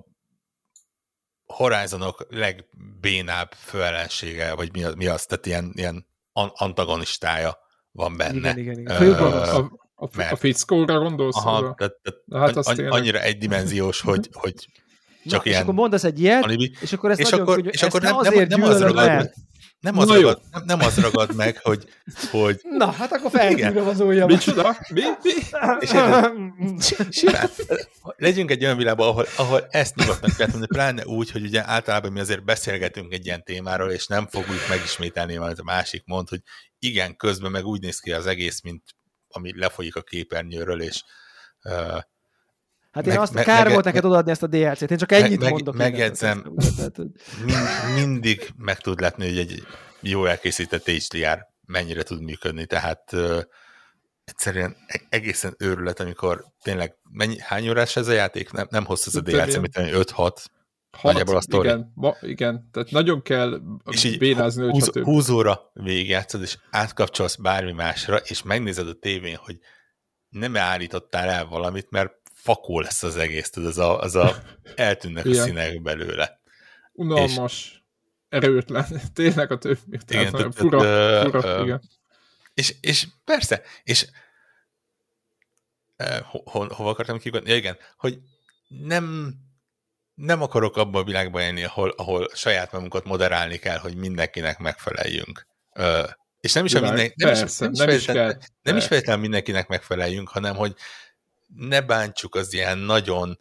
Horizonok legbénább főellensége, vagy mi az, mi az tehát ilyen, ilyen antagonistája van benne. Igen, igen, igen. Uh, a, a, a fickóra gondolsz? Aha, tehát, tehát hát an, annyira egydimenziós, hogy, hogy csak Na, ilyen... És akkor mondasz egy ilyet, alibi, és akkor ezt és nagyon akkor, könnyű, és ezt akkor nem, azért nem, nem az gyűlölöd, ragad, mert... nem az, ragad, nem, nem az ragad meg, hogy, hogy Na, hát akkor feltűnöm az ujjamat. Micsoda? Mi? Mi? és érted, simán, legyünk egy olyan világban, ahol, ahol ezt nyugodtan kell tudni, pláne úgy, hogy ugye általában mi azért beszélgetünk egy ilyen témáról, és nem fogjuk megismételni, amit a másik mond, hogy igen, közben meg úgy néz ki az egész, mint ami lefolyik a képernyőről, és uh, Hát én meg, azt meg, kár meg, volt neked odaadni ezt a dé el cét, én csak ennyit meg, mondok. Megjegyzem, mindent, mind, mindig meg tud letni, hogy egy jó elkészített há dé er mennyire tud működni, tehát uh, egyszerűen egészen őrület, amikor tényleg, mennyi, hány órás ez a játék? Nem, nem hosszú ez a dé el cé, mint öt-hat. Nagyjából a sztori. Igen, ma, igen, tehát nagyon kell bénázni, hogyha több. húsz óra végigjátszod, és átkapcsolsz bármi másra, és megnézed a tévén, hogy nem állítottál el valamit, mert fakó lesz az egész, tudod, az a, az a eltűnnek a színek belőle. Unalmas, és, erőtlen, tényleg a több, igen, tehát fura, ö, fura, ö, igen. És, és persze, és uh, ho, ho, hova akartam kiugatni? Ja, igen, hogy nem nem akarok abban a világban élni, ahol, ahol saját magunkat moderálni kell, hogy mindenkinek megfeleljünk. Ö, és nem is, a minden, nem persze, is, nem is, nem is feltétlen, kell. Nem is feltétlenül mindenkinek megfeleljünk, hanem hogy ne bántsuk az ilyen nagyon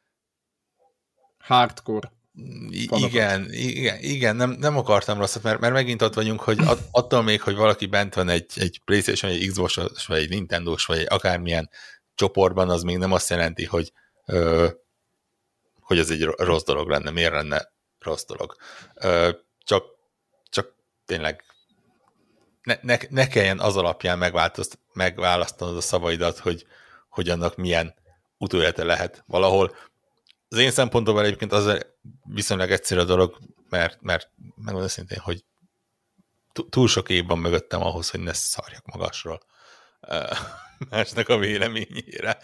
hardcore igen, igen, igen, nem, nem akartam rosszat, mert, mert megint ott vagyunk, hogy attól még, hogy valaki bent van egy, egy PlayStation, vagy egy Xbox-os, vagy egy Nintendo-s, vagy egy akármilyen csoportban, az még nem azt jelenti, hogy ö, hogy ez egy rossz dolog lenne. Miért lenne rossz dolog? Ö, csak, csak tényleg ne, ne, ne kelljen az alapján megválasztanod a szavaidat, hogy, hogy annak milyen utólete lehet valahol. Az én szempontomban egyébként az viszonylag egyszerű a dolog, mert, mert megmondom szintén, hogy túl sok év van mögöttem ahhoz, hogy ne szarjak magasról másnak a véleményére.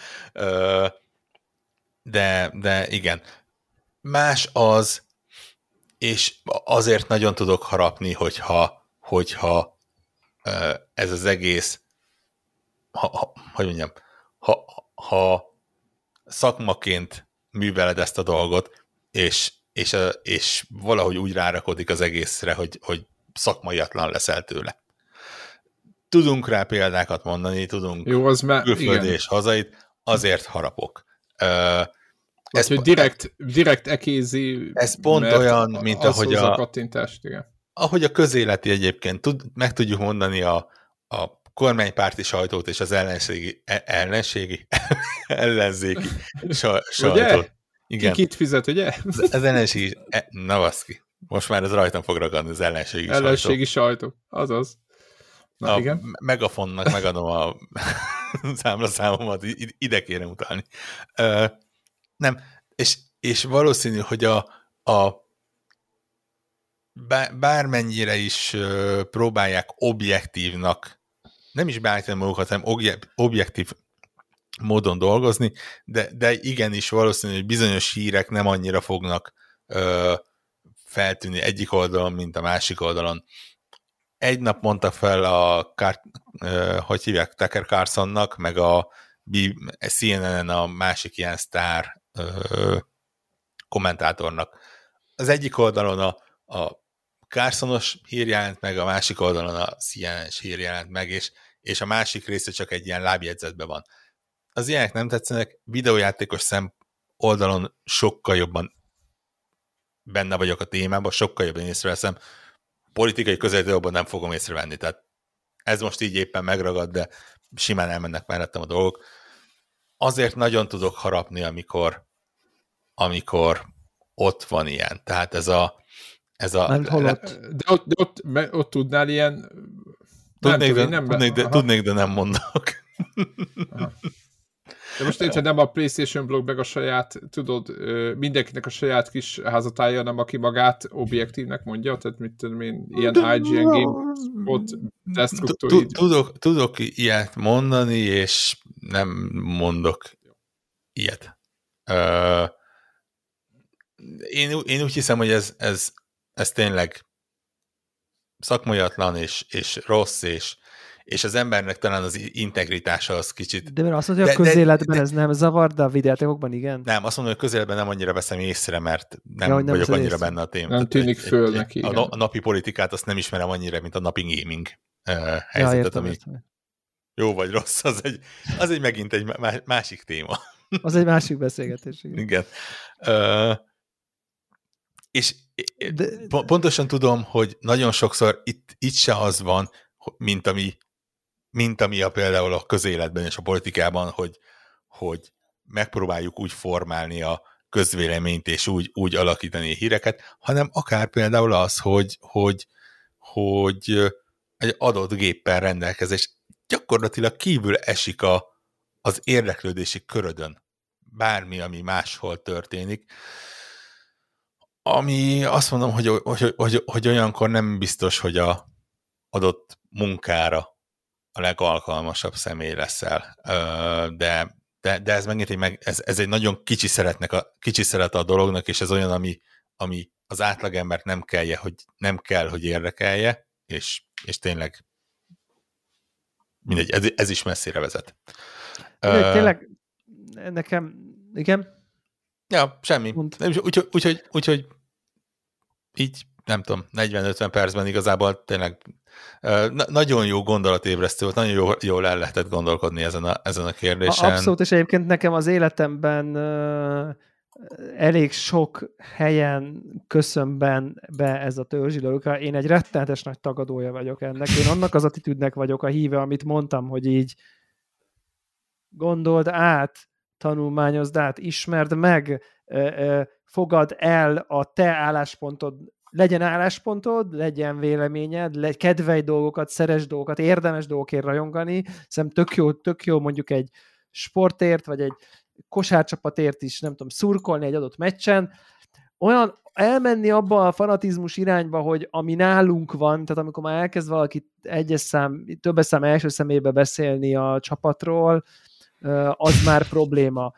De, de igen. Más az, és azért nagyon tudok harapni, hogyha, hogyha ez az egész, ha, ha, hogy mondjam, ha, ha szakmaként műveled ezt a dolgot, és, és, és valahogy úgy rárakodik az egészre, hogy, hogy szakmaiatlan leszel tőle. Tudunk rá példákat mondani, tudunk jó, az már, külföldi és hazait, azért harapok. Uh, ez hogy direkt, direkt ekézi, ez pont olyan, mint ahogy a, a kattintást, igen. ahogy a közéleti egyébként, tud, meg tudjuk mondani a, a kormánypárti sajtót és az ellenségi, ellenségi ellenzéki sajtót. Igen. Ki kit fizet, ugye? Az ellenségi, na baszki, most már ez rajtam fog ragadni, az ellenségi, ellenségi sajtó. sajtó. Azaz. Na, a igen. Megafonnak megadom a számlaszámomat, ide kérem utalni. Uh, nem, és, és valószínű, hogy a, a bármennyire is uh, próbálják objektívnak, nem is beállítani magukat, hanem objektív módon dolgozni, de, de igenis valószínű, hogy bizonyos hírek nem annyira fognak uh, feltűnni egyik oldalon, mint a másik oldalon. Egy nap mondta fel a, Car- uh, hogy hívják, Tucker Carlsonnak, meg a cé en en-en a másik ilyen sztár uh, kommentátornak. Az egyik oldalon a, a Carlsonos hír jelent meg, a másik oldalon a cé en en-es hír jelent meg, és, és a másik része csak egy ilyen lábjegyzetben van. Az ilyenek nem tetszenek, videójátékos szem oldalon sokkal jobban benne vagyok a témában, sokkal jobban észreveszem, politikai közelítőben nem fogom észrevenni, tehát ez most így éppen megragad, de simán elmennek mellettem a dolgok. Azért nagyon tudok harapni, amikor, amikor ott van ilyen. Tehát ez a... Ez a nem halott. De ott, de ott, ott tudnál ilyen... Tudnék, de, nem tudnék, de, tudnék, de nem mondok. Aha. De most érted, nem a PlayStation blog meg a saját, tudod, mindenkinek a saját kis házatája, nem aki magát objektívnek mondja, tehát mit tudom én, ilyen i gé en Game destructor. Tudok, tudok ilyet mondani, és nem mondok ilyet. Én, én úgy hiszem, hogy ez, ez, ez tényleg szakmaiatlan, és, és rossz, és, és az embernek talán az integritása az kicsit... De mert azt mondja, hogy a közéletben ez nem zavar, de a videójátékokban igen? Nem, azt mondom, hogy közéletben nem annyira veszem észre, mert nem, ja, nem vagyok annyira észre. benne a témában. Nem tűnik egy, föl egy, neki. A, a napi politikát azt nem ismerem annyira, mint a napi gaming uh, helyzetet, ja, értem, ami értem. Jó vagy rossz, az egy, az egy megint egy másik téma. Az egy másik beszélgetés. Igen. igen. Uh, és De... pontosan tudom, hogy nagyon sokszor itt, itt se az van, mint ami, mint ami a például a közéletben és a politikában, hogy, hogy megpróbáljuk úgy formálni a közvéleményt és úgy, úgy alakítani a híreket, hanem akár például az, hogy, hogy, hogy egy adott géppel rendelkezés gyakorlatilag kívül esik a, az érdeklődési körödön. Bármi, ami máshol történik. Ami azt mondom, hogy, hogy, hogy, hogy olyankor nem biztos, hogy a adott munkára a legalkalmasabb személy leszel. De, de, de ez megint egy, meg, ez, ez egy nagyon kicsi, szeretnek a, kicsi szerete a dolognak, és ez olyan, ami, ami az átlagembert nem kellje, hogy nem kell, hogy érdekelje, és, és tényleg mindegy, ez, ez is messzire vezet. De uh, tényleg nekem, igen? Ja, semmi. Úgyhogy úgy, úgy, úgy, úgy, így, nem tudom, negyven-ötven percben igazából tényleg uh, na, nagyon jó gondolatébresztő volt, nagyon jól, jól el lehetett gondolkodni ezen a, ezen a kérdésen. Abszolút, és egyébként nekem az életemben uh, elég sok helyen köszönben be ez a törzsi logika. Én egy rettenetes nagy tagadója vagyok ennek. Én annak az attitűdnek vagyok a híve, amit mondtam, hogy így gondold át, tanulmányozd át, ismerd meg, fogad el a te álláspontod, legyen álláspontod, legyen véleményed, le, kedvelj dolgokat, szeres dolgokat, érdemes dolgokért rajongani. Szerintem tök jó, tök jó mondjuk egy sportért, vagy egy kosárcsapatért is, nem tudom, szurkolni egy adott meccsen. Olyan elmenni abba a fanatizmus irányba, hogy ami nálunk van, tehát amikor már elkezd valaki egyes szám, többes szám első szemébe beszélni a csapatról, az már probléma.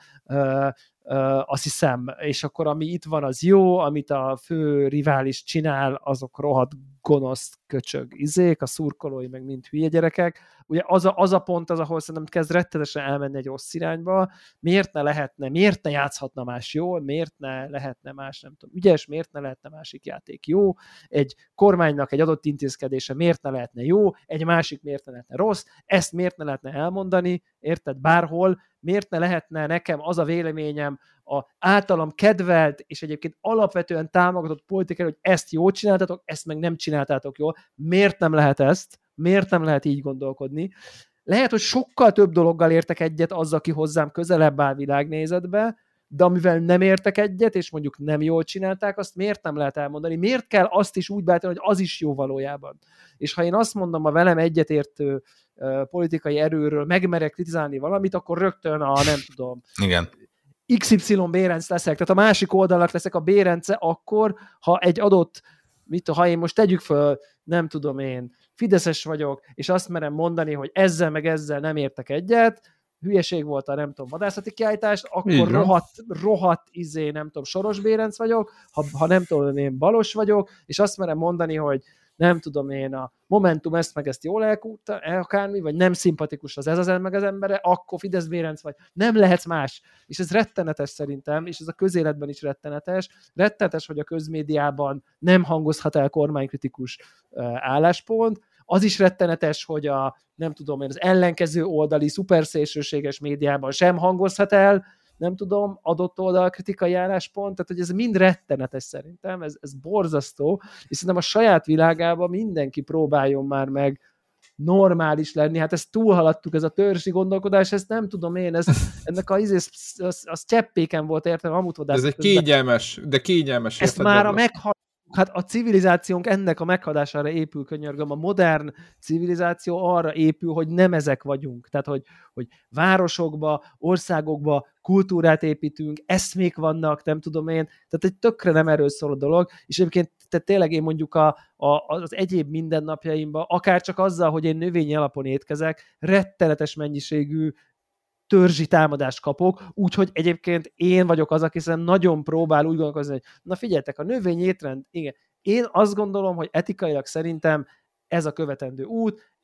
Azt hiszem, és akkor ami itt van, az jó, amit a fő rivális csinál, azok rohadt gonosz köcsög izék, a szurkolói meg mind hülye gyerekek. Ugye az a, az a pont az, ahol szerintem kezd rettenetesen elmenni egy rossz irányba. Miért ne lehetne, miért ne játszhatna más jól, miért ne lehetne más, nem tudom, ügyes, miért ne lehetne másik játék jó, egy kormánynak egy adott intézkedése miért ne lehetne jó, egy másik miért ne lehetne rossz, ezt miért ne lehetne elmondani, érted, bárhol, miért ne lehetne nekem az a véleményem a általam kedvelt és egyébként alapvetően támogatott politikai, hogy ezt jól csináltatok, ezt meg nem csináltátok jól. Miért nem lehet ezt? Miért nem lehet így gondolkodni? Lehet, hogy sokkal több dologgal értek egyet az, aki hozzám közelebb áll világnézetbe, de amivel nem értek egyet, és mondjuk nem jól csinálták, azt miért nem lehet elmondani? Miért kell azt is úgy beállítani, hogy az is jó valójában? És ha én azt mondom a velem egyetértő uh, politikai erőről, megmerek kritizálni valamit, akkor rögtön a nem tudom... Igen. iksz ipszilon Bérenc leszek, tehát a másik oldalnak leszek a Bérence, akkor, ha egy adott, mit, ha én most tegyük föl, nem tudom én, fideszes vagyok, és azt merem mondani, hogy ezzel meg ezzel nem értek egyet, hülyeség volt a nem tudom vadászati kiállítást, akkor rohadt, rohadt izé, nem tudom, Soros Bérenc vagyok, ha, ha nem tudom én Balos vagyok, és azt merem mondani, hogy nem tudom én, a Momentum ezt meg ezt jól elkúrta, akármi, vagy nem szimpatikus az ez az meg az embere, akkor Fidesz Bérenc vagy. Nem lehetsz más. És ez rettenetes szerintem, és ez a közéletben is rettenetes. Rettenetes, hogy a közmédiában nem hangozhat el kormánykritikus álláspont. Az is rettenetes, hogy a, nem tudom én, az ellenkező oldali szuperszélsőséges médiában sem hangozhat el, nem tudom, adott oldal kritikai álláspont, tehát hogy ez mind rettenetes szerintem, ez, ez borzasztó, és szerintem a saját világában mindenki próbáljon már meg normális lenni, hát ezt túlhaladtuk, ez a törzsi gondolkodás, ezt nem tudom én, ez, ennek a izé, az, az cseppéken volt értem, amúgy ez egy kényelmes, de kényelmes. Ezt már a meghal Hát a civilizációnk ennek a meghadására épül, könyörgöm. A modern civilizáció arra épül, hogy nem ezek vagyunk. Tehát, hogy, hogy városokba, országokba kultúrát építünk, eszmék vannak, nem tudom én. Tehát egy tökre nem erről szól a dolog. És egyébként tehát tényleg én mondjuk a, a, az egyéb mindennapjaimban, akár csak azzal, hogy én növényi alapon étkezek, rettenetes mennyiségű törzsi támadást kapok, úgyhogy egyébként én vagyok az, aki szerintem nagyon próbál úgy gondolkozni, hogy na figyeljetek, a növényi étrend, igen, én azt gondolom, hogy etikailag szerintem ez a követendő út,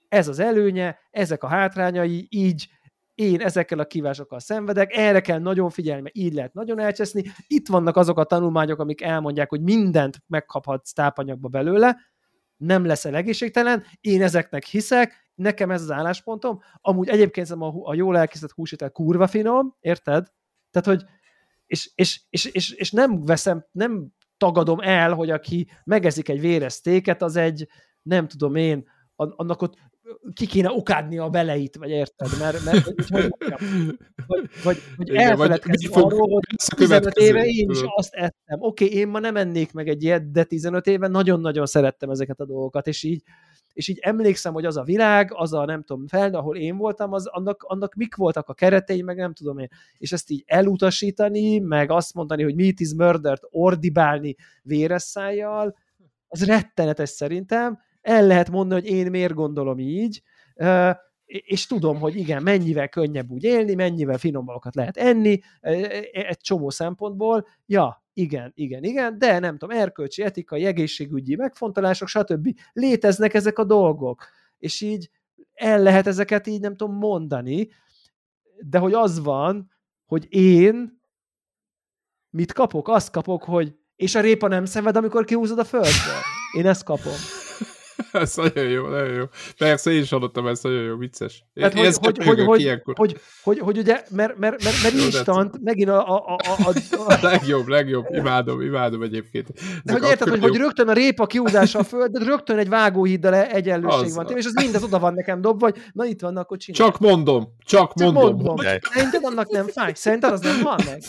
ez az előnye, ezek a hátrányai, így én ezekkel a kívásokkal szenvedek, erre kell nagyon figyelni, mert így lehet nagyon elcseszni. Itt vannak azok a tanulmányok, amik elmondják, hogy mindent megkaphatsz tápanyagba belőle, nem leszel egészségtelen, én ezeknek hiszek, nekem ez az álláspontom. Amúgy egyébként a, a jól elkészített húsétel kurva finom, érted? Tehát, hogy és, és, és, és, és nem veszem, nem tagadom el, hogy aki megeszik egy véres sztéket, az egy, nem tudom én, annak ott ki kéne okádni a beleit, vagy érted? Mert, mert hogy, hogy, vagy, vagy, vagy elfeledkezni arról, hogy tizenöt éve én is azt ettem. Oké, okay, én ma nem ennék meg egy ilyet, de tizenöt éve nagyon-nagyon szerettem ezeket a dolgokat, és így, és így emlékszem, hogy az a világ, az a nem tudom, fel, ahol én voltam, az, annak, annak mik voltak a keretei, meg nem tudom én. És ezt így elutasítani, meg azt mondani, hogy meat is murdered, ordibálni véres szájjal, az rettenetes szerintem. El lehet mondani, hogy én miért gondolom így, és tudom, hogy igen, mennyivel könnyebb úgy élni, mennyivel finomabbakat lehet enni, egy csomó szempontból, ja, igen, igen, igen, de nem tudom, erkölcsi, etikai, egészségügyi megfontolások, stb. Léteznek ezek a dolgok, és így el lehet ezeket így nem tudom mondani, de hogy az van, hogy én mit kapok? Azt kapok, hogy és a répa nem szenved, amikor kihúzod a földből. Én ezt kapom. Ez nagyon jó, nagyon jó. Persze, én is hallottam ezt, nagyon jó, vicces. Tehát, hogy, hogy, hogy, hogy, hogy, hogy, hogy ugye, mert, mert, mert, mert instant, megint a... a, a, a, a... legjobb, legjobb, imádom, imádom egyébként. De hogy érted, hogy, hogy rögtön a répa kiúzása a föld, rögtön egy vágóhíddal egyenlőség az, van. És az mindez oda van nekem dobva, vagy na itt van, akkor csinálj. Csak mondom, csak, csak mondom. mondom. Szerinted annak nem fáj? Szerinted az nem hal meg?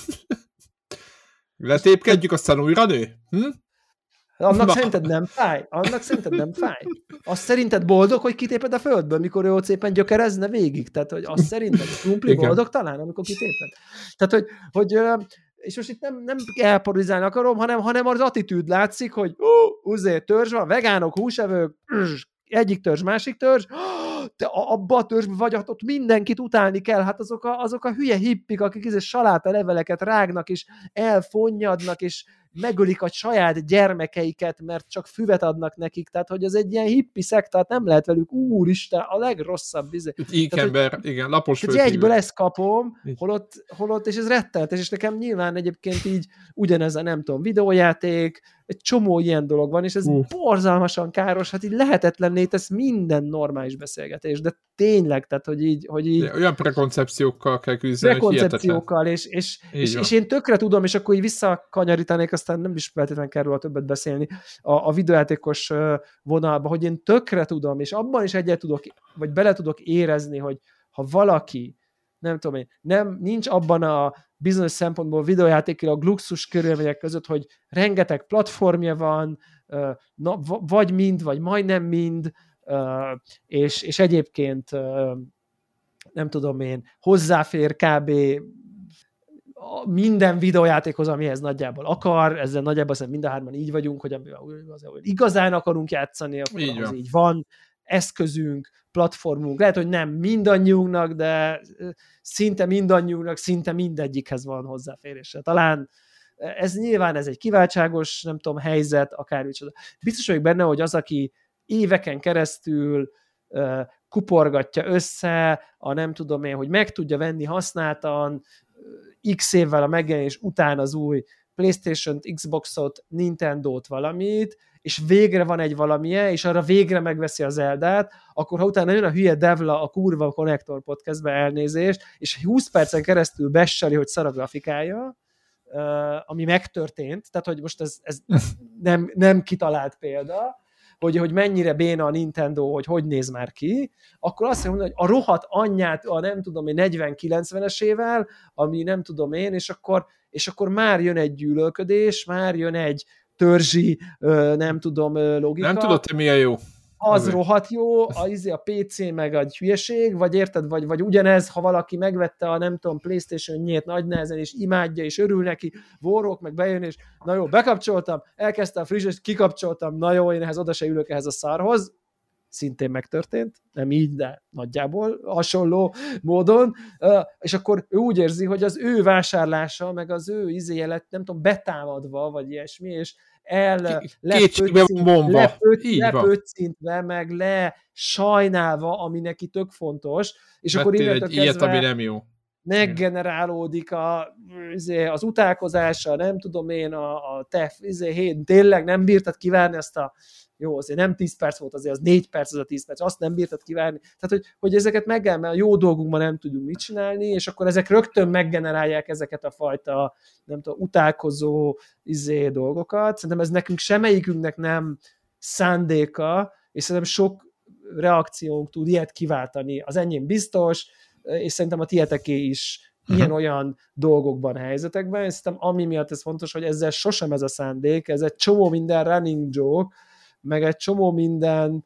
Letépkedjük, aztán újra nő? Hm? Annak Ma. szerinted nem fáj? Annak szerinted nem fáj? Azt szerinted boldog, hogy kitéped a földből, mikor ő ott szépen gyökerezne végig? Tehát, hogy azt szerinted krumpli boldog talán, amikor kitéped? Tehát, hogy, hogy és most itt nem, nem elparizálni akarom, hanem, hanem az attitűd látszik, hogy uh, uzé, törzs van, vegánok, húsevők, egyik törzs, másik törzs, te abba a törzsbe vagy, ott mindenkit utálni kell, hát azok a, azok a hülye hippik, akik ezért saláta leveleket rágnak, és elfonnyadnak, és megölik a saját gyermekeiket, mert csak füvet adnak nekik, tehát hogy ez egy ilyen hippi szektát, nem lehet velük, úristen, a legrosszabb izé. Íkember, igen, lapos főtívő. Egyből ezt kapom, holott, holott, és ez rettenetes, és nekem nyilván egyébként így ugyanez a nem tudom, videójáték, egy csomó ilyen dolog van, és ez uh. borzalmasan káros, hát így lehetetlenné tesz minden normális beszélgetés, de tényleg, tehát hogy így... Hogy így ja, olyan prekoncepciókkal kell küzdeni, prekoncepciókkal, és, és, és, és én tökre tudom, és akkor így visszakanyarítanék, aztán nem is feltétlenül kell róla többet beszélni a, a videójátékos vonalba, hogy én tökre tudom, és abban is egyet tudok, vagy bele tudok érezni, hogy ha valaki, nem tudom én, nem, nincs abban a bizonyos szempontból videójátékilag luxus körülmények között, hogy rengeteg platformja van, na, vagy mind, vagy majdnem mind, és, és egyébként nem tudom én, hozzáfér kb. Minden videójátékhoz, amihez nagyjából akar, ezzel nagyjából mind a hárman így vagyunk, hogy igazán akarunk játszani, akkor így, az így van, eszközünk, platformunk, lehet, hogy nem mindannyiunknak, de szinte mindannyiunknak, szinte mindegyikhez van hozzáférése. Talán ez nyilván ez egy kiváltságos, nem tudom, helyzet, akármicsoda. Biztos vagyok benne, hogy az, aki éveken keresztül uh, kuporgatja össze, a nem tudom én, hogy meg tudja venni használtan, x évvel a megjelenés után az új PlayStation-t, Xboxot, Nintendót, valamit, és végre van egy valamilyen, és arra végre megveszi az Zeldát, akkor ha utána jön a hülye Devla a kurva Connector podcastbe, elnézést, és húsz percen keresztül besseli, hogy szar a grafikája, ami megtörtént, tehát hogy most ez, ez nem, nem kitalált példa, hogy, hogy mennyire béna a Nintendo, hogy hogy néz már ki, akkor azt mondom, hogy a rohadt anyját, a nem tudom én, negyven-kilencvenesével, ami nem tudom én, és akkor, és akkor már jön egy gyűlölködés, már jön egy törzsi, nem tudom, logika. Nem tudod, te milyen jó. Az azért rohadt jó, a, a pé cé meg a hülyeség, vagy érted, vagy, vagy ugyanez, ha valaki megvette a nem tudom PlayStation-nyét nagy nehezen, és imádja, és örül neki, vorrók, meg bejön, és na jó, bekapcsoltam, elkezdtem a frissest, kikapcsoltam, na jó, én ehhez oda se ülök ehhez a szarhoz, szintén megtörtént, nem így, de nagyjából hasonló módon, és akkor ő úgy érzi, hogy az ő vásárlása, meg az ő izéje lett, nem tudom, betámadva, vagy ilyesmi, és el lepöccintve, meg le sajnálva, ami neki tök fontos, és Vettél akkor innentől egy ilyet, ami nem jó. meggenerálódik a, az utálkozása, nem tudom én, a, a te izé, tényleg nem bírtad kivárni azt a jó, azért nem tíz perc volt, azért az négy perc, az a tíz perc, azt nem bírtad kivárni. Tehát, hogy, hogy ezeket meg, mert a jó dolgunkban nem tudjuk mit csinálni, és akkor ezek rögtön meggenerálják ezeket a fajta, nem tudom, utálkozó izé dolgokat. Szerintem ez nekünk semmelyikünknek nem szándéka, és szerintem sok reakciónk tud ilyet kiváltani. Az enyém biztos, és szerintem a tieteké is ilyen-olyan dolgokban, helyzetekben, és szerintem ami miatt ez fontos, hogy ezzel sosem ez a szándék, ez egy csomó minden running joke, meg egy csomó minden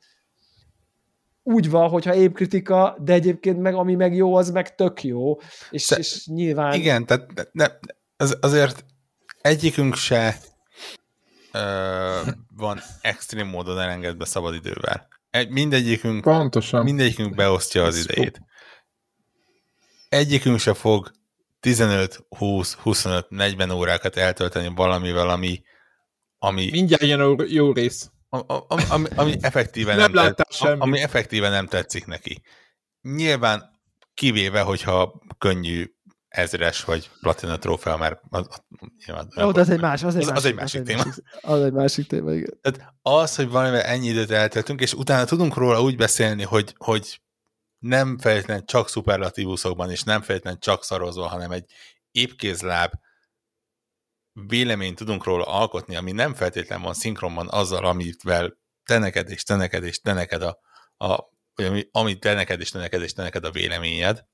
úgy van, hogyha épp kritika, de egyébként meg ami meg jó, az meg tök jó, és, Sze- és nyilván... Igen, tehát ne, az, azért egyikünk se ö, van extrém módon elengedve szabadidővel. Egy, mindegyikünk, Pontosan. mindegyikünk beosztja az idejét. Egyikünk se fog tizenöt, húsz, huszonöt, negyven órákat eltölteni valamivel, ami... ami mindjárt jön jó rész. Ami, ami, ami, effektíven nem, nem tetszik, ami effektíven nem tetszik neki. Nyilván kivéve, hogyha könnyű ezres vagy platina trófea, mert az, az, nyilván, Jó, de az egy más, az egy az, másik, az egy másik az téma. Egy, az egy másik téma, igen. Tehát az, hogy valamivel ennyi időt eltöltünk, és utána tudunk róla úgy beszélni, hogy, hogy nem feltétlenül csak szuperlatívuszokban, és nem feltétlenül csak szarozva, hanem egy épkézláb véleményt tudunk róla alkotni, ami nem feltétlenül van szinkronban azzal, amivel te neked és te neked és te neked a, a vagy amit te neked és te neked és te neked a véleményed,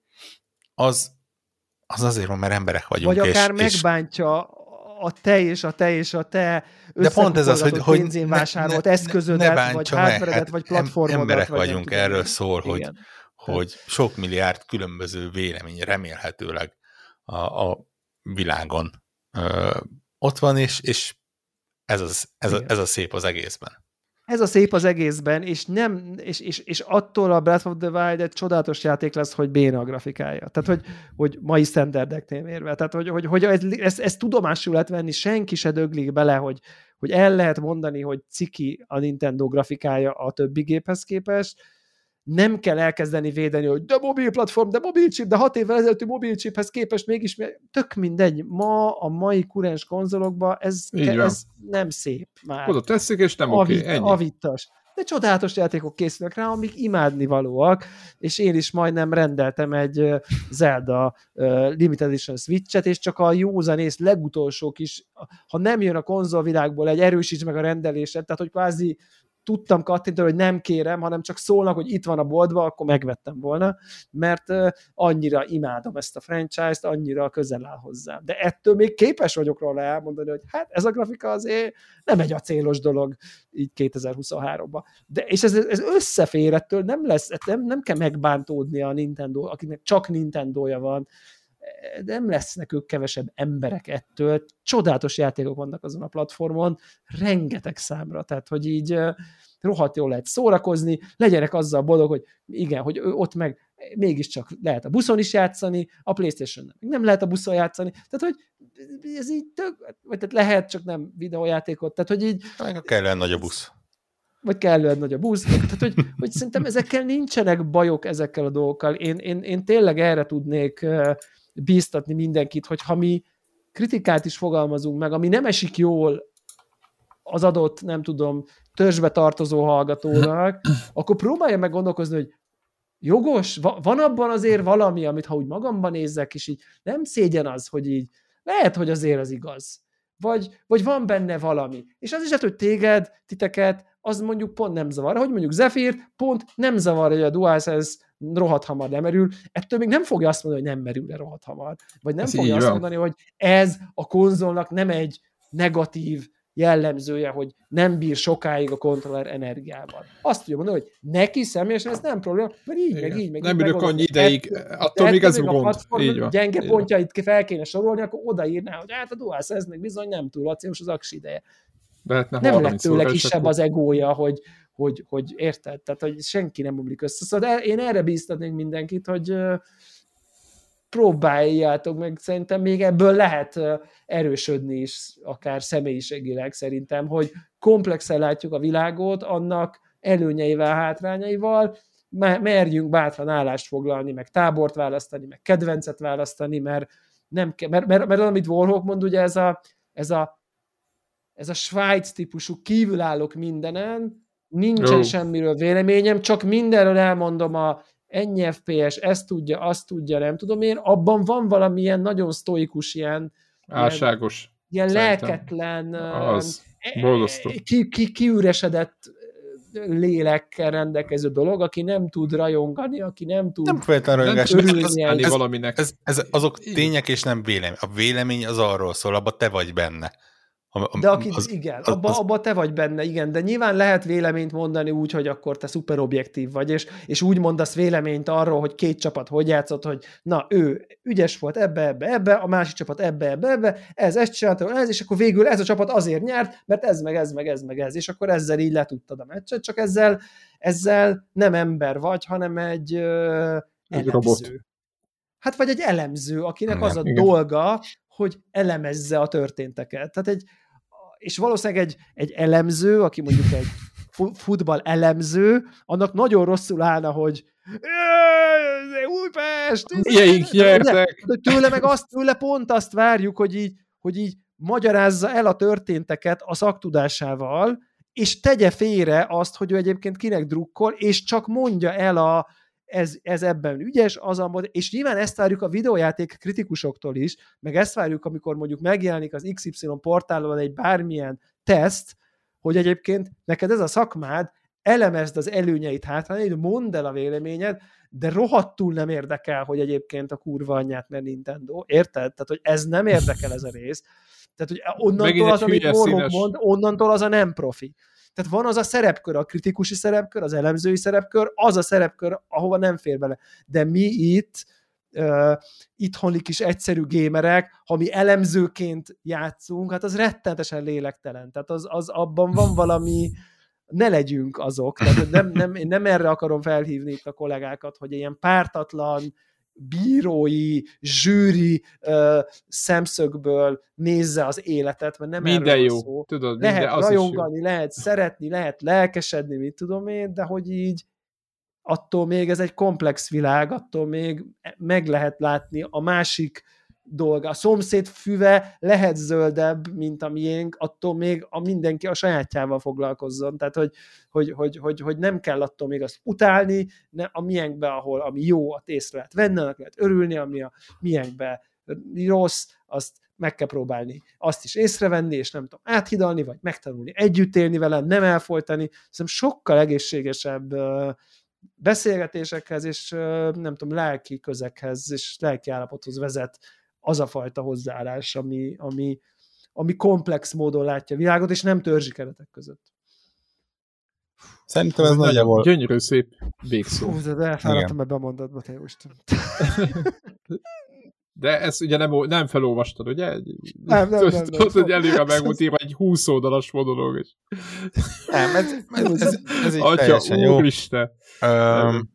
az, az azért van, mert emberek vagyunk. Vagy akár és, megbántja a te és a te és a te de pont ez az, hogy, hogy ne, vásárolt ne, eszközödet, ne vagy hardware-edet, hát vagy platformodat. Emberek vagy vagyunk, tudom, erről szól, hogy, igen. hogy sok milliárd különböző vélemény remélhetőleg a, a világon ö, ott van, és, és ez, az, ez, a, ez a szép az egészben. Ez a szép az egészben, és, nem, és, és, és attól a Breath of the Wild egy csodálatos játék lesz, hogy béna a grafikája. Tehát, hogy, hogy mai standardeknél mérve. Tehát, hogy, hogy, hogy ez, ez, ez tudomásul lehet venni, senki se döglik bele, hogy, hogy el lehet mondani, hogy ciki a Nintendo grafikája a többi géphez képest. Nem kell elkezdeni védeni, hogy de mobil platform, de mobil chip, de hat évvel ezelőtti mobil chiphez képest mégis tök mindegy. Ma a mai kurens konzolokban ez, ez nem szép már. Oda teszik, és nem oké, okay, ennyi. Avittas. De csodálatos játékok készülnek rá, amik imádnivalóak, és én is majdnem rendeltem egy Zelda Limited Edition Switch-et, és csak a józanész legutolsó kis, ha nem jön a konzolvilágból egy erősíts meg a rendeléset, tehát hogy kvázi tudtam kattintani, hogy nem kérem, hanem csak szólnak, hogy itt van a boltban, akkor megvettem volna, mert uh, annyira imádom ezt a franchise-t, annyira közel áll hozzám. De ettől még képes vagyok róla elmondani, hogy hát ez a grafika azért nem egy acélos dolog így kétezer-huszonháromban. De, és ez, ez összefér, ettől nem lesz, nem, nem kell megbántódni a Nintendo, akinek csak Nintendója van, de nem lesznek ők kevesebb emberek ettől. Csodálatos játékok vannak azon a platformon, rengeteg számra, tehát hogy így rohadt jól lehet szórakozni, legyenek azzal boldog, hogy igen, hogy ott meg mégiscsak lehet a buszon is játszani, a PlayStation nem lehet a buszon játszani, tehát hogy ez így tök, vagy tehát lehet, csak nem videójátékot, tehát hogy így... Kellően nagy a busz. Vagy kellően nagy a busz, tehát hogy, hogy szerintem ezekkel nincsenek bajok ezekkel a dolgokkal. Én, én, én tényleg erre tudnék bíztatni mindenkit, hogy ha mi kritikát is fogalmazunk meg, ami nem esik jól az adott, nem tudom, törzsbe tartozó hallgatónak, akkor próbálja meg gondolkozni, hogy jogos, van abban azért valami, amit ha úgy magamban nézzek, és így nem szégyen az, hogy így lehet, hogy azért az igaz. Vagy, vagy van benne valami. És az is lehet, hogy téged, titeket, az mondjuk pont nem zavar. Hogy mondjuk Zephyrt pont nem zavar, hogy a DualSense rohadt hamar lemerül. Ettől még nem fogja azt mondani, hogy nem merül le rohadt hamar. Vagy nem ez fogja azt van. mondani, hogy ez a konzolnak nem egy negatív jellemzője, hogy nem bír sokáig a kontroller energiával. Azt tudja mondani, hogy neki személyesen ez nem probléma, mert így, igen. meg így, meg nem így. Nem ülök annyi ideig, attól még ez a gond. Így van. Gyenge pontjait fel kéne sorolni, akkor odaírná, hogy hát a DualSense-nek bizony nem túl acélos az aksi ideje. Nem lett tőle kisebb az egója, hogy, hogy, hogy érted? Tehát, hogy senki nem omlik össze. Szóval én erre bíztatnék mindenkit, hogy próbáljátok meg, szerintem még ebből lehet erősödni is, akár személyiségileg szerintem, hogy komplexen látjuk a világot, annak előnyeivel, hátrányaival, merjünk bátran állást foglalni, meg tábort választani, meg kedvencet választani, mert, nem ke- mert, mert, mert amit Warhawk mond, ugye ez a, ez a, ez a Svájc típusú kívülállok mindenen, nincsen oh. semmiről véleményem, csak mindenről elmondom a ennyi ef pé es, ezt tudja, azt tudja, nem tudom én, abban van valamilyen nagyon sztoikus, ilyen, álságos, ilyen, ilyen lelketlen, az, ki, ki, kiüresedett lélekkel rendelkező dolog, aki nem tud rajongani, aki nem tud nem feltétlenül rajongás, örülni ez, valaminek. Ez, ez, azok tények és nem vélemény. A vélemény az arról szól, abban te vagy benne. A, a, de aki, az, igen, abba, az, abba te vagy benne, igen, de nyilván lehet véleményt mondani úgy, hogy akkor te szuper objektív vagy, és, és úgy mondasz véleményt arról, hogy két csapat hogy játszott, hogy na, ő ügyes volt ebbe, ebbe, ebbe, a másik csapat ebbe, ebbe, ebbe, ez, ezt csinálta, ez, és akkor végül ez a csapat azért nyert, mert ez, meg ez, meg ez, meg ez, és akkor ezzel így letudtad a meccset, csak ezzel, ezzel nem ember vagy, hanem egy, ö, egy robot. Hát vagy egy elemző, akinek igen, az a igen. dolga, hogy elemezze a történteket. Tehát egy, és valószínűleg egy, egy elemző, aki mondjuk egy futball elemző, annak nagyon rosszul állna, hogy Újpest! Ilyeik nyertek! Tőle meg azt, tőle pont azt várjuk, hogy így, hogy így magyarázza el a történteket a szaktudásával, és tegye félre azt, hogy ő egyébként kinek drukkol, és csak mondja el a Ez, ez ebben ügyes, az a mod- és nyilván ezt várjuk a videójáték kritikusoktól is, meg ezt várjuk, amikor mondjuk megjelenik az iksz ipszilon portálon egy bármilyen teszt, hogy egyébként neked ez a szakmád, elemezd az előnyeit, hátrányait, mondd el a véleményed, de rohadtul nem érdekel, hogy egyébként a kurva anyját, mert Nintendo. Érted? Tehát, hogy ez nem érdekel ez a rész. Tehát, hogy onnantól az, amit Warhawk mond, onnantól az a nem profi. Tehát van az a szerepkör, a kritikusi szerepkör, az elemzői szerepkör, az a szerepkör, ahova nem fér bele. De mi itt, uh, itthoni kis egyszerű gémerek, ha mi elemzőként játszunk, hát az rettenetesen lélektelen. Tehát az, az abban van valami, ne legyünk azok. Tehát nem, nem, én nem erre akarom felhívni itt a kollégákat, hogy ilyen pártatlan, bírói, zsűri uh, szemszögből nézze az életet, mert nem minden erről jó. szó. Tudod, lehet minden, rajongani, lehet szeretni, lehet lelkesedni, mit tudom én, de hogy így attól még ez egy komplex világ, attól még meg lehet látni a másik dolga. A szomszéd füve lehet zöldebb, mint a miénk, attól még a mindenki a sajátjával foglalkozzon. Tehát, hogy, hogy, hogy, hogy, hogy nem kell attól még azt utálni, ne, a miénkbe, ahol ami jó, azt észre lehet venni, annak lehet örülni, ami a miénkbe rossz, azt meg kell próbálni azt is észrevenni, és nem tudom, áthidalni, vagy megtanulni együtt élni vele, nem elfolytani. Szerintem sokkal egészségesebb beszélgetésekhez, és nem tudom, lelki közekhez, és lelki állapothoz vezet az a fajta hozzáállás, ami, ami, ami komplex módon látja a világot, és nem törzsi keretek között. Szerintem ez nagyjából... Gyönyörű, szép végszó. Hú, de elfáradtam ebbe a mondatba, te jóisten. De ezt ugye nem, nem felolvastad, ugye? Nem, nem, nem. Tudod, hogy előre meg volt írva egy húsz oldalas monológ is. Nem, ez, ez, ez, ez így Atya, teljesen jó. Úristen. Um,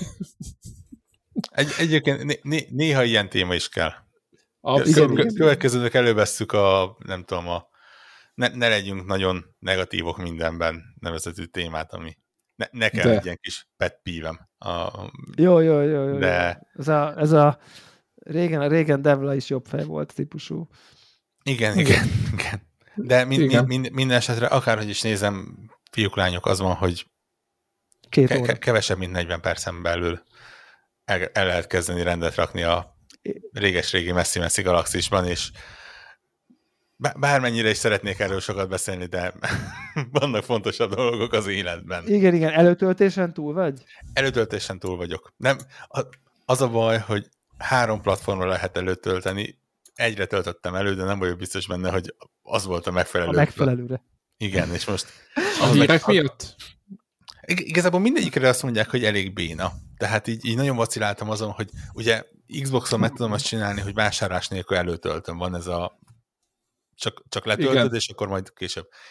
egy, egyébként né, né, néha ilyen téma is kell. Abszolút. Következőnek elővesszük a, nem tudom, a ne, ne legyünk nagyon negatívok mindenben nevezetű témát, ami ne, nekem egy ilyen kis pet pívem. A, jó, jó, jó, jó. De... Ez a, ez a régen, régen Devla is jobb fej volt típusú. Igen, igen, igen. igen. De mind, igen. Mind, mind, minden esetre, akárhogy is nézem, fiúk, lányok, az van, hogy ke- ke- kevesebb, mint negyven percen belül el, el lehet kezdeni rendet rakni a réges-régi messzi-messzi galaxisban, és bármennyire is szeretnék erről sokat beszélni, de vannak fontosabb dolgok az életben. Igen, igen. Előtöltésen túl vagy? Előtöltésen túl vagyok. Nem, az a baj, hogy három platformra lehet előtölteni, egyre töltöttem elő, de nem vagyok biztos benne, hogy az volt a megfelelő. A megfelelőre. Igen, és most... A hírek miatt? Igazából mindegyikre azt mondják, hogy elég béna. Tehát így, így nagyon vaciláltam azon, hogy ugye Xboxon meg tudom azt csinálni, hogy vásárlás nélkül előtöltöm. Van ez a... Csak, csak letöltöd, igen. És akkor majd később.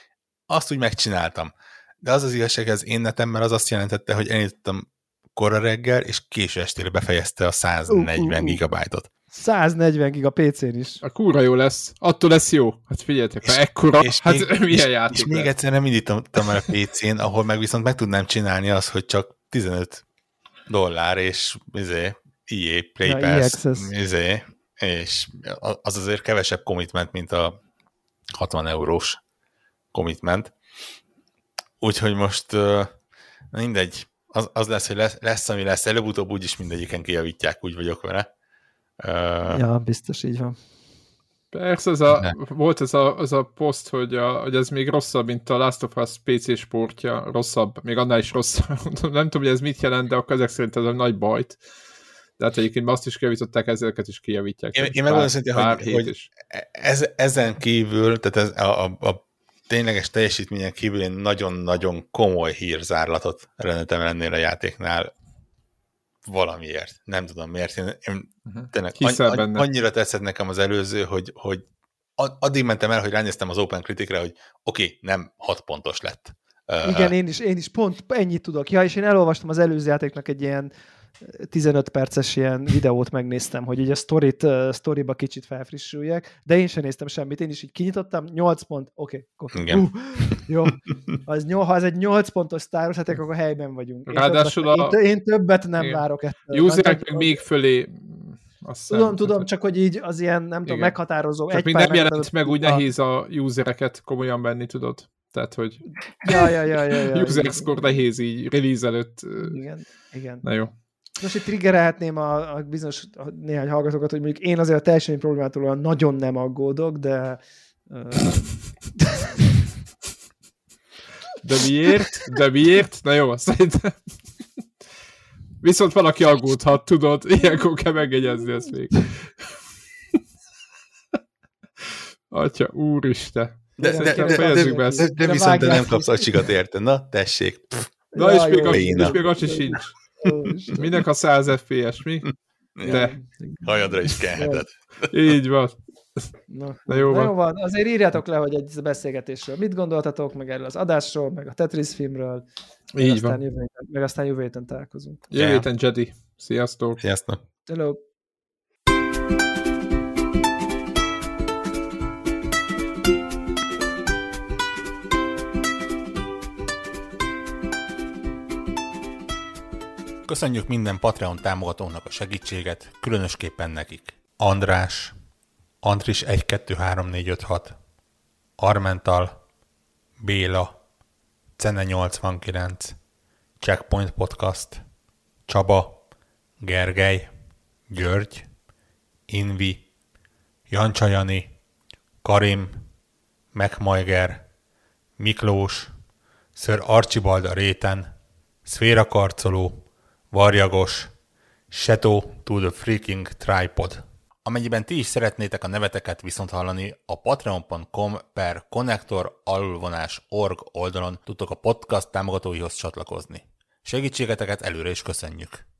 azt úgy megcsináltam. De az az igazság, hogy az én netemmel az azt jelentette, hogy elindítottam kora reggel, és késő estére befejezte a száznegyven uh, uh, uh. gigabájtot. száznegyven giga pé cén is. A kurva jó lesz. Attól lesz jó. Hát figyeljetek, és, ha ekkora, és hát még, milyen és, játék És lesz. Még egyszer nem indítottam el a pé cén, ahol meg viszont meg tudnám csinálni azt, hogy csak tizenöt dollár, és izé, é á Play ja, Pass, izé, és az azért kevesebb commitment, mint a hatvan eurós commitment. Úgyhogy most uh, mindegy, az, az lesz, hogy lesz, lesz, ami lesz, előbb-utóbb úgyis mindegyiken kijavítják, úgy vagyok vele. Uh, ja, biztos így van. Persze, ez a, volt ez a, az a poszt, hogy, a, hogy ez még rosszabb, mint a Last of Us pé cé sportja, rosszabb, még annál is rosszabb. Nem tudom, hogy ez mit jelent, de akkor ezek szerint ez a nagy bajt. De hát egyébként azt is kijavították, ezeket is kijavítják. Én, én megmondom szintén, hogy, hogy ez, ezen kívül, tehát ez a, a, a tényleges teljesítményen kívül én nagyon-nagyon komoly hírzárlatot rendeltem ennél a játéknál valamiért. Nem tudom miért. Én, én tényleg an, an, annyira tetszett nekem az előző, hogy, hogy addig mentem el, hogy ránéztem az Open Critic-re, hogy oké, okay, nem hat pontos lett. Igen, uh, én is, én is pont ennyit tudok. Ja, és én elolvastam az előző játéknak egy ilyen tizenöt perces ilyen videót megnéztem, hogy így a sztorit, uh, sztoriba kicsit felfrissüljek, de én sem néztem semmit, én is így kinyitottam, nyolc pont, oké, okay, uh, jó, az, ha ez egy nyolc pontos sztáros, hát akkor helyben vagyunk. Én Ráadásul többet, a... én, én többet nem igen. várok ettől. Userek meg még fölé... Tudom, tudom, tudom, csak hogy így az ilyen, nem igen. tudom, meghatározó. Csak még nem jelent meg, úgy nehéz a usereket komolyan venni, tudod? Tehát, hogy ja, ja, ja, ja, ja, user score nehéz így release előtt. Igen, igen. Na jó. Most itt triggerelhetném a, a bizonyos a néhány hallgatókat, hogy mondjuk én azért a teljesítmény problémától olyan nagyon nem aggódok, de... Uh... De miért? De miért? Na jó, szerintem... Viszont valaki aggódhat, tudod, ilyenkor kell megjegyezni ezt még. Atya, úristen. De, de, de, de, de, de, de, de viszont te nem kapsz acsikat érte. Na, tessék. Na, ja, és, még az, és még acsi sincs. Minek a száz ef pé es, mi? De. Hajadra is kelheted. Így van. Na, Na, jó, Na van. jó van. Azért írjátok le, hogy egy beszélgetésről mit gondoltatok, meg erről az adásról, meg a Tetris filmről. Így meg van. Aztán jövő héten, meg aztán jövő héten találkozunk. Jövő héten Jedi. Sziasztok. Sziasztok. Hello. Köszönjük minden Patreon támogatónak a segítséget, különösképpen nekik. András, Andris egy kettő három négy öt hat, Armental, Béla, Cene nyolcvankilenc, Checkpoint Podcast, Csaba, Gergely, György, Invi, Jancsa Jani, Karim, Megmajger, Miklós, Sir Archibald a réten, Szféra Karcoló, Varjagos, Shadow to the Freaking Tripod. Amennyiben ti is szeretnétek a neveteket viszont hallani, a patreon pont com per connector alulvonás org oldalon tudtok a podcast támogatóihoz csatlakozni. Segítségeteket előre is köszönjük!